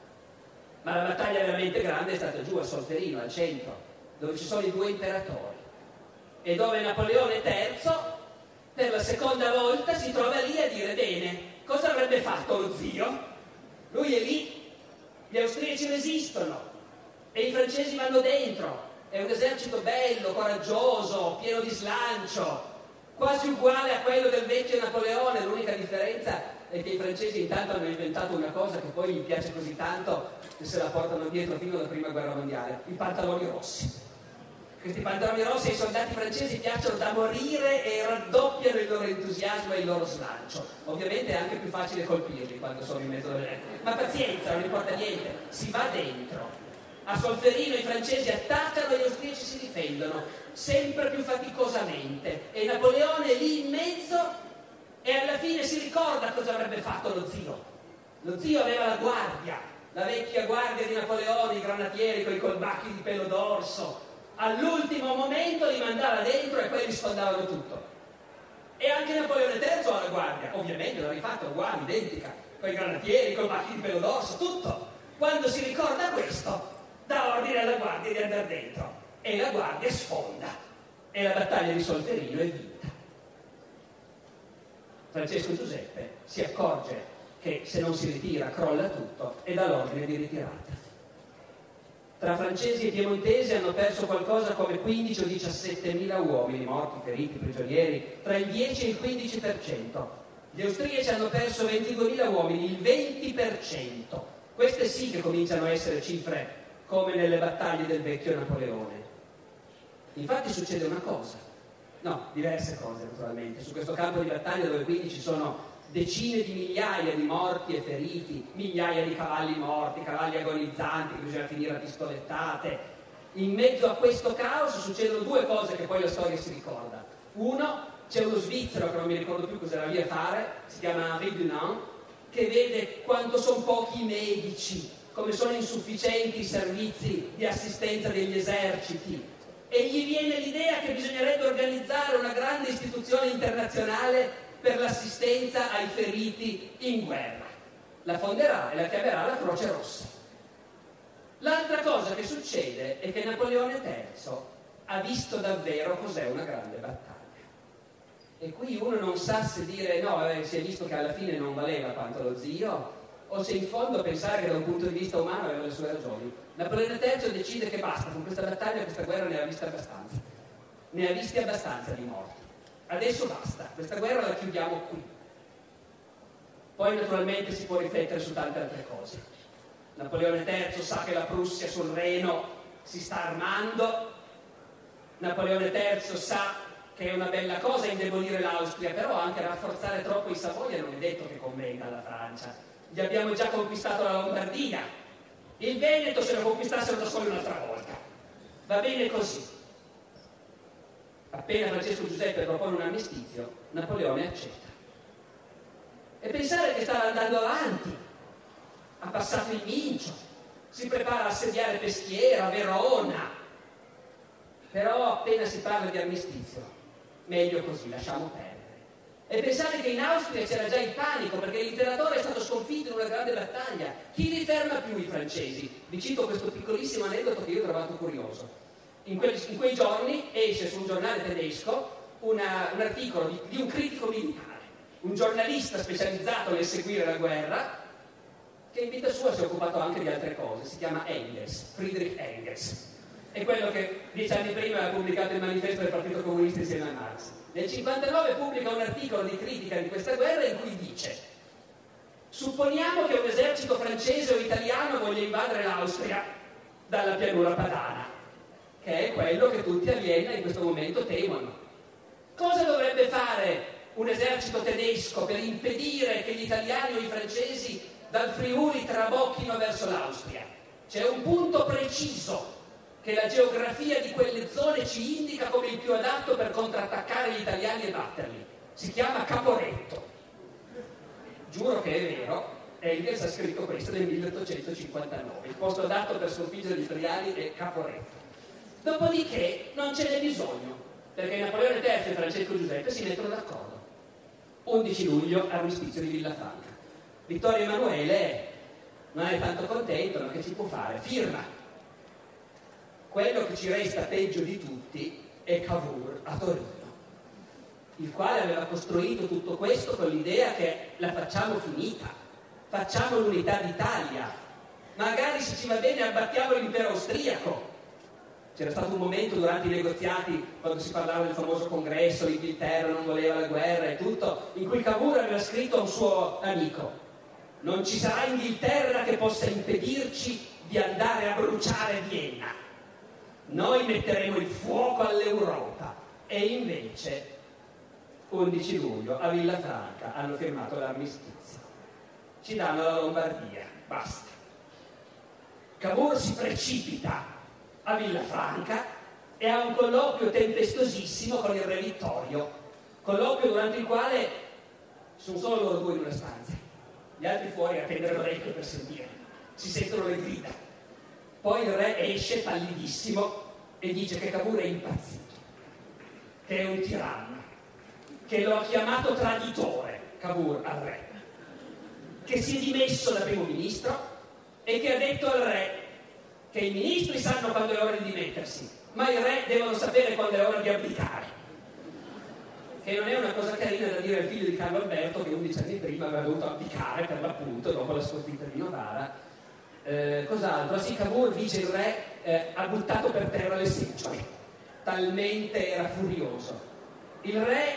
Ma la battaglia veramente grande è stata giù a Solferino, al centro, dove ci sono i due imperatori e dove Napoleone III per la seconda volta si trova lì a dire bene, cosa avrebbe fatto lo zio? Lui è lì, gli austriaci resistono e i francesi vanno dentro, è un esercito bello, coraggioso, pieno di slancio, quasi uguale a quello del vecchio Napoleone. L'unica differenza è che i francesi intanto hanno inventato una cosa che poi gli piace così tanto che se la portano dietro fino alla prima guerra mondiale, i pantaloni rossi. Questi pantaloni rossi ai soldati francesi piacciono da morire e raddoppiano il loro entusiasmo e il loro slancio. Ovviamente è anche più facile colpirli quando sono in mezzo alle... Ma pazienza, non importa niente, si va dentro. A Solferino i francesi attaccano e gli austriaci si difendono, sempre più faticosamente. E Napoleone è lì in mezzo e alla fine si ricorda cosa avrebbe fatto lo zio. Lo zio aveva la guardia, la vecchia guardia di Napoleone, i granatieri con i colbacchi di pelo d'orso. All'ultimo momento li mandava dentro e quelli sfondavano tutto. E anche Napoleone III ha la guardia, ovviamente l'ha rifatto uguale, identica, con i granatieri, con i colbacchi di pelo d'orso, tutto. Quando si ricorda questo, dà ordine alla guardia di andare dentro e la guardia sfonda e la battaglia di Solferino è vinta. Francesco Giuseppe si accorge che se non si ritira crolla tutto e dà l'ordine di ritirata. Tra francesi e piemontesi hanno perso qualcosa come 15 o 17 mila uomini, morti, feriti, prigionieri, tra il 10 e il 15%. Gli austriaci hanno perso 22.000 uomini, il 20%. Queste sì che cominciano a essere cifre come nelle battaglie del vecchio Napoleone. Infatti succede una cosa, no, diverse cose naturalmente, su questo campo di battaglia dove quindi ci sono decine di migliaia di morti e feriti, migliaia di cavalli morti, cavalli agonizzanti che bisogna finire a pistolettate. In mezzo a questo caos succedono due cose che poi la storia si ricorda. Uno, c'è uno svizzero che non mi ricordo più cosa era lì a fare, si chiama Henri Dunant, che vede quanto sono pochi i medici, come sono insufficienti i servizi di assistenza degli eserciti, e gli viene l'idea che bisognerebbe organizzare una grande istituzione internazionale per l'assistenza ai feriti in guerra. La fonderà e la chiamerà la Croce Rossa. L'altra cosa che succede è che Napoleone III ha visto davvero cos'è una grande battaglia. E qui uno non sa se dire no, si è visto che alla fine non valeva quanto lo zio, o se in fondo pensare che da un punto di vista umano aveva le sue ragioni. Napoleone III decide che basta, con questa battaglia, questa guerra ne ha viste abbastanza. Ne ha visti abbastanza di morti. Adesso basta, questa guerra la chiudiamo qui. Poi naturalmente si può riflettere su tante altre cose. Napoleone III sa che la Prussia sul Reno si sta armando, Napoleone III sa che è una bella cosa indebolire l'Austria, però anche rafforzare troppo i Savoia non è detto che convenga alla Francia. Gli abbiamo già conquistato la Lombardia, il Veneto se lo conquistassero da solo un'altra volta. Va bene così. Appena Francesco Giuseppe propone un armistizio, Napoleone accetta. E pensare che stava andando avanti, ha passato il Mincio, si prepara a assediare Peschiera, Verona. Però appena si parla di armistizio, meglio così, lasciamo perdere. E pensate che in Austria c'era già il panico perché l'imperatore è stato sconfitto in una grande battaglia. Chi li ferma più i francesi? Vi cito questo piccolissimo aneddoto che io ho trovato curioso. In quei giorni esce su un giornale tedesco un articolo di un critico militare, un giornalista specializzato nel seguire la guerra, che in vita sua si è occupato anche di altre cose. Si chiama Engels, Friedrich Engels. È quello che 10 anni prima aveva pubblicato il manifesto del Partito Comunista insieme a Marx. Nel 1959 pubblica un articolo di critica di questa guerra in cui dice: supponiamo che un esercito francese o italiano voglia invadere l'Austria dalla pianura padana, che è quello che tutti a Vienna in questo momento temono. Cosa dovrebbe fare un esercito tedesco per impedire che gli italiani o i francesi dal Friuli trabocchino verso l'Austria? C'è un punto preciso che la geografia di quelle zone ci indica come il più adatto per contrattaccare gli italiani e batterli. Si chiama Caporetto. Giuro che è vero, Engels ha scritto questo nel 1859. Il posto adatto per sconfiggere gli italiani è Caporetto. Dopodiché non ce n'è bisogno, perché Napoleone III e Francesco Giuseppe si mettono d'accordo. 11 luglio, armistizio di Villafranca. Vittorio Emanuele non è tanto contento, ma che ci può fare? Firma. Quello che ci resta peggio di tutti è Cavour a Torino, il quale aveva costruito tutto questo con l'idea che la facciamo finita, facciamo l'unità d'Italia, magari se ci va bene abbattiamo l'impero austriaco. C'era stato un momento durante i negoziati, quando si parlava del famoso congresso, l'Inghilterra non voleva la guerra e tutto, in cui Cavour aveva scritto a un suo amico: non ci sarà Inghilterra che possa impedirci di andare a bruciare Vienna. Noi metteremo il fuoco all'Europa. E invece 11 luglio a Villafranca hanno firmato l'armistizio, ci danno la Lombardia, basta. Cavour si precipita a Villafranca e ha un colloquio tempestosissimo con il re Vittorio, colloquio durante il quale sono solo loro due in una stanza, gli altri fuori a tendere l'orecchio per sentire, si sentono le grida. Poi il re esce pallidissimo e dice che Cavour è impazzito, che è un tiranno, che lo ha chiamato traditore, Cavour, al re, che si è dimesso da primo ministro e che ha detto al re che i ministri sanno quando è ora di dimettersi, ma i re devono sapere quando è ora di abdicare. Che non è una cosa carina da dire al figlio di Carlo Alberto, che 11 anni prima aveva dovuto abdicare per l'appunto dopo la sconfitta di Novara. Cos'altro? Sì, Cavour, dice il re, ha buttato per terra le seggiole, talmente era furioso. Il re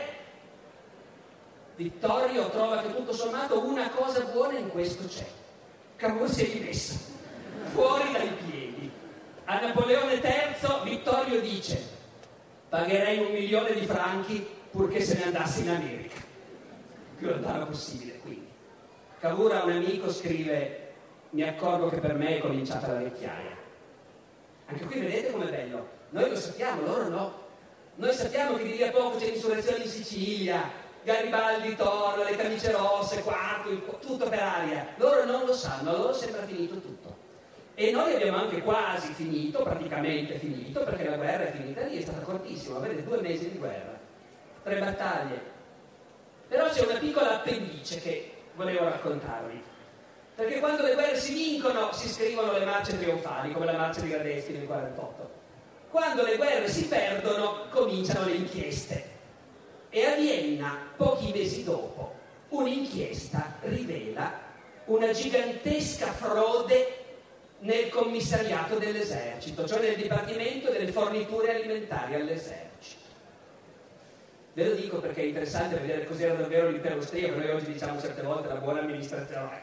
Vittorio trova che tutto sommato una cosa buona in questo c'è: Cavour si è dimesso, fuori dai piedi. A Napoleone III Vittorio dice: pagherei 1 milione di franchi purché se ne andasse in America, più lontano possibile. Quindi Cavour a un amico scrive: mi accorgo che per me è cominciata la vecchiaia. Anche qui vedete com'è bello, noi lo sappiamo, loro no. Noi sappiamo che di lì a poco c'è l'insurrezione in Sicilia, Garibaldi torna, le camicie rosse, quarto, tutto per aria. Loro non lo sanno, a loro sembra finito tutto. E noi abbiamo anche quasi finito, praticamente finito, perché la guerra è finita lì, è stata cortissima, avete 2 mesi di guerra, 3 battaglie. Però c'è una piccola appendice che volevo raccontarvi. Perché quando le guerre si vincono si scrivono le marce trionfali, come la marcia di Radetzky nel 1948. Quando le guerre si perdono cominciano le inchieste. E a Vienna, pochi mesi dopo, un'inchiesta rivela una gigantesca frode nel commissariato dell'esercito, cioè nel Dipartimento delle forniture alimentari all'esercito. Ve lo dico perché è interessante vedere cos'era davvero l'impero austriaco. Noi oggi diciamo certe volte la buona amministrazione.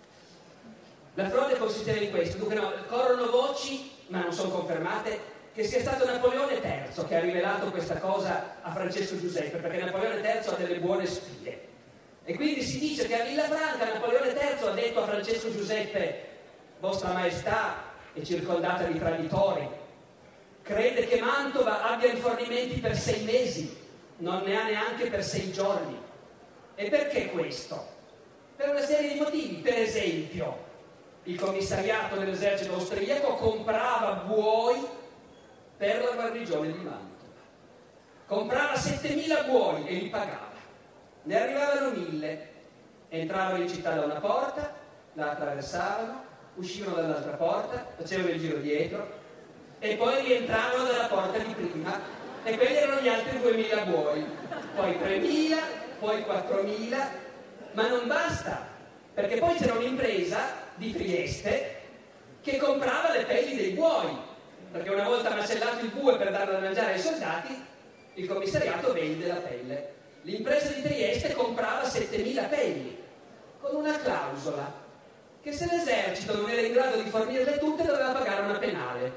La frode consisteva in questo. Dunque corrono voci, ma non sono confermate, che sia stato Napoleone III che ha rivelato questa cosa a Francesco Giuseppe, perché Napoleone III ha delle buone spie. E quindi si dice che a Villafranca Napoleone III ha detto a Francesco Giuseppe: Vostra Maestà è circondata di traditori, crede che Mantova abbia rifornimenti per 6 mesi, non ne ha neanche per 6 giorni. E perché questo? Per una serie di motivi. Per esempio, il commissariato dell'esercito austriaco comprava buoi per la guarnigione di Mantova. Comprava 7.000 buoi e li pagava. Ne arrivavano 1.000, entravano in città da una porta, la attraversavano, uscivano dall'altra porta, facevano il giro dietro e poi rientravano dalla porta di prima, e quelli erano gli altri 2.000 buoi, poi 3.000, poi 4.000, ma non basta, perché poi c'era un'impresa di Trieste che comprava le pelli dei buoi, perché una volta macellato il bue per darlo da mangiare ai soldati, il commissariato vende la pelle. L'impresa di Trieste comprava 7.000 pelli, con una clausola, che se l'esercito non era in grado di fornirle tutte doveva pagare una penale.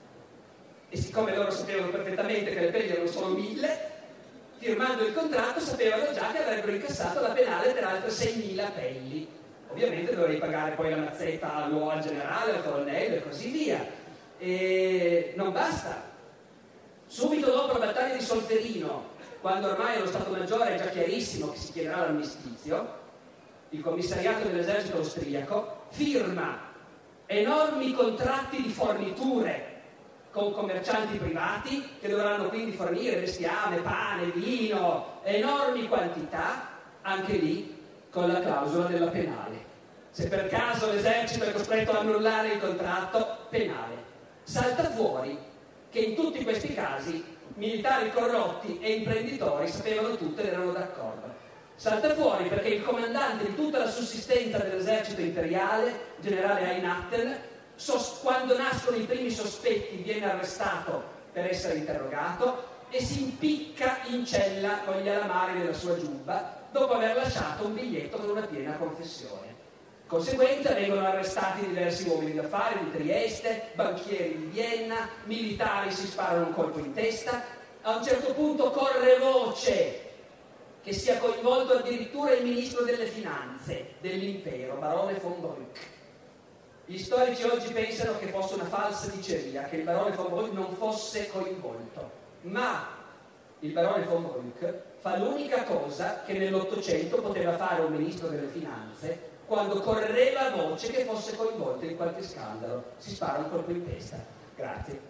E siccome loro sapevano perfettamente che le pelli erano solo 1.000, firmando il contratto sapevano già che avrebbero incassato la penale per altre 6.000 pelli. Ovviamente dovevi pagare poi la mazzetta al generale, al colonnello e così via. E non basta. Subito dopo la battaglia di Solferino, quando ormai lo Stato Maggiore è già chiarissimo che si chiederà l'armistizio, il commissariato dell'esercito austriaco firma enormi contratti di forniture con commercianti privati che dovranno quindi fornire bestiame, pane, vino, enormi quantità, anche lì con la clausola della penale. Se per caso l'esercito è costretto a annullare il contratto, penale. Salta fuori che in tutti questi casi militari corrotti e imprenditori sapevano tutto ed erano d'accordo. Salta fuori perché il comandante di tutta la sussistenza dell'esercito imperiale, generale Einatten, quando nascono i primi sospetti viene arrestato per essere interrogato e si impicca in cella con gli alamari della sua giubba dopo aver lasciato un biglietto con una piena confessione. Conseguenza, vengono arrestati diversi uomini d'affari di Trieste, banchieri di Vienna, militari si sparano un colpo in testa. A un certo punto corre voce che sia coinvolto addirittura il ministro delle finanze dell'impero, barone von Brück. Gli storici oggi pensano che fosse una falsa diceria, che il barone von Brück non fosse coinvolto, ma il barone von Brück fa l'unica cosa che nell'Ottocento poteva fare un ministro delle finanze quando correva voce che fosse coinvolto in qualche scandalo: si spara un colpo in testa. Grazie.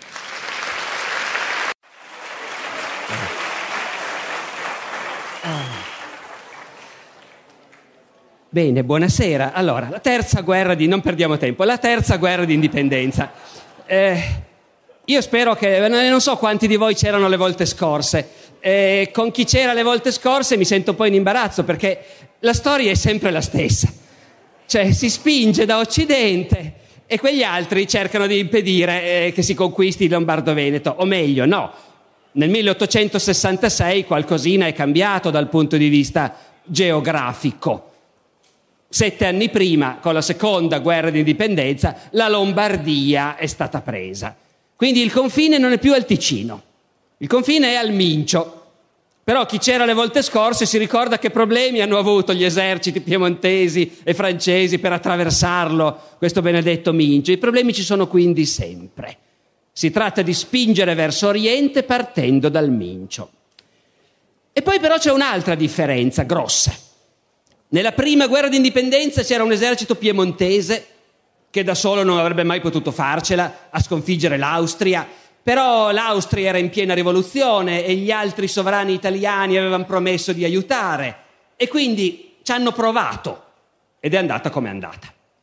Bene, buonasera. Allora, la terza guerra non perdiamo tempo, la terza guerra di indipendenza. Io spero che, non so quanti di voi c'erano le volte scorse, con chi c'era le volte scorse mi sento un po' in imbarazzo perché la storia è sempre la stessa. Cioè, si spinge da Occidente e quegli altri cercano di impedire che si conquisti il Lombardo-Veneto, o meglio, no. Nel 1866 qualcosina è cambiato dal punto di vista geografico. 7 anni prima, con la seconda guerra di indipendenza, la Lombardia è stata presa. Quindi il confine non è più al Ticino, il confine è al Mincio. Però chi c'era le volte scorse si ricorda che problemi hanno avuto gli eserciti piemontesi e francesi per attraversarlo, questo benedetto Mincio. I problemi ci sono quindi sempre. Si tratta di spingere verso Oriente partendo dal Mincio. E poi però c'è un'altra differenza grossa. Nella prima guerra di indipendenza c'era un esercito piemontese che da solo non avrebbe mai potuto farcela a sconfiggere l'Austria, però l'Austria era in piena rivoluzione e gli altri sovrani italiani avevano promesso di aiutare e quindi ci hanno provato ed è andata come è andata.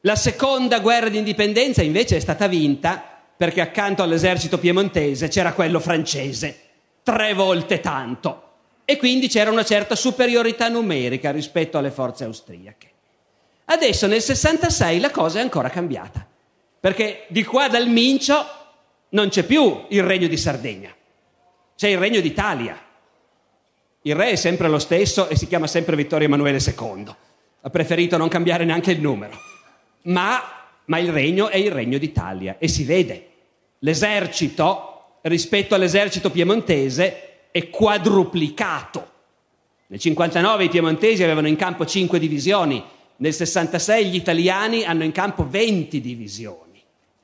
La seconda guerra di indipendenza invece è stata vinta perché accanto all'esercito piemontese c'era quello francese, 3 volte tanto, e quindi c'era una certa superiorità numerica rispetto alle forze austriache. Adesso nel 66 la cosa è ancora cambiata, perché di qua dal Mincio non c'è più il Regno di Sardegna, c'è il Regno d'Italia. Il re è sempre lo stesso e si chiama sempre Vittorio Emanuele II. Ha preferito non cambiare neanche il numero. Ma il regno è il Regno d'Italia e si vede. L'esercito, rispetto all'esercito piemontese, è quadruplicato. Nel 59 i piemontesi avevano in campo 5 divisioni, nel 66 gli italiani hanno in campo 20 divisioni.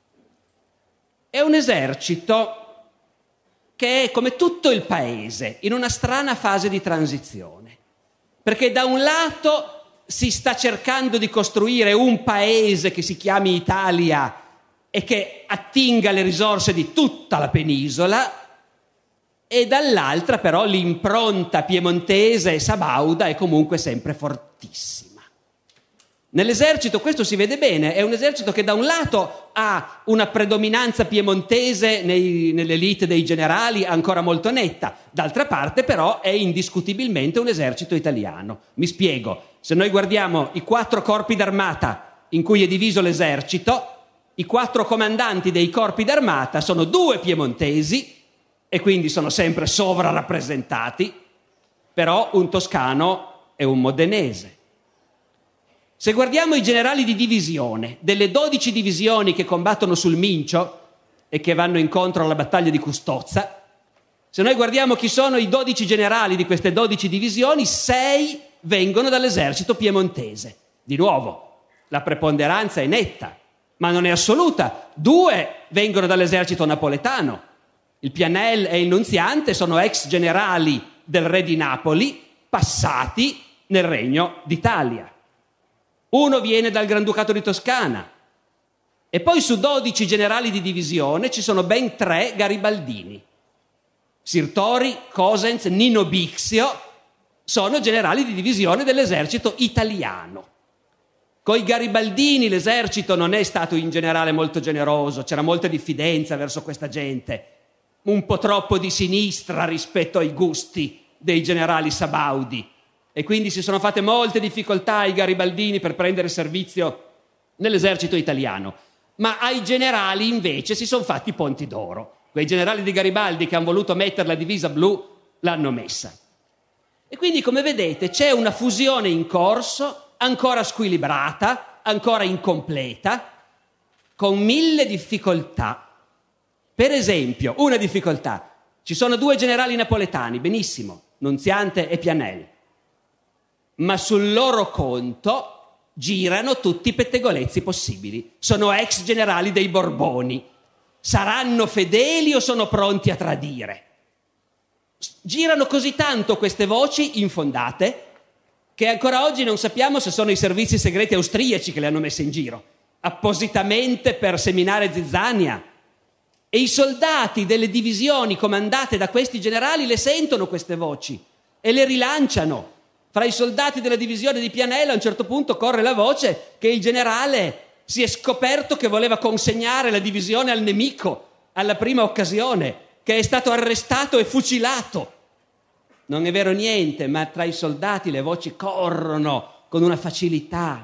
È un esercito che è come tutto il paese, in una strana fase di transizione, perché da un lato si sta cercando di costruire un paese che si chiami Italia e che attinga le risorse di tutta la penisola, e dall'altra però l'impronta piemontese e sabauda è comunque sempre fortissima. Nell'esercito questo si vede bene, è un esercito che da un lato ha una predominanza piemontese nell'elite dei generali ancora molto netta, d'altra parte però è indiscutibilmente un esercito italiano. Mi spiego, se noi guardiamo i 4 corpi d'armata in cui è diviso l'esercito, i 4 comandanti dei corpi d'armata sono 2 piemontesi e quindi sono sempre sovrarappresentati, però un toscano e un modenese. Se guardiamo i generali di divisione, delle 12 divisioni che combattono sul Mincio e che vanno incontro alla battaglia di Custozza, se noi guardiamo chi sono i 12 generali di queste 12 divisioni, 6 vengono dall'esercito piemontese. Di nuovo, la preponderanza è netta, ma non è assoluta. 2 vengono dall'esercito napoletano. Il Pianell e il Nunziante sono ex generali del re di Napoli, passati nel Regno d'Italia. 1 viene dal Granducato di Toscana e poi su 12 generali di divisione ci sono ben 3 garibaldini. Sirtori, Cosenz, Nino Bixio sono generali di divisione dell'esercito italiano. Coi garibaldini l'esercito non è stato in generale molto generoso, c'era molta diffidenza verso questa gente, un po' troppo di sinistra rispetto ai gusti dei generali sabaudi. E quindi si sono fatte molte difficoltà ai garibaldini per prendere servizio nell'esercito italiano. Ma ai generali invece si sono fatti ponti d'oro. Quei generali di Garibaldi che hanno voluto mettere la divisa blu l'hanno messa. E quindi, come vedete, c'è una fusione in corso, ancora squilibrata, ancora incompleta, con 1000 difficoltà. Per esempio, una difficoltà. Ci sono 2 generali napoletani, benissimo, Nunziante e Pianell. Ma sul loro conto girano tutti i pettegolezzi possibili. Sono ex generali dei Borboni. Saranno fedeli o sono pronti a tradire? Girano così tanto queste voci infondate che ancora oggi non sappiamo se sono i servizi segreti austriaci che le hanno messe in giro, appositamente per seminare zizzania. E i soldati delle divisioni comandate da questi generali le sentono queste voci e le rilanciano. Fra i soldati della divisione di Pianell a un certo punto corre la voce che il generale si è scoperto che voleva consegnare la divisione al nemico alla prima occasione, che è stato arrestato e fucilato. Non è vero niente, ma tra i soldati le voci corrono con una facilità.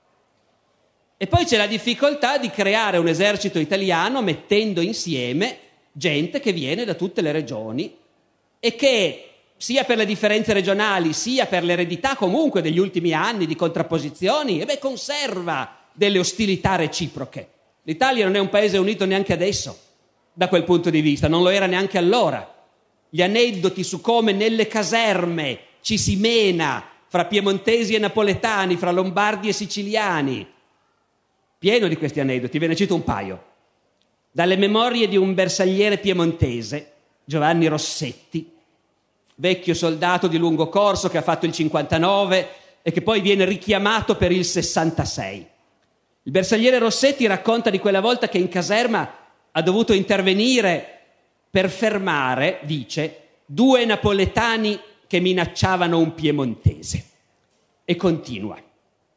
E poi c'è la difficoltà di creare un esercito italiano mettendo insieme gente che viene da tutte le regioni e che, sia per le differenze regionali, sia per l'eredità comunque degli ultimi anni di contrapposizioni, conserva delle ostilità reciproche. L'Italia non è un paese unito neanche adesso, da quel punto di vista, non lo era neanche allora. Gli aneddoti su come nelle caserme ci si mena fra piemontesi e napoletani, fra lombardi e siciliani, pieno di questi aneddoti, ve ne cito un paio. Dalle memorie di un bersagliere piemontese, Giovanni Rossetti, vecchio soldato di lungo corso che ha fatto il 59 e che poi viene richiamato per il 66. Il bersagliere Rossetti racconta di quella volta che in caserma ha dovuto intervenire per fermare, dice, 2 napoletani che minacciavano un piemontese. E continua.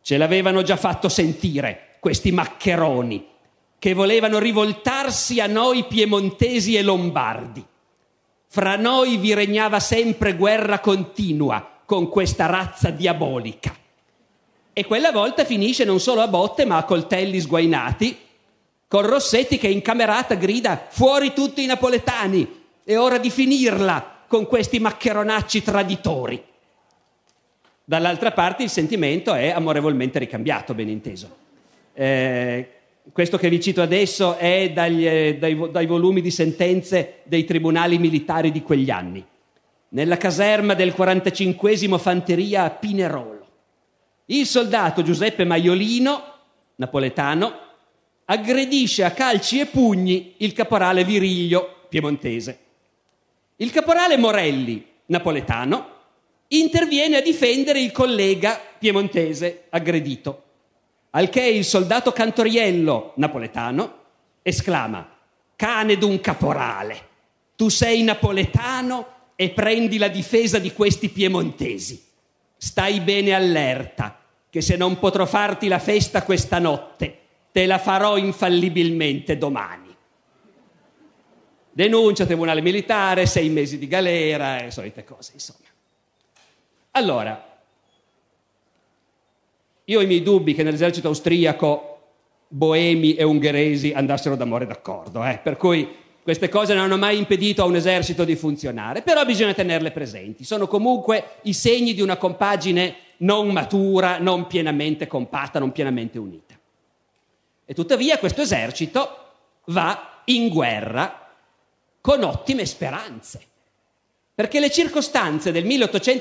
Ce l'avevano già fatto sentire questi maccheroni che volevano rivoltarsi a noi piemontesi e lombardi. Fra noi vi regnava sempre guerra continua con questa razza diabolica. E quella volta finisce non solo a botte ma a coltelli sguainati, con Rossetti che in camerata grida «Fuori tutti i napoletani! È ora di finirla con questi maccheronacci traditori!» Dall'altra parte il sentimento è amorevolmente ricambiato, ben inteso. Questo che vi cito adesso è dai volumi di sentenze dei tribunali militari di quegli anni. Nella caserma del 45° Fanteria a Pinerolo, il soldato Giuseppe Maiolino, napoletano, aggredisce a calci e pugni il caporale Viriglio, piemontese. Il caporale Morelli, napoletano, interviene a difendere il collega piemontese aggredito, al che il soldato Cantoriello, napoletano, esclama: «Cane d'un caporale, tu sei napoletano e prendi la difesa di questi piemontesi. Stai bene allerta, che se non potrò farti la festa questa notte, te la farò infallibilmente domani». Denuncia, tribunale militare, 6 mesi di galera e solite cose, insomma. Allora, io ho i miei dubbi che nell'esercito austriaco boemi e ungheresi andassero d'amore d'accordo, per cui queste cose non hanno mai impedito a un esercito di funzionare, però bisogna tenerle presenti. Sono comunque i segni di una compagine non matura, non pienamente compatta, non pienamente unita. E tuttavia questo esercito va in guerra con ottime speranze, perché le circostanze del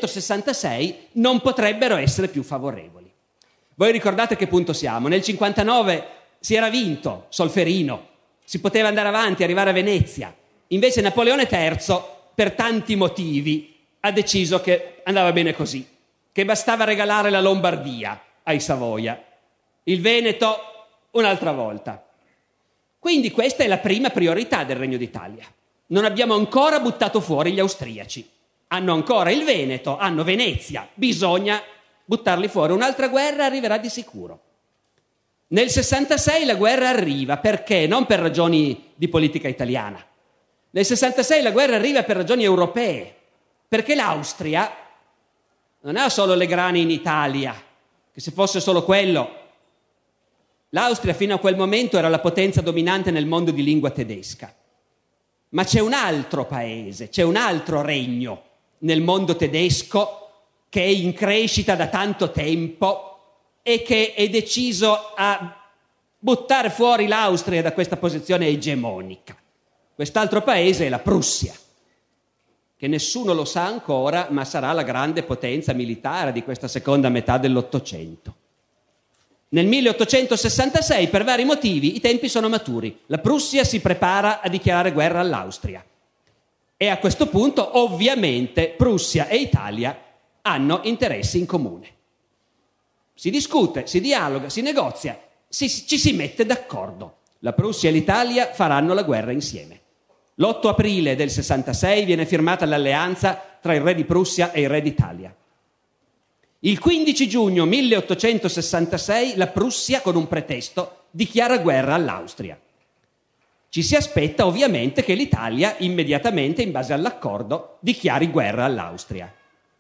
1866 non potrebbero essere più favorevoli. Voi ricordate che punto siamo? Nel 59 si era vinto Solferino, si poteva andare avanti, arrivare a Venezia. Invece Napoleone III, per tanti motivi, ha deciso che andava bene così, che bastava regalare la Lombardia ai Savoia, il Veneto un'altra volta. Quindi questa è la prima priorità del Regno d'Italia. Non abbiamo ancora buttato fuori gli austriaci. Hanno ancora il Veneto, hanno Venezia, bisogna buttarli fuori. Un'altra guerra arriverà di sicuro. Nel 66 la guerra arriva, perché? Non per ragioni di politica italiana. Nel 66 la guerra arriva per ragioni europee, perché l'Austria non ha solo le grane in Italia, che se fosse solo quello, l'Austria fino a quel momento era la potenza dominante nel mondo di lingua tedesca. Ma c'è un altro paese, c'è un altro regno nel mondo tedesco che è in crescita da tanto tempo e che è deciso a buttare fuori l'Austria da questa posizione egemonica. Quest'altro paese è la Prussia, che nessuno lo sa ancora, ma sarà la grande potenza militare di questa seconda metà dell'Ottocento. Nel 1866, per vari motivi, i tempi sono maturi. La Prussia si prepara a dichiarare guerra all'Austria. E a questo punto, ovviamente, Prussia e Italia hanno interessi in comune. Si discute, si dialoga, si negozia, ci si mette d'accordo. La Prussia e l'Italia faranno la guerra insieme. L'8 aprile del 66 viene firmata l'alleanza tra il re di Prussia e il re d'Italia. Il 15 giugno 1866 la Prussia, con un pretesto, dichiara guerra all'Austria. Ci si aspetta ovviamente che l'Italia immediatamente, in base all'accordo, dichiari guerra all'Austria.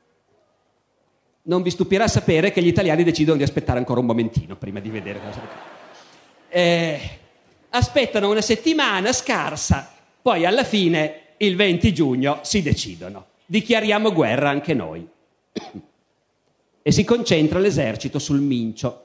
Non vi stupirà sapere che gli italiani decidono di aspettare ancora un momentino prima di vedere cosa accade. Aspettano una settimana scarsa, poi alla fine, il 20 giugno, si decidono. Dichiariamo guerra anche noi. E si concentra l'esercito sul Mincio.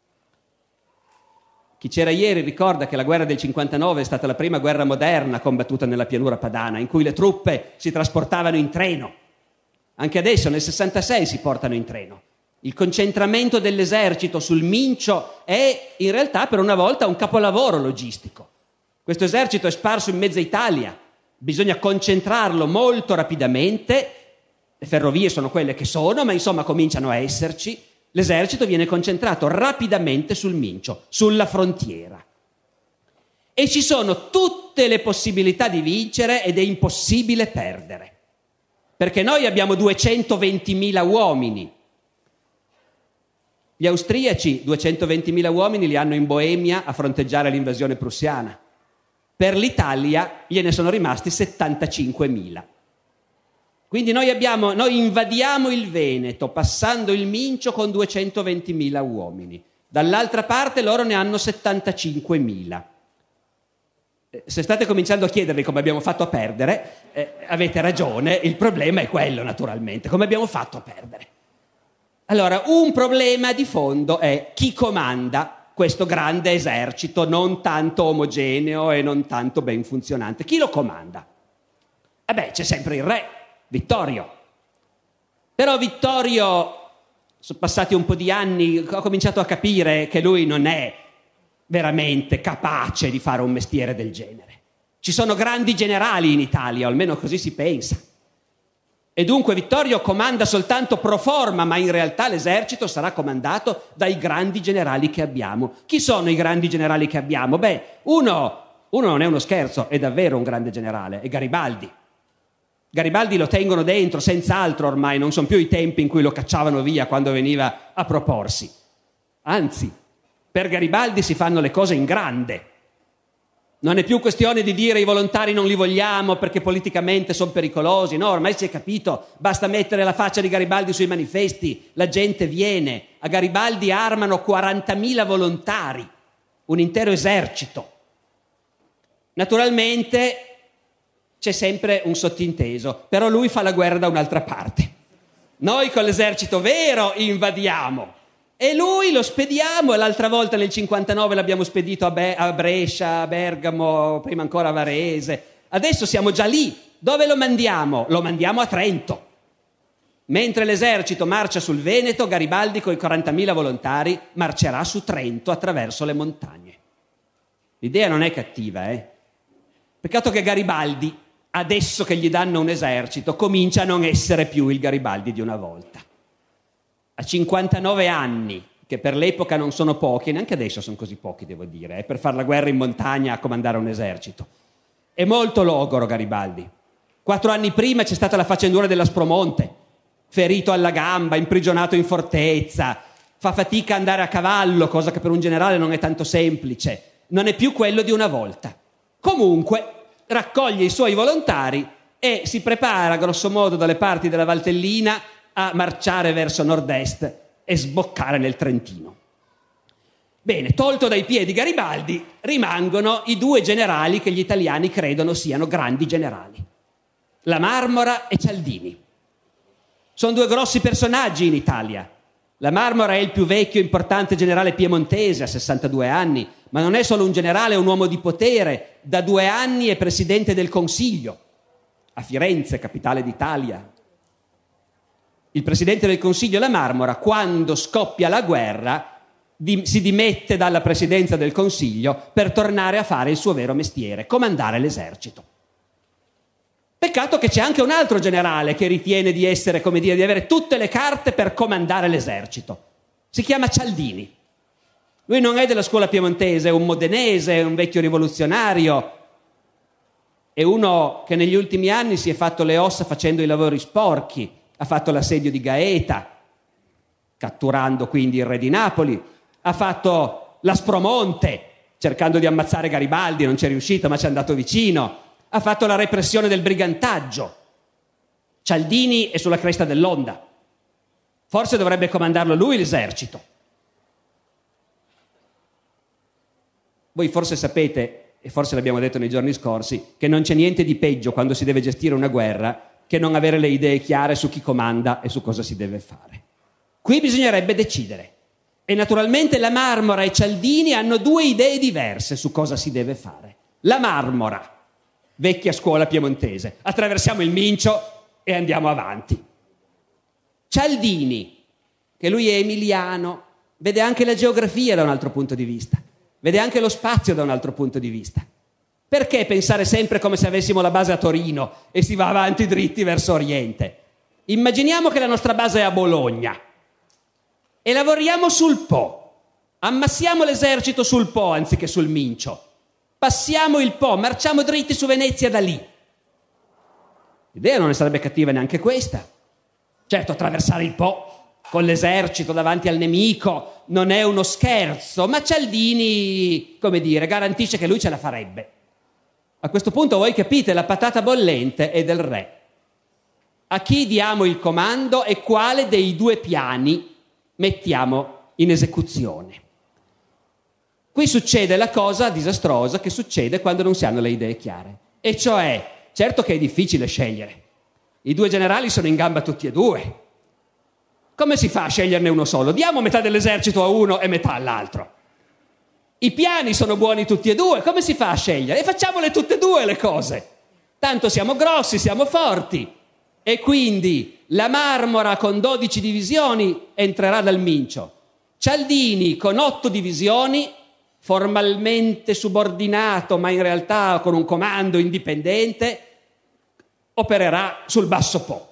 Chi c'era ieri ricorda che la guerra del 59 è stata la prima guerra moderna combattuta nella pianura padana, in cui le truppe si trasportavano in treno. Anche adesso, nel 66, si portano in treno. Il concentramento dell'esercito sul Mincio è in realtà per una volta un capolavoro logistico. Questo esercito è sparso in mezza Italia, bisogna concentrarlo molto rapidamente. Le ferrovie sono quelle che sono, ma insomma cominciano a esserci. L'esercito viene concentrato rapidamente sul Mincio, sulla frontiera. E ci sono tutte le possibilità di vincere ed è impossibile perdere. Perché noi abbiamo 220.000 uomini. Gli austriaci 220.000 uomini li hanno in Boemia a fronteggiare l'invasione prussiana. Per l'Italia gliene sono rimasti 75.000. Quindi noi invadiamo il Veneto passando il Mincio con 220.000 uomini. Dall'altra parte loro ne hanno 75.000. Se state cominciando a chiedervi come abbiamo fatto a perdere, avete ragione, il problema è quello naturalmente, come abbiamo fatto a perdere. Allora, un problema di fondo è chi comanda questo grande esercito non tanto omogeneo e non tanto ben funzionante. Chi lo comanda? C'è sempre il re, Vittorio. Però Vittorio, sono passati un po' di anni, ho cominciato a capire che lui non è veramente capace di fare un mestiere del genere. Ci sono grandi generali in Italia, o almeno così si pensa. E dunque Vittorio comanda soltanto pro forma, ma in realtà l'esercito sarà comandato dai grandi generali che abbiamo. Chi sono i grandi generali che abbiamo? Uno non è uno scherzo, è davvero un grande generale, è Garibaldi. Garibaldi lo tengono dentro, senz'altro ormai, non sono più i tempi in cui lo cacciavano via quando veniva a proporsi. Anzi, per Garibaldi si fanno le cose in grande. Non è più questione di dire i volontari non li vogliamo perché politicamente sono pericolosi. No, ormai si è capito, basta mettere la faccia di Garibaldi sui manifesti, la gente viene. A Garibaldi armano 40.000 volontari, un intero esercito. Naturalmente c'è sempre un sottinteso, però lui fa la guerra da un'altra parte. Noi con l'esercito vero invadiamo. E lui lo spediamo, e l'altra volta nel 59 l'abbiamo spedito a Brescia, a Bergamo, prima ancora a Varese. Adesso siamo già lì. Dove lo mandiamo? Lo mandiamo a Trento. Mentre l'esercito marcia sul Veneto, Garibaldi con i 40.000 volontari marcerà su Trento attraverso le montagne. L'idea non è cattiva, Peccato che Garibaldi, adesso che gli danno un esercito, comincia a non essere più il Garibaldi di una volta. A 59 anni, che per l'epoca non sono pochi, neanche adesso sono così pochi, devo dire, per fare la guerra in montagna a comandare un esercito. È molto logoro Garibaldi. 4 anni prima c'è stata la faccendura dell'Aspromonte, ferito alla gamba, imprigionato in fortezza, fa fatica a andare a cavallo, cosa che per un generale non è tanto semplice, non è più quello di una volta. Comunque raccoglie i suoi volontari e si prepara grosso modo dalle parti della Valtellina a marciare verso nord-est e sboccare nel Trentino. Bene, tolto dai piedi Garibaldi, rimangono i 2 generali che gli italiani credono siano grandi generali, La Marmora e Cialdini. Sono 2 grossi personaggi in Italia. La Marmora è il più vecchio e importante generale piemontese, a 62 anni, ma non è solo un generale, è un uomo di potere. Da 2 anni è presidente del Consiglio, a Firenze, capitale d'Italia. Il presidente del Consiglio La Marmora, quando scoppia la guerra, si dimette dalla presidenza del Consiglio per tornare a fare il suo vero mestiere, comandare l'esercito. Peccato che c'è anche un altro generale che ritiene di essere, come dire, di avere tutte le carte per comandare l'esercito. Si chiama Cialdini. Lui non è della scuola piemontese, è un modenese, è un vecchio rivoluzionario, è uno che negli ultimi anni si è fatto le ossa facendo i lavori sporchi. Ha fatto l'assedio di Gaeta, catturando quindi il re di Napoli. Ha fatto l'Aspromonte, cercando di ammazzare Garibaldi, non ci è riuscito, ma ci è andato vicino. Ha fatto la repressione del brigantaggio. Cialdini è sulla cresta dell'onda. Forse dovrebbe comandarlo lui l'esercito. Voi forse sapete, e forse l'abbiamo detto nei giorni scorsi, che non c'è niente di peggio quando si deve gestire una guerra che non avere le idee chiare su chi comanda e su cosa si deve fare. Qui bisognerebbe decidere. E naturalmente La Marmora e Cialdini hanno 2 idee diverse su cosa si deve fare. La Marmora, vecchia scuola piemontese, attraversiamo il Mincio e andiamo avanti. Cialdini, che lui è emiliano, vede anche la geografia da un altro punto di vista, vede anche lo spazio da un altro punto di vista. Perché pensare sempre come se avessimo la base a Torino e si va avanti dritti verso Oriente? Immaginiamo che la nostra base è a Bologna e lavoriamo sul Po. Ammassiamo l'esercito sul Po anziché sul Mincio. Passiamo il Po, marciamo dritti su Venezia da lì. L'idea non ne sarebbe cattiva neanche questa. Certo, attraversare il Po con l'esercito davanti al nemico non è uno scherzo, ma Cialdini, come dire, garantisce che lui ce la farebbe. A questo punto voi capite, la patata bollente è del re. A chi diamo il comando e quale dei due piani mettiamo in esecuzione? Qui succede la cosa disastrosa che succede quando non si hanno le idee chiare. E cioè, certo che è difficile scegliere. I due generali sono in gamba tutti e due. Come si fa a sceglierne uno solo? Diamo metà dell'esercito a uno e metà all'altro. I piani sono buoni tutti e due, come si fa a scegliere? E facciamole tutte e due le cose. Tanto siamo grossi, siamo forti. E quindi la Marmora con 12 divisioni entrerà dal Mincio. Cialdini con 8 divisioni, formalmente subordinato, ma in realtà con un comando indipendente, opererà sul Basso Po.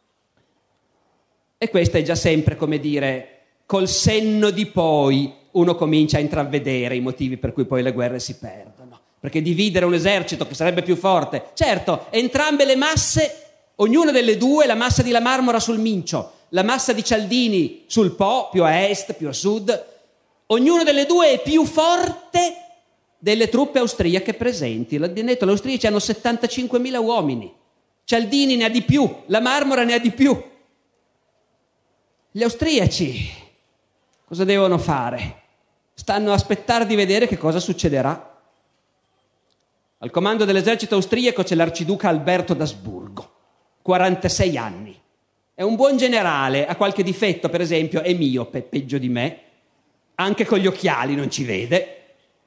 E questo è già sempre, come dire, col senno di poi uno comincia a intravedere i motivi per cui poi le guerre si perdono. Perché dividere un esercito che sarebbe più forte, certo, entrambe le masse, ognuna delle due, la massa di La Marmora sul Mincio, la massa di Cialdini sul Po, più a est, più a sud, ognuna delle due è più forte delle truppe austriache presenti. L'ho detto, gli austriaci hanno 75.000 uomini, Cialdini ne ha di più, La Marmora ne ha di più. Gli austriaci cosa devono fare? Stanno a aspettare di vedere che cosa succederà. Al comando dell'esercito austriaco c'è l'arciduca Alberto d'Asburgo, 46 anni. È un buon generale, ha qualche difetto, per esempio è miope, peggio di me, anche con gli occhiali non ci vede,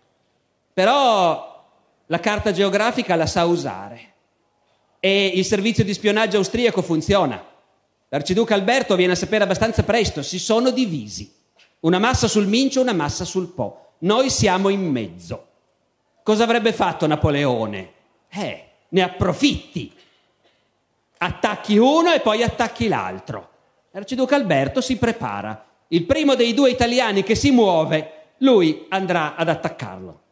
però la carta geografica la sa usare e il servizio di spionaggio austriaco funziona. L'arciduca Alberto viene a sapere abbastanza presto, si sono divisi. Una massa sul Mincio, una massa sul Po. Noi siamo in mezzo. Cosa avrebbe fatto Napoleone? Ne approfitti. Attacchi uno e poi attacchi l'altro. L'arciduca Alberto si prepara. Il primo dei due italiani che si muove, lui andrà ad attaccarlo.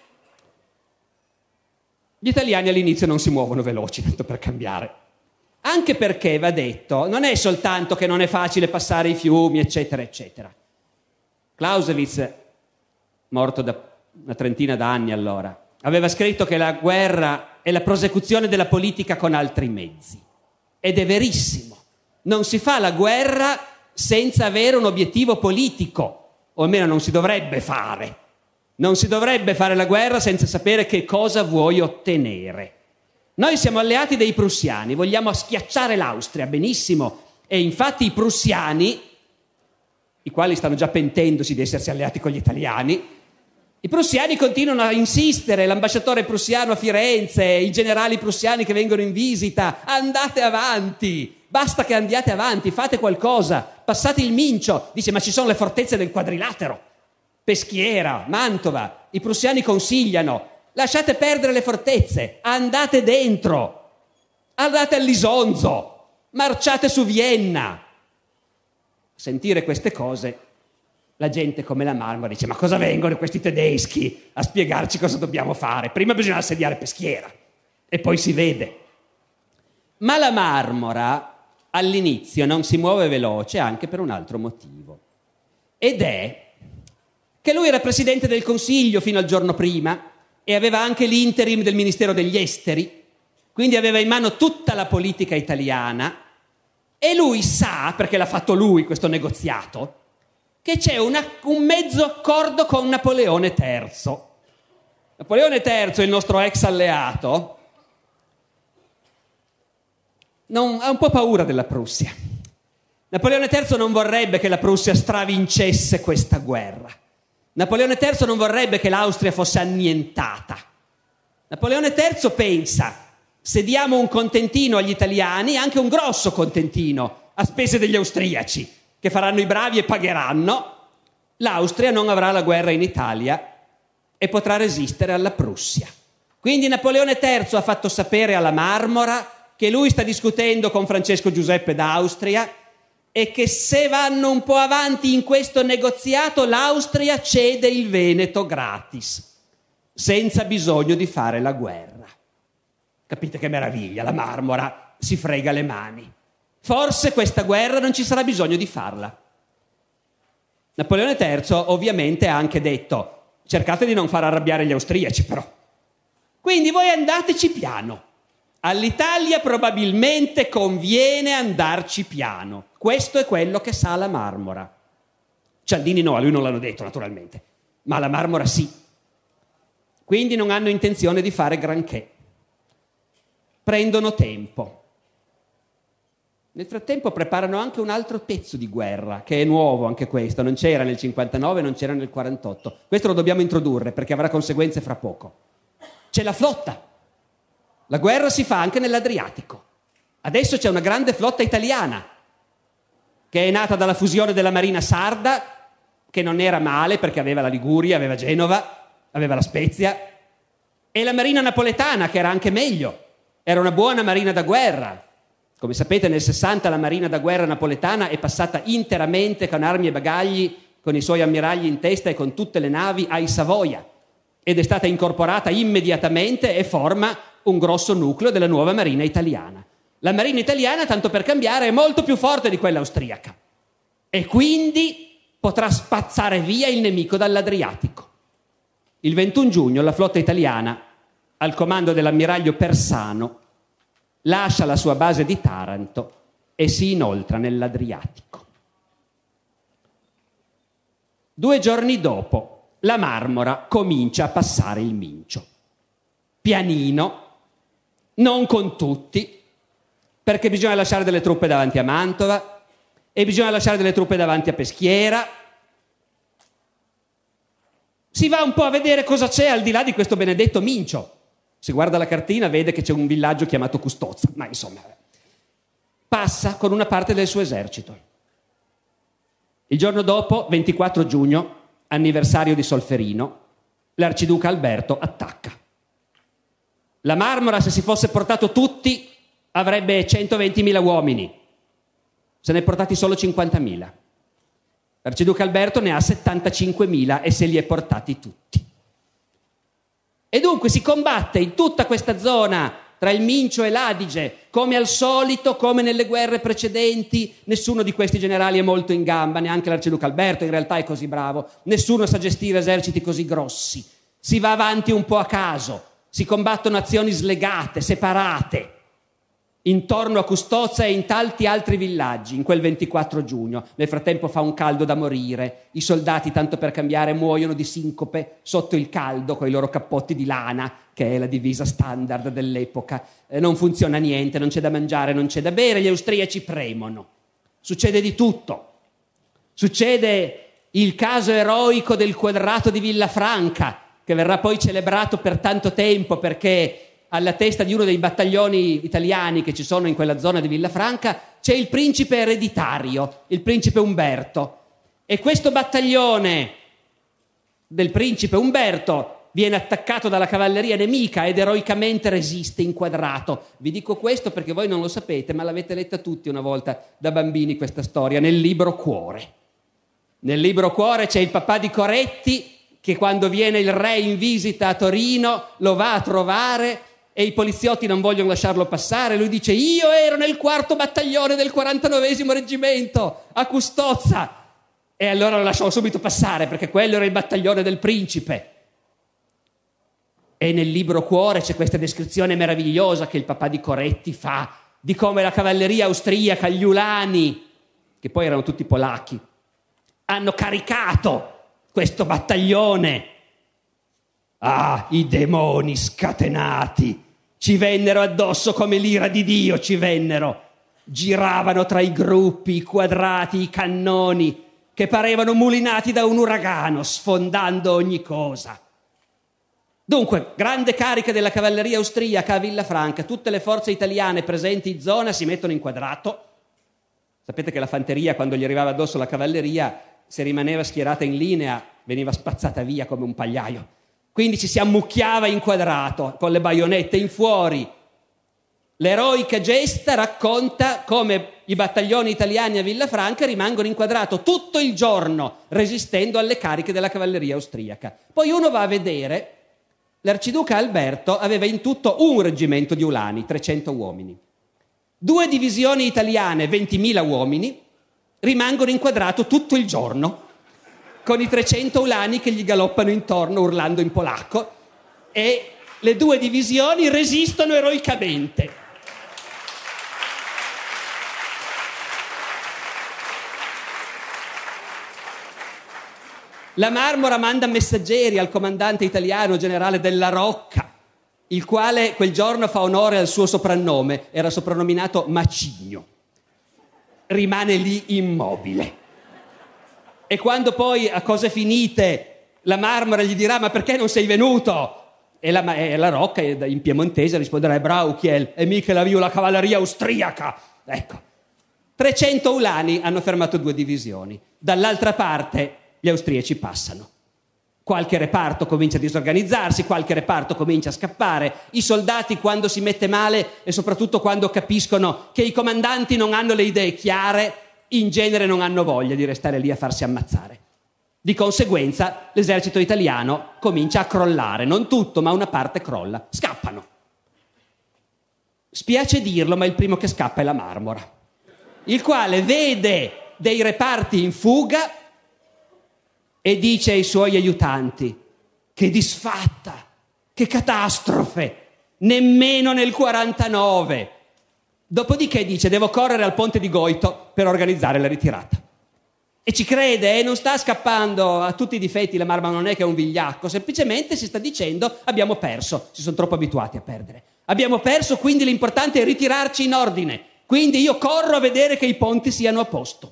Gli italiani all'inizio non si muovono veloci, tanto per cambiare. Anche perché, va detto, non è soltanto che non è facile passare i fiumi, eccetera, eccetera. Clausewitz, morto da una trentina d'anni allora, aveva scritto che la guerra è la prosecuzione della politica con altri mezzi. Ed è verissimo. Non si fa la guerra senza avere un obiettivo politico, o almeno non si dovrebbe fare. Non si dovrebbe fare la guerra senza sapere che cosa vuoi ottenere. Noi siamo alleati dei prussiani, vogliamo schiacciare l'Austria, benissimo, e infatti i prussiani, i quali stanno già pentendosi di essersi alleati con gli italiani, i prussiani continuano a insistere, l'ambasciatore prussiano a Firenze, i generali prussiani che vengono in visita, andate avanti, basta che andiate avanti, fate qualcosa, passate il Mincio, dice ma ci sono le fortezze del Quadrilatero, Peschiera, Mantova, i prussiani consigliano, lasciate perdere le fortezze, andate dentro, andate all'Isonzo, marciate su Vienna. A sentire queste cose, la gente come la Marmora dice: ma cosa vengono questi tedeschi a spiegarci cosa dobbiamo fare? Prima bisogna assediare Peschiera e poi si vede. Ma la Marmora all'inizio non si muove veloce anche per un altro motivo. Ed è che lui era presidente del Consiglio fino al giorno prima e aveva anche l'interim del Ministero degli Esteri, quindi aveva in mano tutta la politica italiana e lui sa, perché l'ha fatto lui questo negoziato, che c'è un mezzo accordo con Napoleone III. Napoleone III, il nostro ex alleato, ha un po' paura della Prussia. Napoleone III non vorrebbe che la Prussia stravincesse questa guerra. Napoleone III non vorrebbe che l'Austria fosse annientata. Napoleone III pensa: se diamo un contentino agli italiani, anche un grosso contentino, a spese degli austriaci, che faranno i bravi e pagheranno, l'Austria non avrà la guerra in Italia e potrà resistere alla Prussia. Quindi Napoleone III ha fatto sapere alla Marmora che lui sta discutendo con Francesco Giuseppe d'Austria e che se vanno un po' avanti in questo negoziato l'Austria cede il Veneto gratis, senza bisogno di fare la guerra. Capite che meraviglia, la Marmora si frega le mani. Forse questa guerra non ci sarà bisogno di farla. Napoleone III ovviamente ha anche detto: cercate di non far arrabbiare gli austriaci però. Quindi voi andateci piano. All'Italia probabilmente conviene andarci piano. Questo è quello che sa la Marmora. Cialdini no, a lui non l'hanno detto naturalmente, ma la Marmora sì. Quindi non hanno intenzione di fare granché. Prendono tempo. Nel frattempo preparano anche un altro pezzo di guerra, che è nuovo anche questo, non c'era nel 59, non c'era nel 48. Questo lo dobbiamo introdurre perché avrà conseguenze fra poco. C'è la flotta. La guerra si fa anche nell'Adriatico. Adesso c'è una grande flotta italiana, che è nata dalla fusione della Marina Sarda, che non era male perché aveva la Liguria, aveva Genova, aveva la Spezia, e la Marina Napoletana, che era anche meglio. Era una buona marina da guerra. Come sapete, nel 60 la marina da guerra napoletana è passata interamente con armi e bagagli, con i suoi ammiragli in testa e con tutte le navi ai Savoia, ed è stata incorporata immediatamente e forma un grosso nucleo della nuova marina italiana. La marina italiana, tanto per cambiare, è molto più forte di quella austriaca e quindi potrà spazzare via il nemico dall'Adriatico. Il 21 giugno la flotta italiana, al comando dell'ammiraglio Persano, lascia la sua base di Taranto e si inoltra nell'Adriatico. 2 giorni dopo, la Marmora comincia a passare il Mincio. Pianino, non con tutti, perché bisogna lasciare delle truppe davanti a Mantova e bisogna lasciare delle truppe davanti a Peschiera. Si va un po' a vedere cosa c'è al di là di questo benedetto Mincio. Se guarda la cartina vede che c'è un villaggio chiamato Custozza, ma insomma passa con una parte del suo esercito. Il giorno dopo, 24 giugno, anniversario di Solferino, l'arciduca Alberto attacca. La Marmora, se si fosse portato tutti, avrebbe 120.000 uomini. Se ne è portati solo 50.000. L'arciduca Alberto ne ha 75.000 e se li è portati tutti. E dunque si combatte in tutta questa zona tra il Mincio e l'Adige, come al solito, come nelle guerre precedenti. Nessuno di questi generali è molto in gamba, neanche l'arciduca Alberto in realtà è così bravo, nessuno sa gestire eserciti così grossi. Si va avanti un po' a caso, si combattono azioni slegate, separate, intorno a Custozza e in tanti altri villaggi, in quel 24 giugno. Nel frattempo fa un caldo da morire, i soldati, tanto per cambiare, muoiono di sincope sotto il caldo con i loro cappotti di lana, che è la divisa standard dell'epoca. Non funziona niente, non c'è da mangiare, non c'è da bere, gli austriaci premono. Succede di tutto. Succede il caso eroico del quadrato di Villafranca, che verrà poi celebrato per tanto tempo perché alla testa di uno dei battaglioni italiani che ci sono in quella zona di Villafranca c'è il principe ereditario, il principe Umberto. E questo battaglione del principe Umberto viene attaccato dalla cavalleria nemica ed eroicamente resiste inquadrato. Vi dico questo perché voi non lo sapete, ma l'avete letta tutti una volta da bambini questa storia, nel libro Cuore. Nel libro Cuore c'è il papà di Coretti che quando viene il re in visita a Torino lo va a trovare e i poliziotti non vogliono lasciarlo passare. Lui dice: io ero nel 4° battaglione del 49° reggimento a Custozza. E allora lo lasciano subito passare perché quello era il battaglione del principe. E nel libro Cuore c'è questa descrizione meravigliosa che il papà di Coretti fa di come la cavalleria austriaca, gli ulani, che poi erano tutti polacchi, hanno caricato questo battaglione. Ah, i demoni scatenati ci vennero addosso come l'ira di Dio, ci vennero. Giravano tra i gruppi, i quadrati, i cannoni, che parevano mulinati da un uragano, sfondando ogni cosa. Dunque, grande carica della cavalleria austriaca a Villafranca, tutte le forze italiane presenti in zona si mettono in quadrato. Sapete che la fanteria, quando gli arrivava addosso la cavalleria, se rimaneva schierata in linea, veniva spazzata via come un pagliaio. Quindi ci si ammucchiava in quadrato, con le baionette in fuori. L'eroica gesta racconta come i battaglioni italiani a Villafranca rimangono in quadrato tutto il giorno, resistendo alle cariche della cavalleria austriaca. Poi uno va a vedere, l'arciduca Alberto aveva in tutto un reggimento di ulani, 300 uomini. 2 divisioni italiane, 20.000 uomini, rimangono inquadrato tutto il giorno, con i 300 ulani che gli galoppano intorno urlando in polacco, e le 2 divisioni resistono eroicamente. La Marmora manda messaggeri al comandante italiano, generale Della Rocca, il quale quel giorno fa onore al suo soprannome, era soprannominato Macigno. Rimane lì immobile. E quando poi, a cose finite, la Marmora gli dirà: ma perché non sei venuto? E la Rocca in piemontese risponderà: Brauchiel, e mica la cavalleria austriaca. Ecco, 300 ulani hanno fermato 2 divisioni. Dall'altra parte gli austriaci passano. Qualche reparto comincia a disorganizzarsi, qualche reparto comincia a scappare. I soldati, quando si mette male e soprattutto quando capiscono che i comandanti non hanno le idee chiare, in genere non hanno voglia di restare lì a farsi ammazzare. Di conseguenza l'esercito italiano comincia a crollare, non tutto, ma una parte crolla. Scappano. Spiace dirlo, ma il primo che scappa è la Marmora, il quale vede dei reparti in fuga e dice ai suoi aiutanti: che disfatta, che catastrofe, nemmeno nel 49. Dopodiché dice: devo correre al ponte di Goito per organizzare la ritirata. E ci crede, non sta scappando a tutti i difetti, la Marmora non è che è un vigliacco, semplicemente si sta dicendo: abbiamo perso, si sono troppo abituati a perdere. Abbiamo perso, quindi l'importante è ritirarci in ordine. Quindi io corro a vedere che i ponti siano a posto.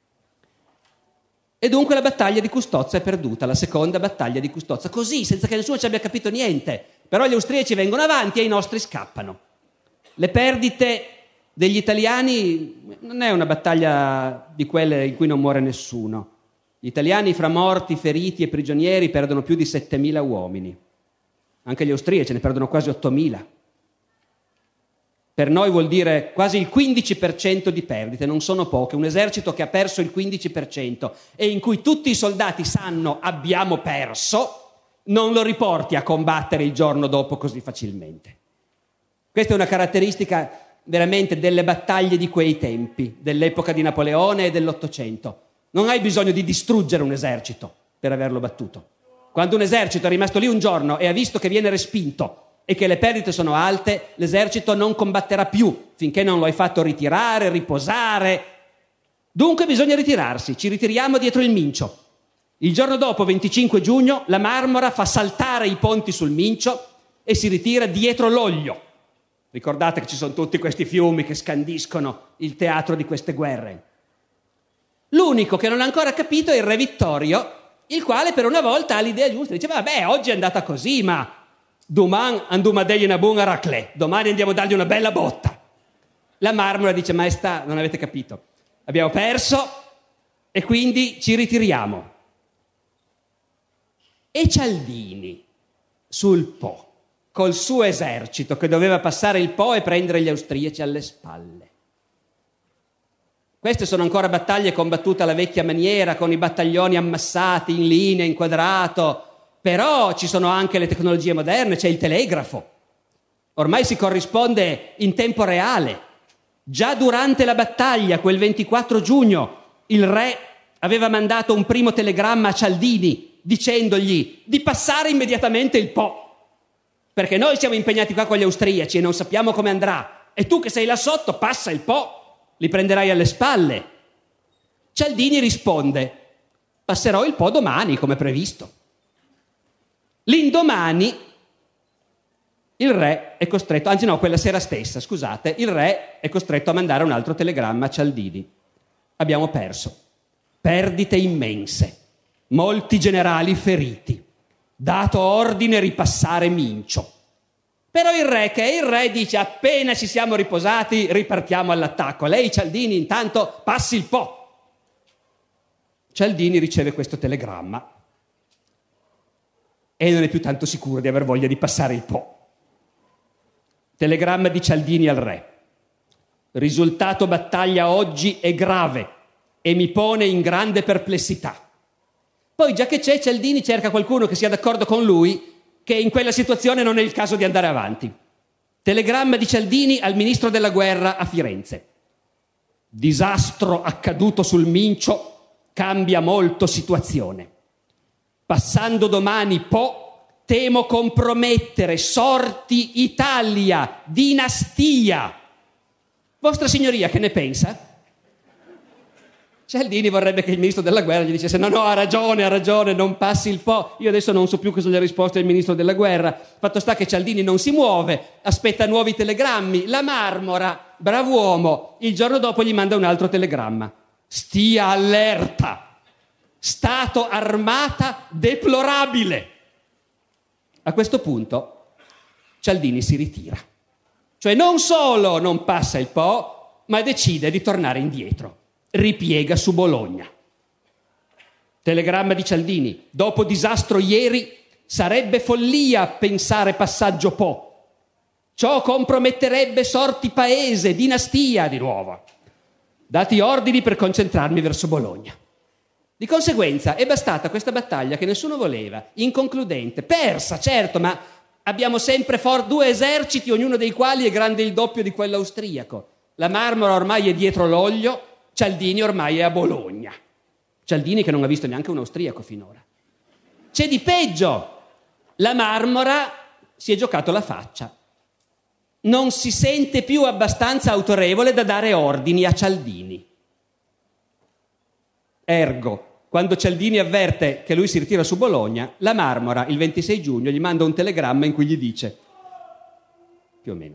E dunque la battaglia di Custozza è perduta, la seconda battaglia di Custozza, così, senza che nessuno ci abbia capito niente. Però gli austriaci vengono avanti e i nostri scappano. Le perdite degli italiani non è una battaglia di quelle in cui non muore nessuno. Gli italiani, fra morti, feriti e prigionieri, perdono più di 7.000 uomini. Anche gli austriaci ne perdono quasi 8.000. Per noi vuol dire quasi il 15% di perdite, non sono poche. Un esercito che ha perso il 15% e in cui tutti i soldati sanno abbiamo perso, non lo riporti a combattere il giorno dopo così facilmente. Questa è una caratteristica veramente delle battaglie di quei tempi, dell'epoca di Napoleone e dell'Ottocento. Non hai bisogno di distruggere un esercito per averlo battuto. Quando un esercito è rimasto lì un giorno e ha visto che viene respinto e che le perdite sono alte, l'esercito non combatterà più finché non lo hai fatto ritirare, riposare. Dunque bisogna ritirarsi, ci ritiriamo dietro il Mincio. Il giorno dopo, 25 giugno, la Marmora fa saltare i ponti sul Mincio e si ritira dietro l'Oglio. Ricordate che ci sono tutti questi fiumi che scandiscono il teatro di queste guerre. L'unico che non ha ancora capito è il re Vittorio, il quale per una volta ha l'idea giusta. Diceva: vabbè, oggi è andata così, ma domani andiamo a dargli una buona raclée, domani andiamo a dargli una bella botta. La Marmora dice: maestà, non avete capito, abbiamo perso e quindi ci ritiriamo. E Cialdini sul Po, col suo esercito che doveva passare il Po e prendere gli austriaci alle spalle. Queste sono ancora battaglie combattute alla vecchia maniera, con i battaglioni ammassati in linea, inquadrato. Però ci sono anche le tecnologie moderne, c'è il telegrafo. Ormai si corrisponde in tempo reale. Già durante la battaglia, quel 24 giugno, il re aveva mandato un primo telegramma a Cialdini dicendogli di passare immediatamente il Po, perché noi siamo impegnati qua con gli austriaci e non sappiamo come andrà, e tu che sei là sotto passa il Po, li prenderai alle spalle. Cialdini risponde: passerò il Po domani come previsto. L'indomani il re è costretto, anzi no, quella sera stessa, scusate, il re è costretto a mandare un altro telegramma a Cialdini. Abbiamo perso, perdite immense, molti generali feriti, dato ordine ripassare Mincio. Però il re, che è il re, dice: appena ci siamo riposati ripartiamo all'attacco. Lei, Cialdini, intanto passi il Po. Cialdini riceve questo telegramma e non è più tanto sicuro di aver voglia di passare il Po. Telegramma di Cialdini al re: risultato battaglia oggi è grave e mi pone in grande perplessità. Poi, già che c'è, Cialdini cerca qualcuno che sia d'accordo con lui che in quella situazione non è il caso di andare avanti. Telegramma di Cialdini al ministro della guerra a Firenze. Disastro accaduto sul Mincio cambia molto situazione. Passando domani temo compromettere sorti Italia, dinastia. Vostra signoria che ne pensa? Cialdini vorrebbe che il ministro della guerra gli dicesse no, ha ragione, non passi il Po. Io adesso non so più cosa gli ha risposto il ministro della guerra. Fatto sta che Cialdini non si muove, aspetta nuovi telegrammi. La Marmora, bravo uomo, il giorno dopo gli manda un altro telegramma. Stia allerta, stato armata deplorabile. A questo punto Cialdini si ritira. Cioè non solo non passa il Po, ma decide di tornare indietro. Ripiega su Bologna. Telegramma di Cialdini. Dopo disastro ieri, sarebbe follia pensare passaggio Po. Ciò comprometterebbe sorti paese, dinastia di nuovo. Dati ordini per concentrarmi verso Bologna. Di conseguenza è bastata questa battaglia che nessuno voleva, inconcludente, persa, certo, ma abbiamo sempre due eserciti, ognuno dei quali è grande il doppio di quello austriaco. La Marmora ormai è dietro l'Oglio, Cialdini ormai è a Bologna. Cialdini che non ha visto neanche un austriaco finora. C'è di peggio. La Marmora si è giocato la faccia. Non si sente più abbastanza autorevole da dare ordini a Cialdini. Ergo, quando Cialdini avverte che lui si ritira su Bologna, la Marmora il 26 giugno gli manda un telegramma in cui gli dice, più o meno,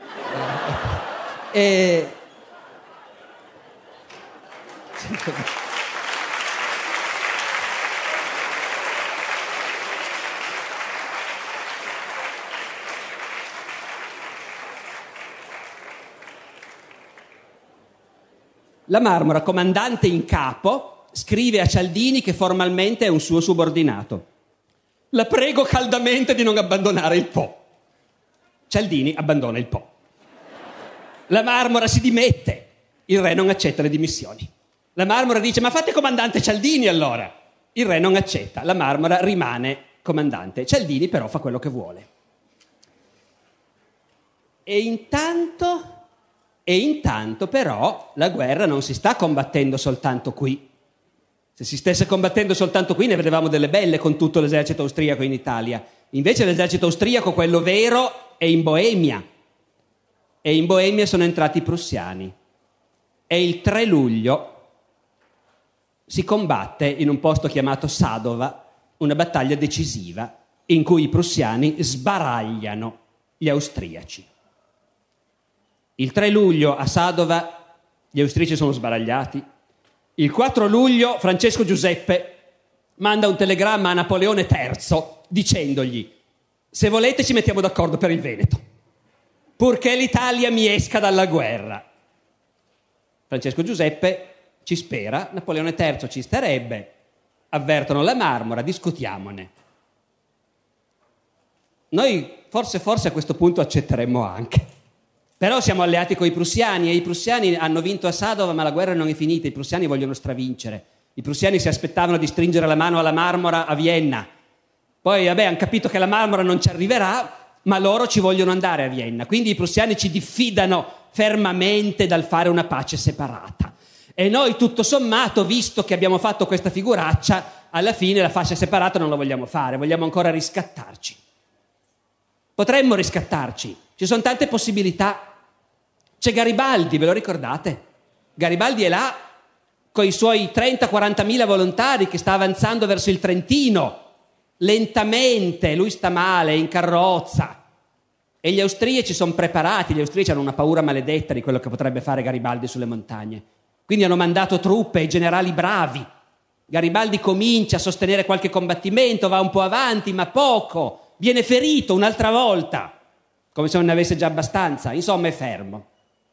la Marmora, comandante in capo, scrive a Cialdini che formalmente è un suo subordinato. La prego caldamente di non abbandonare il Po. Cialdini abbandona il Po. La Marmora si dimette. Il re non accetta le dimissioni. La Marmora dice, ma fate comandante Cialdini allora. Il re non accetta. La Marmora rimane comandante. Cialdini però fa quello che vuole. E intanto però la guerra non si sta combattendo soltanto qui. Se si stesse combattendo soltanto qui ne vedevamo delle belle con tutto l'esercito austriaco in Italia. Invece l'esercito austriaco, quello vero, è in Boemia. E in Boemia sono entrati i prussiani. E il 3 luglio si combatte in un posto chiamato Sadova una battaglia decisiva in cui i prussiani sbaragliano gli austriaci. Il 3 luglio a Sadova gli austriaci sono sbaragliati. Il 4 luglio Francesco Giuseppe manda un telegramma a Napoleone III dicendogli: se volete ci mettiamo d'accordo per il Veneto, purché l'Italia mi esca dalla guerra. Francesco Giuseppe ci spera, Napoleone III ci starebbe, avvertono la Marmora, discutiamone. Noi forse a questo punto accetteremmo anche. Però siamo alleati con i prussiani e i prussiani hanno vinto a Sadova, ma la guerra non è finita, i prussiani vogliono stravincere. I prussiani si aspettavano di stringere la mano alla Marmora a Vienna. Poi, hanno capito che la Marmora non ci arriverà, ma loro ci vogliono andare a Vienna. Quindi i prussiani ci diffidano fermamente dal fare una pace separata. E noi, tutto sommato, visto che abbiamo fatto questa figuraccia, alla fine la pace separata non la vogliamo fare, vogliamo ancora riscattarci. Potremmo riscattarci, ci sono tante possibilità. C'è Garibaldi, ve lo ricordate? Garibaldi è là con i suoi 30-40 mila volontari che sta avanzando verso il Trentino, lentamente, lui sta male, in carrozza. E gli austriaci sono preparati, gli austriaci hanno una paura maledetta di quello che potrebbe fare Garibaldi sulle montagne. Quindi hanno mandato truppe e generali bravi. Garibaldi comincia a sostenere qualche combattimento, va un po' avanti, ma poco. Viene ferito un'altra volta, come se non ne avesse già abbastanza. Insomma, è fermo.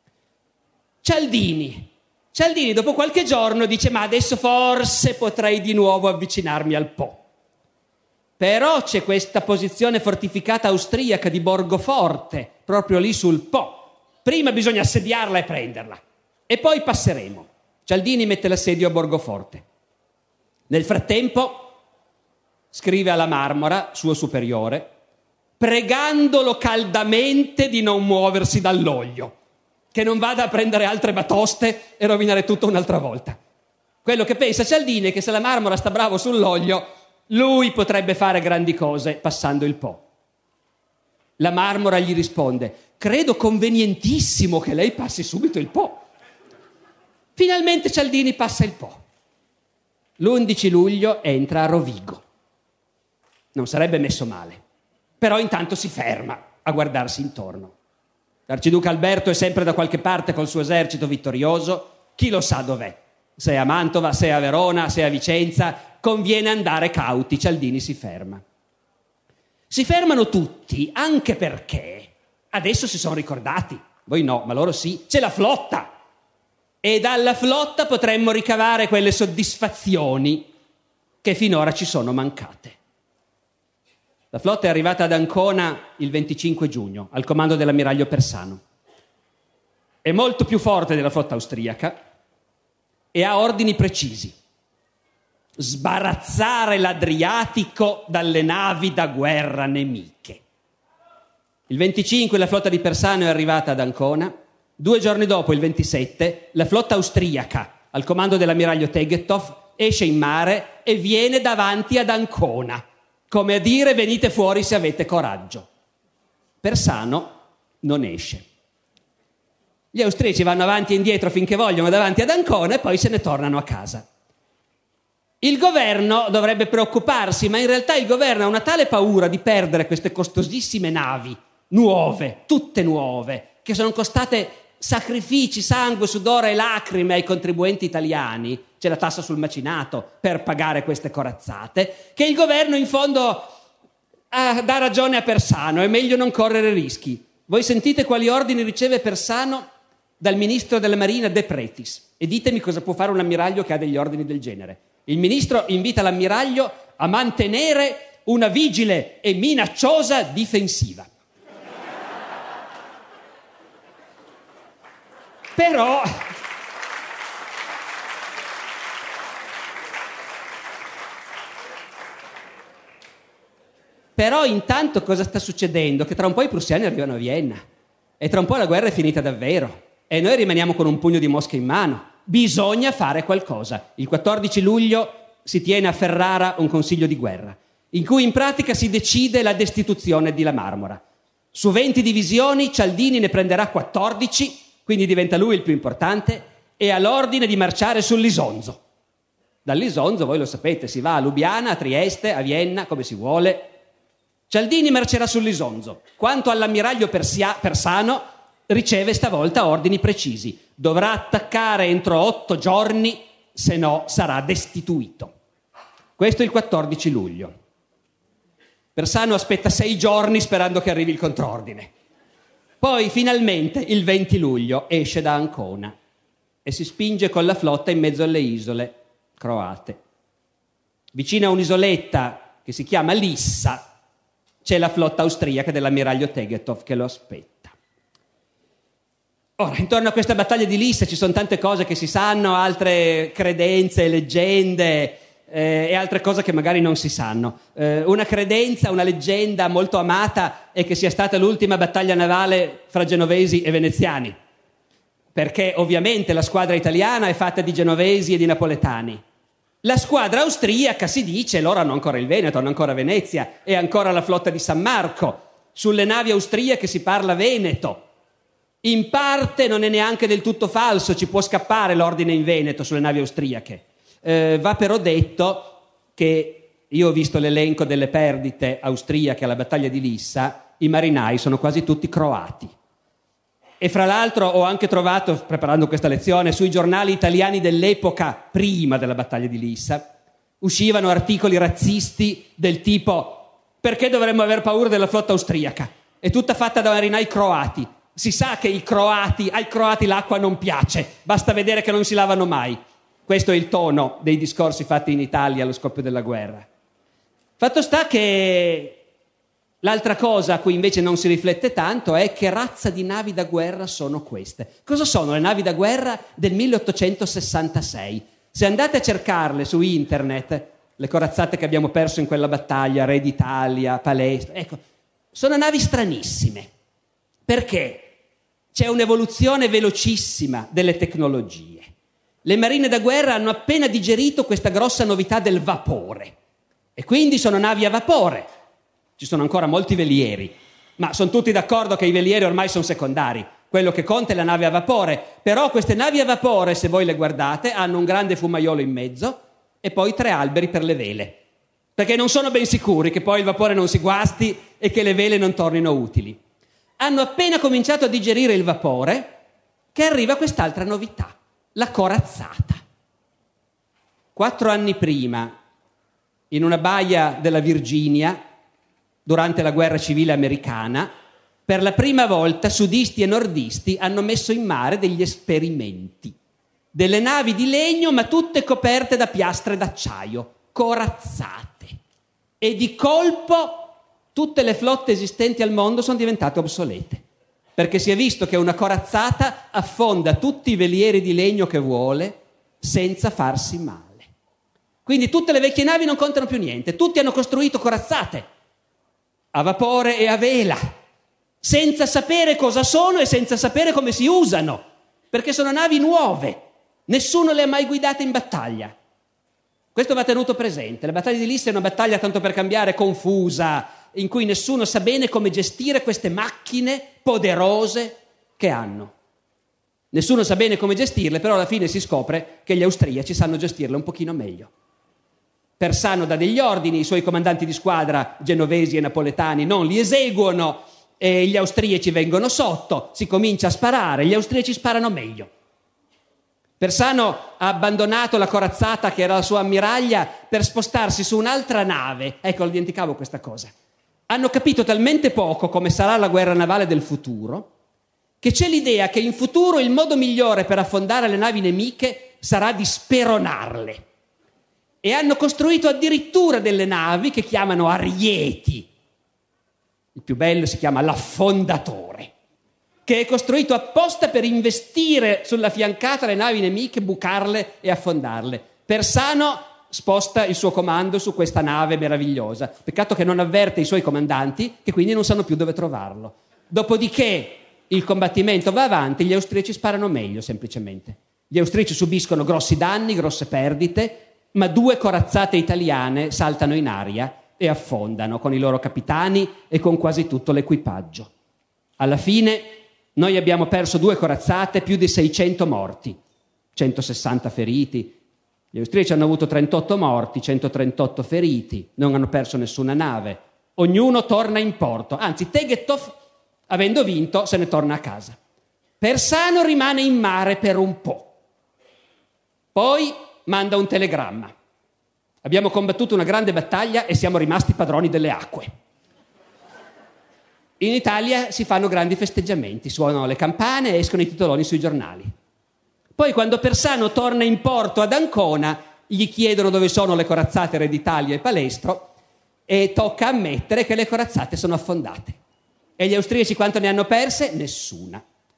Cialdini dopo qualche giorno dice: ma adesso forse potrei di nuovo avvicinarmi al Po. Però c'è questa posizione fortificata austriaca di Borgoforte, proprio lì sul Po. Prima bisogna assediarla e prenderla, e poi passeremo. Cialdini mette l'assedio a Borgoforte. Nel frattempo scrive alla Marmora, suo superiore: pregandolo caldamente di non muoversi dall'olio, che non vada a prendere altre batoste e rovinare tutto un'altra volta. Quello che pensa Cialdini è che se la Marmora sta bravo sull'olio, lui potrebbe fare grandi cose passando il Po. La Marmora gli risponde: credo convenientissimo che lei passi subito il Po. Finalmente Cialdini passa il Po. L'11 luglio entra a Rovigo. Non sarebbe messo male, però intanto si ferma a guardarsi intorno. L'arciduca Alberto è sempre da qualche parte col suo esercito vittorioso, chi lo sa dov'è. Se è a Mantova, se è a Verona, se è a Vicenza, conviene andare cauti. Cialdini si ferma. Si fermano tutti, anche perché adesso si sono ricordati, voi no, ma loro sì, c'è la flotta. E dalla flotta potremmo ricavare quelle soddisfazioni che finora ci sono mancate. La flotta è arrivata ad Ancona il 25 giugno, al comando dell'ammiraglio Persano. È molto più forte della flotta austriaca e ha ordini precisi: sbarazzare l'Adriatico dalle navi da guerra nemiche. Il 25 la flotta di Persano è arrivata ad Ancona. 2 giorni dopo, il 27, la flotta austriaca, al comando dell'ammiraglio Tegetthoff, esce in mare e viene davanti ad Ancona, come a dire: venite fuori se avete coraggio. Persano non esce. Gli austriaci vanno avanti e indietro finché vogliono davanti ad Ancona e poi se ne tornano a casa. Il governo dovrebbe preoccuparsi, ma in realtà il governo ha una tale paura di perdere queste costosissime navi, nuove, tutte nuove, che sono costate sacrifici, sangue, sudore e lacrime ai contribuenti italiani, c'è la tassa sul macinato per pagare queste corazzate, che il governo in fondo dà ragione a Persano, è meglio non correre rischi. Voi sentite quali ordini riceve Persano dal ministro della Marina De Pretis e ditemi cosa può fare un ammiraglio che ha degli ordini del genere. Il ministro invita l'ammiraglio a mantenere una vigile e minacciosa difensiva. Però intanto cosa sta succedendo? Che tra un po' i prussiani arrivano a Vienna e tra un po' la guerra è finita davvero e noi rimaniamo con un pugno di mosche in mano. Bisogna fare qualcosa. Il 14 luglio si tiene a Ferrara un consiglio di guerra in cui in pratica si decide la destituzione di La Marmora. Su 20 divisioni Cialdini ne prenderà 14, quindi diventa lui il più importante, e ha l'ordine di marciare sull'Isonzo. Dall'Isonzo, voi lo sapete, si va a Lubiana, a Trieste, a Vienna, come si vuole. Cialdini marcerà sull'Isonzo. Quanto all'ammiraglio Persano, riceve stavolta ordini precisi. Dovrà attaccare entro 8 giorni, se no sarà destituito. Questo è il 14 luglio. Persano aspetta 6 giorni sperando che arrivi il contrordine. Poi finalmente il 20 luglio esce da Ancona e si spinge con la flotta in mezzo alle isole croate. Vicino a un'isoletta che si chiama Lissa c'è la flotta austriaca dell'ammiraglio Tegetthoff che lo aspetta. Ora, intorno a questa battaglia di Lissa ci sono tante cose che si sanno, altre credenze, leggende e altre cose che magari non si sanno. Una credenza, una leggenda molto amata è che sia stata l'ultima battaglia navale fra genovesi e veneziani, perché ovviamente la squadra italiana è fatta di genovesi e di napoletani. La squadra austriaca, si dice, loro hanno ancora il Veneto, hanno ancora Venezia e ancora la flotta di San Marco. Sulle navi austriache si parla veneto. In parte non è neanche del tutto falso, ci può scappare l'ordine in Veneto sulle navi austriache. Va però detto che io ho visto l'elenco delle perdite austriache alla battaglia di Lissa, i marinai sono quasi tutti croati. E fra l'altro ho anche trovato, preparando questa lezione, sui giornali italiani dell'epoca prima della battaglia di Lissa, uscivano articoli razzisti del tipo: perché dovremmo aver paura della flotta austriaca? È tutta fatta da marinai croati. Si sa che ai croati l'acqua non piace, basta vedere che non si lavano mai. Questo è il tono dei discorsi fatti in Italia allo scoppio della guerra. Fatto sta che l'altra cosa a cui invece non si riflette tanto è che razza di navi da guerra sono queste. Cosa sono le navi da guerra del 1866? Se andate a cercarle su internet, le corazzate che abbiamo perso in quella battaglia, Re d'Italia, Palestra, ecco, sono navi stranissime. Perché? C'è un'evoluzione velocissima delle tecnologie. Le marine da guerra hanno appena digerito questa grossa novità del vapore e quindi sono navi a vapore. Ci sono ancora molti velieri, ma sono tutti d'accordo che i velieri ormai sono secondari. Quello che conta è la nave a vapore. Però queste navi a vapore, se voi le guardate, hanno un grande fumaiolo in mezzo e poi 3 alberi per le vele, perché non sono ben sicuri che poi il vapore non si guasti e che le vele non tornino utili. Hanno appena cominciato a digerire il vapore che arriva quest'altra novità, la corazzata. 4 anni prima, in una baia della Virginia, durante la guerra civile americana, per la prima volta sudisti e nordisti hanno messo in mare degli esperimenti. Delle navi di legno, ma tutte coperte da piastre d'acciaio, corazzate. E di colpo tutte le flotte esistenti al mondo sono diventate obsolete, perché si è visto che una corazzata affonda tutti i velieri di legno che vuole senza farsi male. Quindi tutte le vecchie navi non contano più niente, tutti hanno costruito corazzate a vapore e a vela, senza sapere cosa sono e senza sapere come si usano, perché sono navi nuove, nessuno le ha mai guidate in battaglia. Questo va tenuto presente. La battaglia di Lissa è una battaglia, tanto per cambiare, confusa, in cui nessuno sa bene come gestire queste macchine poderose che hanno. Nessuno sa bene come gestirle, però alla fine si scopre che gli austriaci sanno gestirle un pochino meglio. Persano dà degli ordini, i suoi comandanti di squadra, genovesi e napoletani, non li eseguono e gli austriaci vengono sotto, si comincia a sparare, gli austriaci sparano meglio. Persano ha abbandonato la corazzata che era la sua ammiraglia per spostarsi su un'altra nave. Ecco, lo dimenticavo questa cosa. Hanno capito talmente poco come sarà la guerra navale del futuro che c'è l'idea che in futuro il modo migliore per affondare le navi nemiche sarà di speronarle. E hanno costruito addirittura delle navi che chiamano arieti. Il più bello si chiama l'affondatore, che è costruito apposta per investire sulla fiancata le navi nemiche, bucarle e affondarle. Persano sposta il suo comando su questa nave meravigliosa. Peccato che non avverte i suoi comandanti, che quindi non sanno più dove trovarlo. Dopodiché il combattimento va avanti, gli austriaci sparano meglio semplicemente. Gli austriaci subiscono grossi danni, grosse perdite, ma 2 corazzate italiane saltano in aria e affondano con i loro capitani e con quasi tutto l'equipaggio. Alla fine noi abbiamo perso 2 corazzate, più di 600 morti, 160 feriti. Gli austriaci hanno avuto 38 morti, 138 feriti, non hanno perso nessuna nave. Ognuno torna in porto, anzi Tegetthoff, avendo vinto, se ne torna a casa. Persano rimane in mare per un po'. Poi manda un telegramma. Abbiamo combattuto una grande battaglia e siamo rimasti padroni delle acque. In Italia si fanno grandi festeggiamenti, suonano le campane e escono i titoloni sui giornali. Poi quando Persano torna in porto ad Ancona, gli chiedono dove sono le corazzate Re d'Italia e Palestro e tocca ammettere che le corazzate sono affondate. E gli austriaci quanto ne hanno perse? Nessuna.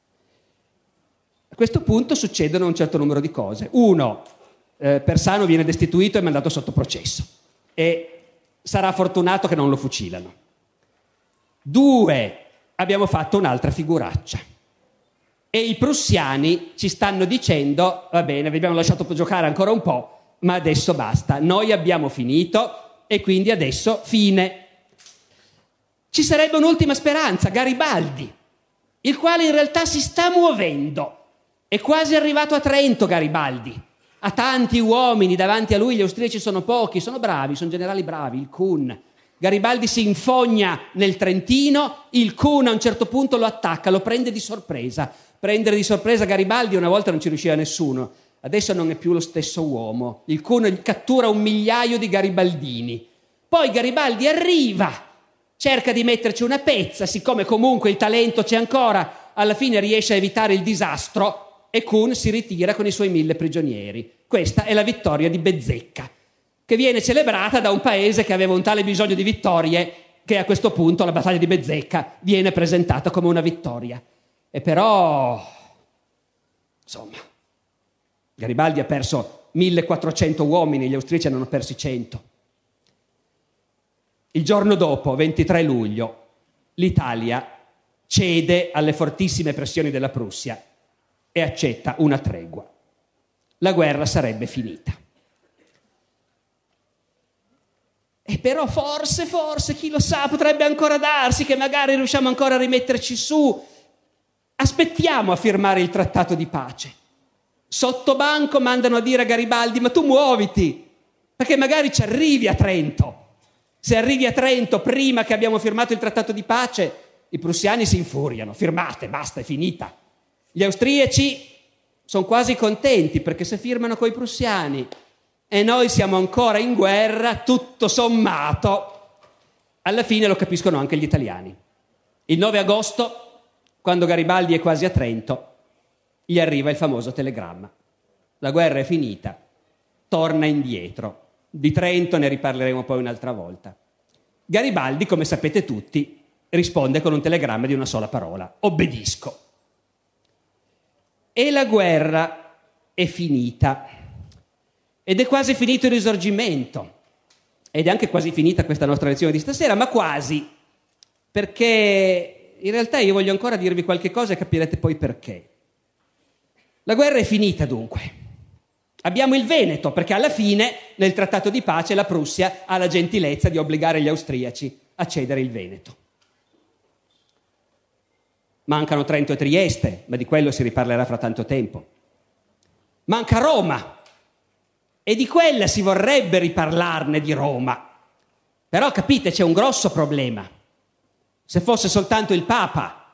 A questo punto succedono un certo numero di cose. 1, Persano viene destituito e mandato sotto processo e sarà fortunato che non lo fucilano. 2, abbiamo fatto un'altra figuraccia e i prussiani ci stanno dicendo va bene, vi abbiamo lasciato giocare ancora un po', ma adesso basta, noi abbiamo finito e quindi adesso fine. Ci sarebbe un'ultima speranza, Garibaldi, il quale in realtà si sta muovendo, è quasi arrivato a Trento Garibaldi, ha tanti uomini davanti a lui, gli austriaci sono pochi, sono bravi, sono generali bravi, il Kuhn. Garibaldi si infogna nel Trentino, il Kuhn a un certo punto lo attacca, lo prende di sorpresa. Prendere di sorpresa Garibaldi una volta non ci riusciva nessuno, adesso non è più lo stesso uomo. Il Kuhn cattura 1 migliaio di garibaldini. Poi Garibaldi arriva, cerca di metterci una pezza, siccome comunque il talento c'è ancora, alla fine riesce a evitare il disastro e Kuhn si ritira con i suoi 1000 prigionieri. Questa è la vittoria di Bezzecca, che viene celebrata da un paese che aveva un tale bisogno di vittorie che a questo punto la battaglia di Bezzecca viene presentata come una vittoria. E però, insomma, Garibaldi ha perso 1400 uomini, gli austriaci ne hanno persi 100. Il giorno dopo, 23 luglio, l'Italia cede alle fortissime pressioni della Prussia e accetta una tregua. La guerra sarebbe finita. E però forse, chi lo sa, potrebbe ancora darsi che magari riusciamo ancora a rimetterci su. Aspettiamo a firmare il trattato di pace. Sotto banco mandano a dire a Garibaldi: ma tu muoviti, perché magari ci arrivi a Trento. Se arrivi a Trento prima che abbiamo firmato il trattato di pace, i prussiani si infuriano. Firmate, basta, è finita. Gli austriaci sono quasi contenti, perché se firmano coi prussiani e noi siamo ancora in guerra, tutto sommato, alla fine lo capiscono anche gli italiani. Il 9 agosto, quando Garibaldi è quasi a Trento, gli arriva il famoso telegramma: la guerra è finita, torna indietro. Di Trento ne riparleremo poi un'altra volta. Garibaldi, come sapete tutti, risponde con un telegramma di una sola parola: obbedisco. E la guerra è finita. Ed è quasi finito il Risorgimento. Ed è anche quasi finita questa nostra lezione di stasera, ma quasi. Perché in realtà io voglio ancora dirvi qualche cosa e capirete poi perché. La guerra è finita dunque. Abbiamo il Veneto, perché alla fine, nel trattato di pace, la Prussia ha la gentilezza di obbligare gli austriaci a cedere il Veneto. Mancano Trento e Trieste, ma di quello si riparlerà fra tanto tempo. Manca Roma, e di quella si vorrebbe riparlarne, di Roma. Però capite, c'è un grosso problema. Se fosse soltanto il Papa,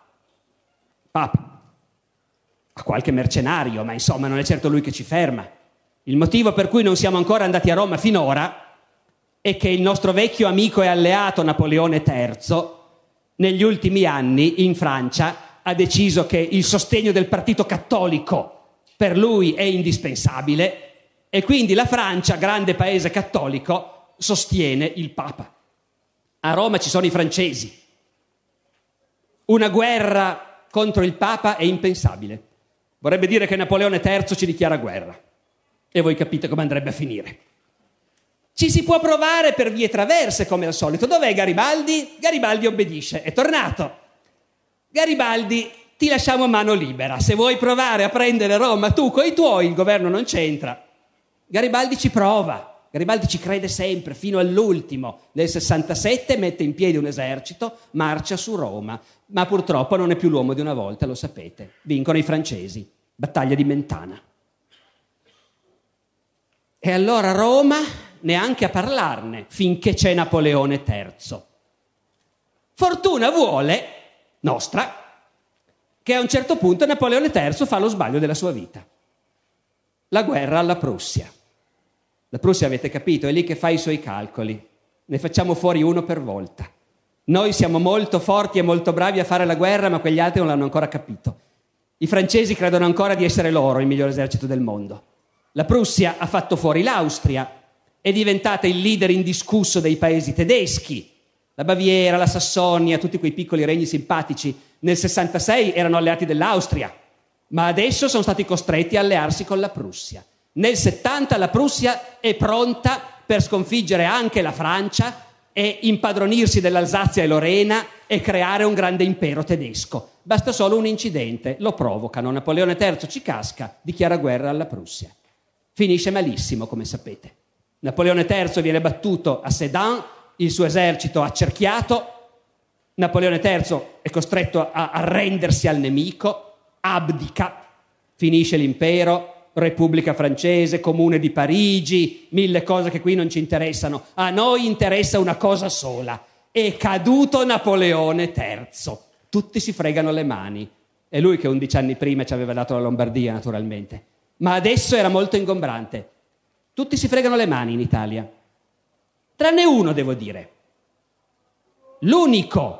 a qualche mercenario, ma insomma non è certo lui che ci ferma. Il motivo per cui non siamo ancora andati a Roma finora è che il nostro vecchio amico e alleato Napoleone III negli ultimi anni in Francia ha deciso che il sostegno del partito cattolico per lui è indispensabile e quindi la Francia, grande paese cattolico, sostiene il Papa. A Roma ci sono i francesi. Una guerra contro il Papa è impensabile. Vorrebbe dire che Napoleone III ci dichiara guerra. E voi capite come andrebbe a finire. Ci si può provare per vie traverse, come al solito. Dov'è Garibaldi? Garibaldi obbedisce, è tornato. Garibaldi, ti lasciamo mano libera. Se vuoi provare a prendere Roma tu coi tuoi, il governo non c'entra. Garibaldi ci prova. Garibaldi ci crede sempre, fino all'ultimo. Nel 67 mette in piedi un esercito, marcia su Roma. Ma purtroppo non è più l'uomo di una volta, lo sapete. Vincono i francesi. Battaglia di Mentana. E allora Roma neanche a parlarne finché c'è Napoleone III. Fortuna vuole, nostra, che a un certo punto Napoleone III fa lo sbaglio della sua vita. La guerra alla Prussia. La Prussia, avete capito, è lì che fa i suoi calcoli. Ne facciamo fuori uno per volta. Noi siamo molto forti e molto bravi a fare la guerra, ma quegli altri non l'hanno ancora capito. I francesi credono ancora di essere loro il miglior esercito del mondo. La Prussia ha fatto fuori l'Austria, è diventata il leader indiscusso dei paesi tedeschi. La Baviera, la Sassonia, tutti quei piccoli regni simpatici, nel 66 erano alleati dell'Austria, ma adesso sono stati costretti a allearsi con la Prussia. Nel 70 la Prussia è pronta per sconfiggere anche la Francia e impadronirsi dell'Alsazia e Lorena e creare un grande impero tedesco. Basta solo un incidente, lo provocano, Napoleone III ci casca, dichiara guerra alla Prussia. Finisce malissimo, come sapete. Napoleone III viene battuto a Sedan, il suo esercito accerchiato, Napoleone III è costretto a arrendersi al nemico, abdica, finisce l'impero, Repubblica Francese, Comune di Parigi, 1000 cose che qui non ci interessano. A noi interessa una cosa sola: è caduto Napoleone III. Tutti si fregano le mani. È lui che 11 anni prima ci aveva dato la Lombardia, naturalmente. Ma adesso era molto ingombrante. Tutti si fregano le mani in Italia. Tranne uno, devo dire. L'unico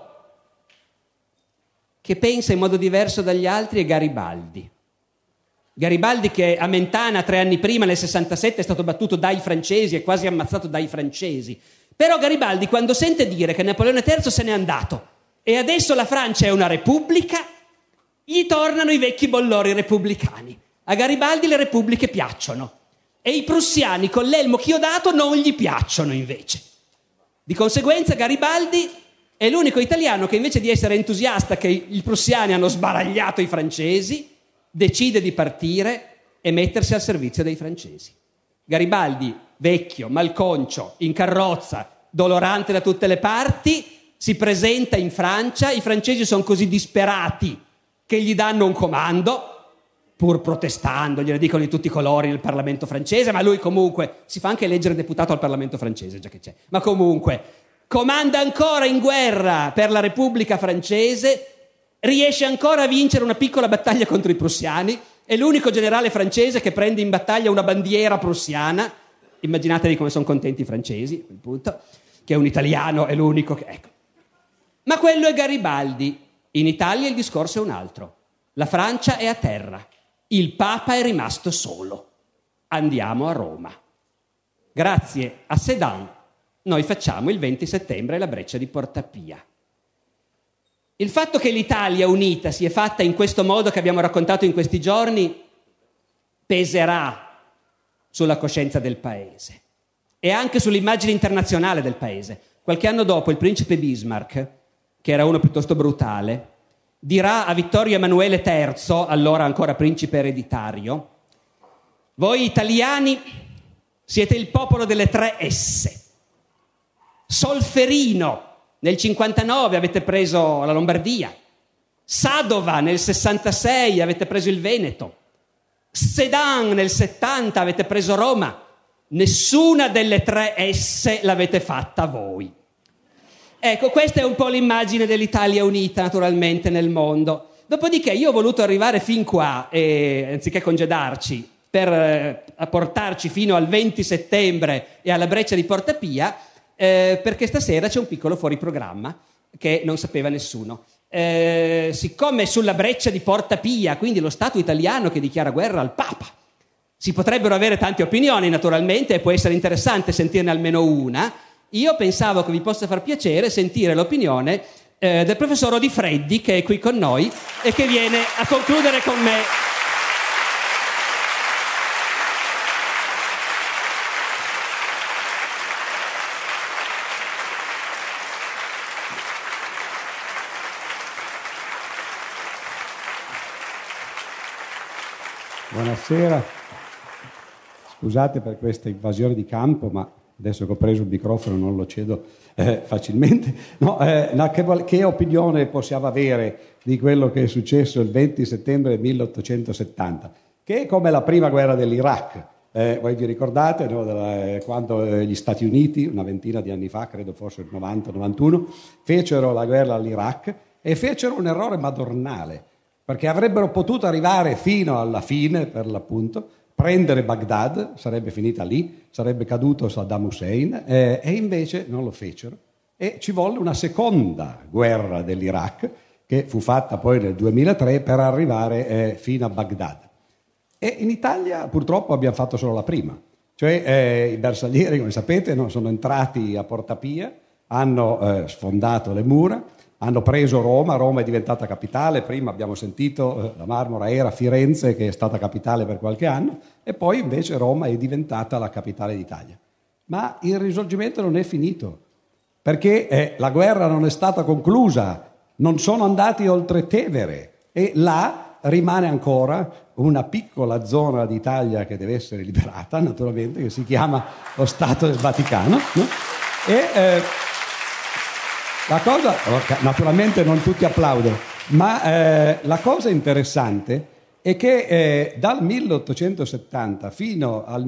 che pensa in modo diverso dagli altri è Garibaldi. Garibaldi, che a Mentana 3 anni prima, nel 67, è stato battuto dai francesi e quasi ammazzato dai francesi. Però Garibaldi, quando sente dire che Napoleone III se n'è andato e adesso la Francia è una repubblica, gli tornano i vecchi bollori repubblicani. A Garibaldi le repubbliche piacciono e i prussiani con l'elmo chiodato non gli piacciono invece. Di conseguenza Garibaldi È l'unico italiano che invece di essere entusiasta che i prussiani hanno sbaragliato i francesi, decide di partire e mettersi al servizio dei francesi. Garibaldi, vecchio, malconcio, in carrozza, dolorante da tutte le parti, si presenta in Francia, i francesi sono così disperati che gli danno un comando, pur protestando, glielo dicono di tutti i colori nel Parlamento francese, ma lui comunque, si fa anche eleggere deputato al Parlamento francese, già che c'è, ma comunque comanda ancora in guerra per la Repubblica francese, riesce ancora a vincere una piccola battaglia contro i prussiani, è l'unico generale francese che prende in battaglia una bandiera prussiana, immaginatevi come sono contenti i francesi, a quel punto, che un italiano è l'unico che... Ecco. Ma quello è Garibaldi. In Italia il discorso è un altro. La Francia è a terra. Il Papa è rimasto solo. Andiamo a Roma. Grazie a Sedan noi facciamo il 20 settembre la breccia di Porta Pia. Il fatto che l'Italia unita si è fatta in questo modo che abbiamo raccontato in questi giorni peserà sulla coscienza del paese e anche sull'immagine internazionale del paese. Qualche anno dopo il principe Bismarck, che era uno piuttosto brutale, dirà a Vittorio Emanuele III, allora ancora principe ereditario: voi italiani siete il popolo delle 3 S. Solferino nel 59 avete preso la Lombardia, Sadova nel 66 avete preso il Veneto, Sedan nel 70 avete preso Roma. Nessuna delle 3 S l'avete fatta voi. Ecco, questa è un po' l'immagine dell'Italia unita naturalmente nel mondo. Dopodiché io ho voluto arrivare fin qua, anziché congedarci, per portarci fino al 20 settembre e alla breccia di Porta Pia, perché stasera c'è un piccolo fuori programma che non sapeva nessuno. Siccome sulla breccia di Porta Pia, quindi lo Stato italiano che dichiara guerra al Papa, si potrebbero avere tante opinioni naturalmente e può essere interessante sentirne almeno una, io pensavo che vi possa far piacere sentire l'opinione del professor Odifreddi, che è qui con noi e che viene a concludere con me. Buonasera, scusate per questa invasione di campo, ma adesso che ho preso il microfono non lo cedo facilmente. No, che opinione possiamo avere di quello che è successo il 20 settembre 1870, che è come la prima guerra dell'Iraq. Voi vi ricordate, no, quando gli Stati Uniti, una ventina di anni fa, credo forse il 90-91, fecero la guerra all'Iraq e fecero un errore madornale, perché avrebbero potuto arrivare fino alla fine, per l'appunto, prendere Baghdad, sarebbe finita lì, sarebbe caduto Saddam Hussein, e invece non lo fecero. E ci volle una seconda guerra dell'Iraq, che fu fatta poi nel 2003 per arrivare fino a Baghdad. E in Italia purtroppo abbiamo fatto solo la prima. Cioè i bersaglieri, come sapete, no, sono entrati a Porta Pia, hanno sfondato le mura, hanno preso Roma. Roma è diventata capitale, prima abbiamo sentito la Marmora era Firenze, che è stata capitale per qualche anno, e poi invece Roma è diventata la capitale d'Italia. Ma il risorgimento non è finito, perché la guerra non è stata conclusa, non sono andati oltre Tevere e là rimane ancora una piccola zona d'Italia che deve essere liberata, naturalmente, che si chiama lo Stato del Vaticano, no? E la cosa, naturalmente non tutti applaudono, ma la cosa interessante è che dal 1870 fino al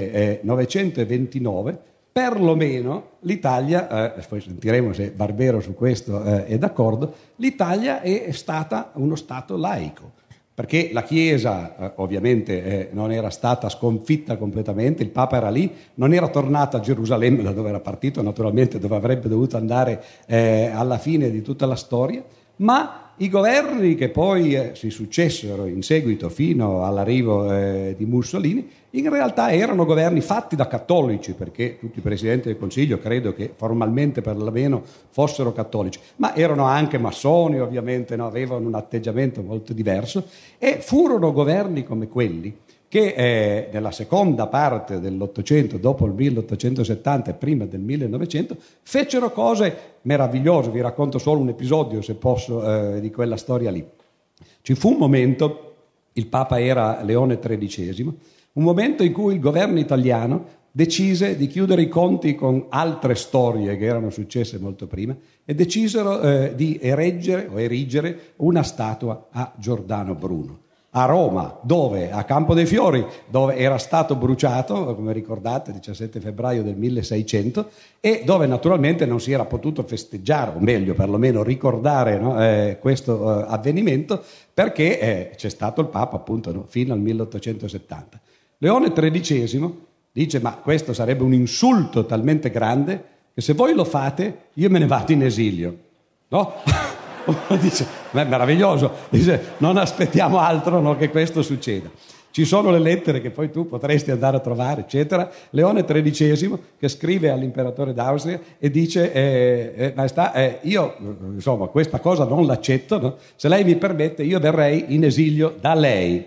1929, perlomeno l'Italia, poi sentiremo se Barbero su questo è d'accordo, l'Italia è stata uno Stato laico, perché la Chiesa ovviamente non era stata sconfitta completamente, il Papa era lì, non era tornato a Gerusalemme da dove era partito, naturalmente dove avrebbe dovuto andare alla fine di tutta la storia, ma i governi che poi si successero in seguito fino all'arrivo di Mussolini in realtà erano governi fatti da cattolici, perché tutti i presidenti del Consiglio credo che formalmente perlomeno fossero cattolici, ma erano anche massoni ovviamente, no? Avevano un atteggiamento molto diverso, e furono governi come quelli che nella seconda parte dell'Ottocento, dopo il 1870 e prima del 1900, fecero cose meravigliose. Vi racconto solo un episodio, se posso, di quella storia lì. Ci fu un momento, il Papa era Leone XIII, un momento in cui il governo italiano decise di chiudere i conti con altre storie che erano successe molto prima e decisero di erigere una statua a Giordano Bruno. A Roma, dove? A Campo dei Fiori, dove era stato bruciato, come ricordate, 17 febbraio del 1600, e dove naturalmente non si era potuto festeggiare, o meglio, perlomeno ricordare, no, questo avvenimento, perché c'è stato il Papa appunto, no, fino al 1870. Leone XIII dice: ma questo sarebbe un insulto talmente grande che se voi lo fate io me ne vado in esilio, no? Dice, è meraviglioso, dice, non aspettiamo altro, no, che questo succeda. Ci sono le lettere che poi tu potresti andare a trovare, eccetera. Leone XIII che scrive all'imperatore d'Austria e dice: maestà, io insomma questa cosa non l'accetto, no? Se lei mi permette io verrei in esilio da lei.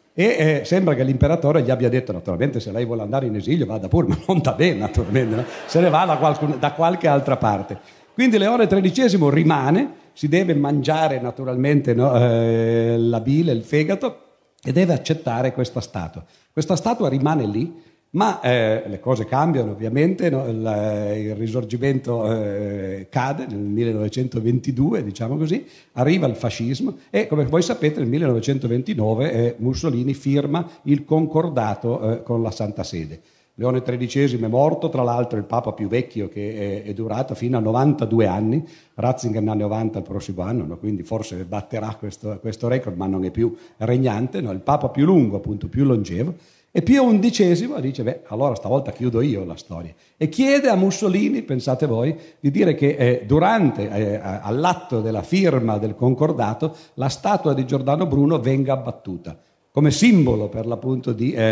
E sembra che l'imperatore gli abbia detto: naturalmente se lei vuole andare in esilio vada pure, ma non da me naturalmente, no? Se ne va da qualche altra parte. Quindi Leone XIII rimane, si deve mangiare naturalmente, no, la bile, il fegato, e deve accettare questa statua. Questa statua rimane lì, ma le cose cambiano ovviamente, no? Il risorgimento cade nel 1922, diciamo così, arriva il fascismo e, come voi sapete, nel 1929 Mussolini firma il concordato con la Santa Sede. Leone XIII è morto, tra l'altro il Papa più vecchio che è durato fino a 92 anni, Ratzinger ne ha 90 il prossimo anno, no? Quindi forse batterà questo record, ma non è più regnante, no? Il Papa più lungo, appunto, più longevo. E Pio XI dice: allora stavolta chiudo io la storia. E chiede a Mussolini, pensate voi, di dire che durante, all'atto della firma del concordato, la statua di Giordano Bruno venga abbattuta, come simbolo per l'appunto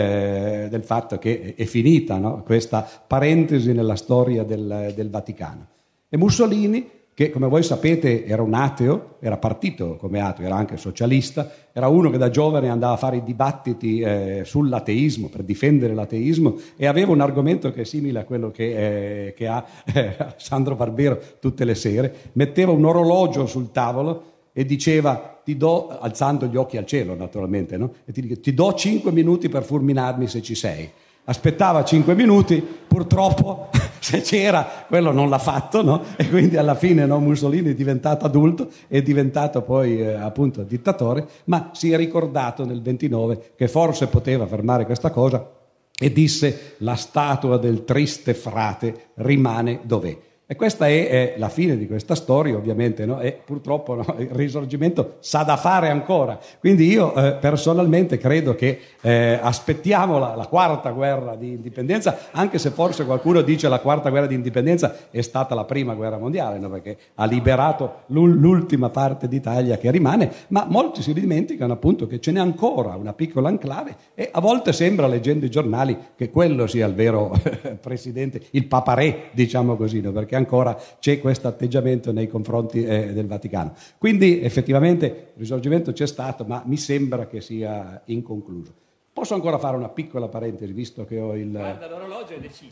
del fatto che è finita, no, questa parentesi nella storia del Vaticano. E Mussolini, che come voi sapete era un ateo, era partito come ateo, era anche socialista, era uno che da giovane andava a fare i dibattiti sull'ateismo, per difendere l'ateismo, e aveva un argomento che è simile a quello che ha Sandro Barbero tutte le sere. Metteva un orologio sul tavolo e diceva: ti do, alzando gli occhi al cielo naturalmente, no? E ti do 5 minuti per fulminarmi se ci sei. Aspettava 5 minuti, purtroppo se c'era quello non l'ha fatto, no? E quindi alla fine, no, Mussolini è diventato adulto, è diventato poi appunto dittatore, ma si è ricordato nel 29 che forse poteva fermare questa cosa e disse: la statua del triste frate rimane dov'è. E questa è la fine di questa storia, ovviamente, no? E purtroppo, no, il risorgimento s'ha da fare ancora. Quindi io personalmente credo che aspettiamo la quarta guerra di indipendenza, anche se forse qualcuno dice la quarta guerra di indipendenza è stata la prima guerra mondiale, no? Perché ha liberato l'ultima parte d'Italia che rimane, ma molti si dimenticano appunto che ce n'è ancora una piccola enclave e a volte sembra, leggendo i giornali, che quello sia il vero presidente, il Papa Re, diciamo così, no? Perché ancora c'è questo atteggiamento nei confronti del Vaticano. Quindi effettivamente il risorgimento c'è stato, ma mi sembra che sia inconcluso. Posso ancora fare una piccola parentesi, visto che ho il... Guarda l'orologio e decidi.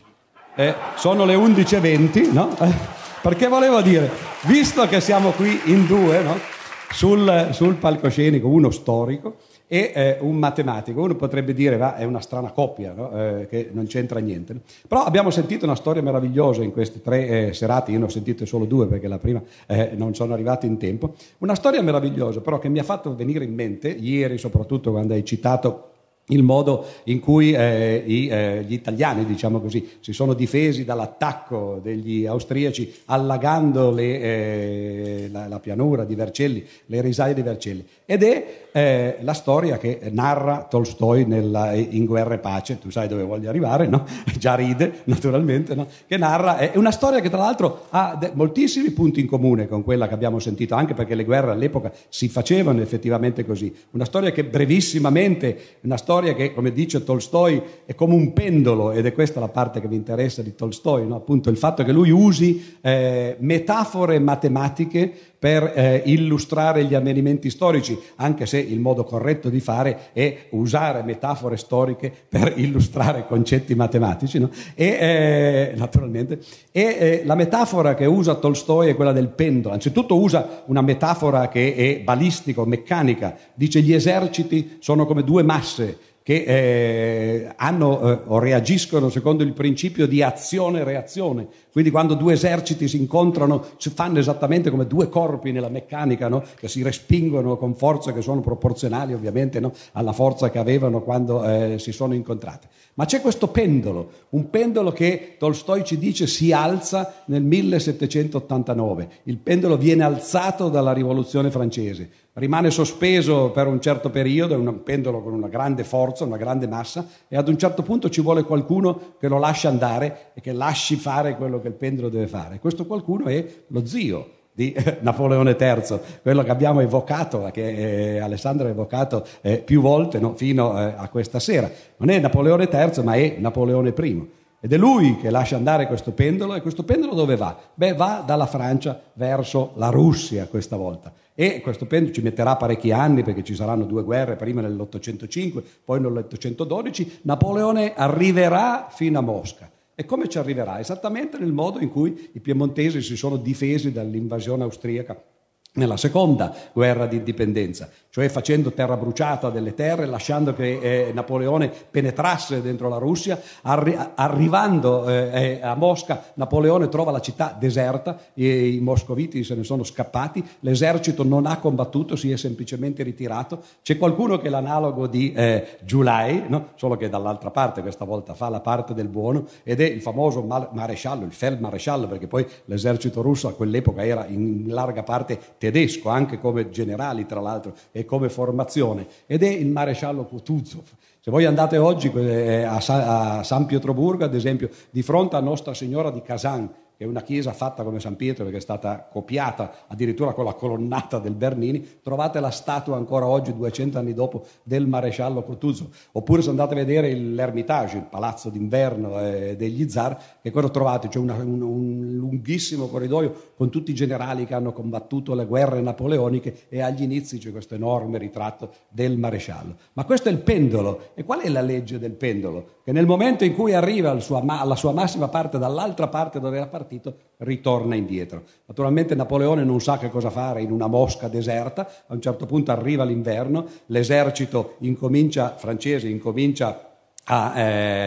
Sono le 11:20, no? Perché volevo dire, visto che siamo qui in due, no? Sul palcoscenico, uno storico e un matematico, uno potrebbe dire è una strana coppia, no? Che non c'entra niente, no? Però abbiamo sentito una storia meravigliosa in queste 3 serate. Io ne ho sentite solo 2 perché la prima non sono arrivato in tempo. Una storia meravigliosa però che mi ha fatto venire in mente ieri, soprattutto quando hai citato il modo in cui gli italiani, diciamo così, si sono difesi dall'attacco degli austriaci allagando la pianura di Vercelli, le risaie di Vercelli. Ed è la storia che narra Tolstoi in Guerra e Pace. Tu sai dove voglio arrivare, no? Già ride, naturalmente, no? Che narra, è una storia che tra l'altro ha moltissimi punti in comune con quella che abbiamo sentito, anche perché le guerre all'epoca si facevano effettivamente così. Una storia che brevissimamente, una storia storia che, come dice Tolstoi, è come un pendolo, ed è questa la parte che mi interessa di Tolstoi, no? Appunto il fatto che lui usi metafore matematiche per illustrare gli avvenimenti storici, anche se il modo corretto di fare è usare metafore storiche per illustrare concetti matematici, no? Naturalmente. La metafora che usa Tolstoi è quella del pendolo. Anzitutto usa una metafora che è balistica, meccanica. Dice: gli eserciti sono come due masse che hanno o reagiscono secondo il principio di azione-reazione. Quindi quando due eserciti si incontrano si fanno esattamente come due corpi nella meccanica, no? Che si respingono con forze che sono proporzionali ovviamente, no? Alla forza che avevano quando si sono incontrate. Ma c'è questo pendolo, un pendolo che Tolstoi ci dice si alza nel 1789. Il pendolo viene alzato dalla rivoluzione francese, rimane sospeso per un certo periodo, è un pendolo con una grande forza, una grande massa, e ad un certo punto ci vuole qualcuno che lo lasci andare e che lasci fare quello che il pendolo deve fare. Questo qualcuno è lo zio di Napoleone III, quello che abbiamo evocato, che Alessandro ha evocato più volte, no? Fino a questa sera. Non è Napoleone III, ma è Napoleone I. Ed è lui che lascia andare questo pendolo, e questo pendolo dove va? Beh, va dalla Francia verso la Russia questa volta. E questo pendolo ci metterà parecchi anni, perché ci saranno due guerre, prima nell'805, poi nell'812. Napoleone arriverà fino a Mosca. E come ci arriverà? Esattamente nel modo in cui i piemontesi si sono difesi dall'invasione austriaca nella seconda guerra di indipendenza, cioè facendo terra bruciata delle terre, lasciando che Napoleone penetrasse dentro la Russia. Arrivando a Mosca, Napoleone trova la città deserta, i moscoviti se ne sono scappati, l'esercito non ha combattuto, si è semplicemente ritirato. C'è qualcuno che è l'analogo di Giulai, no? Solo che dall'altra parte, questa volta fa la parte del buono, ed è il famoso maresciallo, il feldmaresciallo, perché poi l'esercito russo a quell'epoca era in larga parte tedesco, anche come generali tra l'altro e come formazione, ed è il maresciallo Kutuzov. Se voi andate oggi a San Pietroburgo, ad esempio, di fronte a Nostra Signora di Kazan, che è una chiesa fatta come San Pietro, perché è stata copiata addirittura con la colonnata del Bernini, trovate la statua ancora oggi, 200 anni dopo, del maresciallo Kutuzov. Oppure se andate a vedere l'Ermitage, il palazzo d'inverno degli zar, che cosa trovate? C'è un lunghissimo corridoio con tutti i generali che hanno combattuto le guerre napoleoniche, e agli inizi c'è questo enorme ritratto del maresciallo. Ma questo è il pendolo. E qual è la legge del pendolo? Che nel momento in cui arriva alla sua massima parte, dall'altra parte dove era partito, ritorna indietro. Naturalmente Napoleone non sa che cosa fare in una Mosca deserta. A un certo punto arriva l'inverno, l'esercito francese incomincia a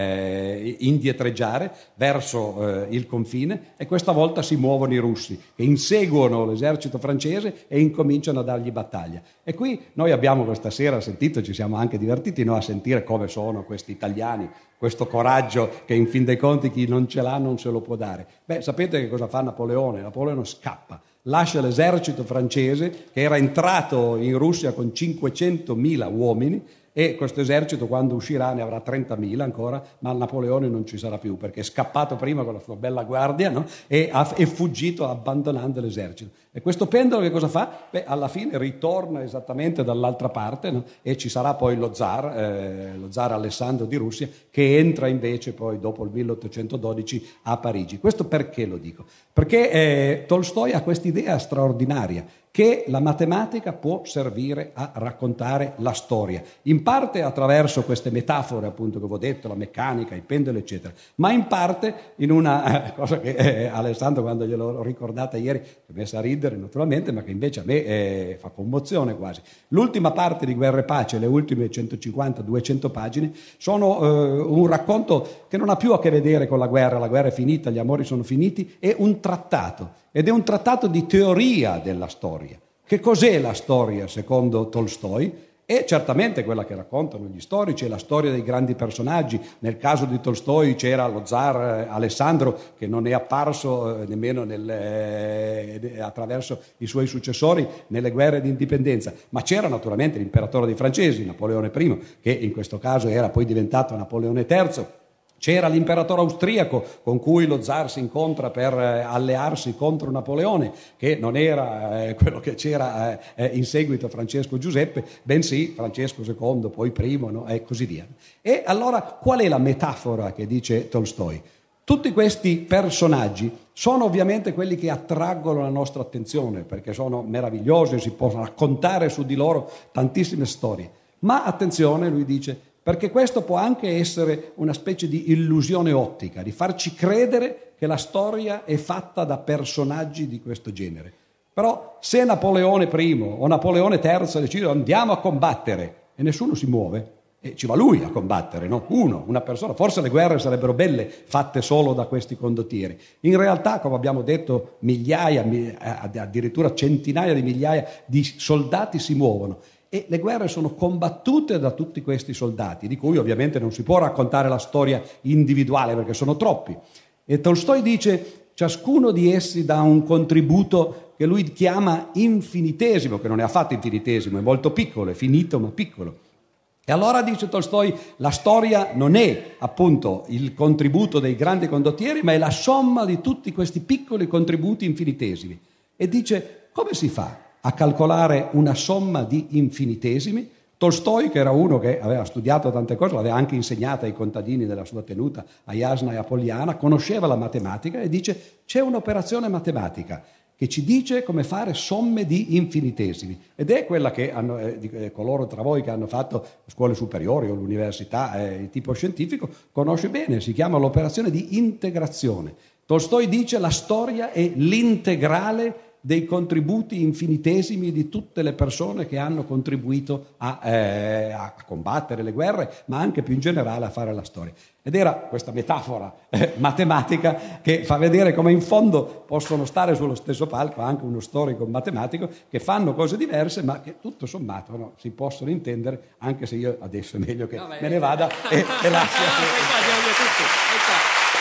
indietreggiare verso il confine, e questa volta si muovono i russi, che inseguono l'esercito francese e incominciano a dargli battaglia. E qui noi abbiamo questa sera sentito, ci siamo anche divertiti a sentire come sono questi italiani, questo coraggio che in fin dei conti chi non ce l'ha non se lo può dare. Beh, sapete che cosa fa Napoleone? Napoleone scappa, lascia l'esercito francese che era entrato in Russia con 500.000 uomini, e questo esercito quando uscirà ne avrà 30.000 ancora, ma Napoleone non ci sarà più, perché è scappato prima con la sua bella guardia, no? E è fuggito abbandonando l'esercito. E questo pendolo che cosa fa? Beh, alla fine ritorna esattamente dall'altra parte, no? E ci sarà poi lo zar Alessandro di Russia, che entra invece poi dopo il 1812 a Parigi. Questo perché lo dico? Perché Tolstoi ha quest'idea straordinaria, che la matematica può servire a raccontare la storia, in parte attraverso queste metafore appunto che vi ho detto, la meccanica, i pendoli eccetera, ma in parte in una cosa che Alessandro, quando gliel'ho ricordata ieri, si è messa a ridere naturalmente, ma che invece a me fa commozione quasi. L'ultima parte di Guerra e Pace, le ultime 150-200 pagine, sono un racconto che non ha più a che vedere con la guerra è finita, gli amori sono finiti, è un trattato. Ed è un trattato di teoria della storia. Che cos'è la storia secondo Tolstoi? È certamente quella che raccontano gli storici, è la storia dei grandi personaggi. Nel caso di Tolstoi c'era lo zar Alessandro, che non è apparso nemmeno attraverso i suoi successori nelle guerre di indipendenza, ma c'era naturalmente l'imperatore dei francesi, Napoleone I, che in questo caso era poi diventato Napoleone III, C'era l'imperatore austriaco con cui lo zar si incontra per allearsi contro Napoleone, che non era quello che c'era in seguito Francesco Giuseppe, bensì Francesco II, poi primo, no? E così via. E allora qual è la metafora che dice Tolstoi? Tutti questi personaggi sono ovviamente quelli che attraggono la nostra attenzione, perché sono meravigliosi, si possono raccontare su di loro tantissime storie. Ma attenzione, lui dice, perché questo può anche essere una specie di illusione ottica, di farci credere che la storia è fatta da personaggi di questo genere. Però se Napoleone I o Napoleone III decidono andiamo a combattere e nessuno si muove, e ci va lui a combattere, no? Una persona. Forse le guerre sarebbero belle fatte solo da questi condottieri. In realtà, come abbiamo detto, migliaia, addirittura centinaia di migliaia di soldati si muovono. E le guerre sono combattute da tutti questi soldati, di cui ovviamente non si può raccontare la storia individuale perché sono troppi. E Tolstoi dice: ciascuno di essi dà un contributo che lui chiama infinitesimo, che non è affatto infinitesimo, è molto piccolo, è finito ma piccolo. E allora, dice Tolstoi, la storia non è appunto il contributo dei grandi condottieri, ma è la somma di tutti questi piccoli contributi infinitesimi. E dice: come si fa a calcolare una somma di infinitesimi? Tolstoi, che era uno che aveva studiato tante cose, l'aveva anche insegnata ai contadini della sua tenuta a Jasna e a Pogliana, conosceva la matematica e dice: c'è un'operazione matematica che ci dice come fare somme di infinitesimi, ed è quella che hanno, coloro tra voi che hanno fatto scuole superiori o l'università di tipo scientifico conosce bene, si chiama l'operazione di integrazione. Tolstoi dice: la storia è l'integrale dei contributi infinitesimi di tutte le persone che hanno contribuito a combattere le guerre, ma anche più in generale a fare la storia. Ed era questa metafora matematica che fa vedere come in fondo possono stare sullo stesso palco anche uno storico e un matematico che fanno cose diverse, ma che tutto sommato, no, si possono intendere, anche se io adesso è meglio che me ne vada e lascia.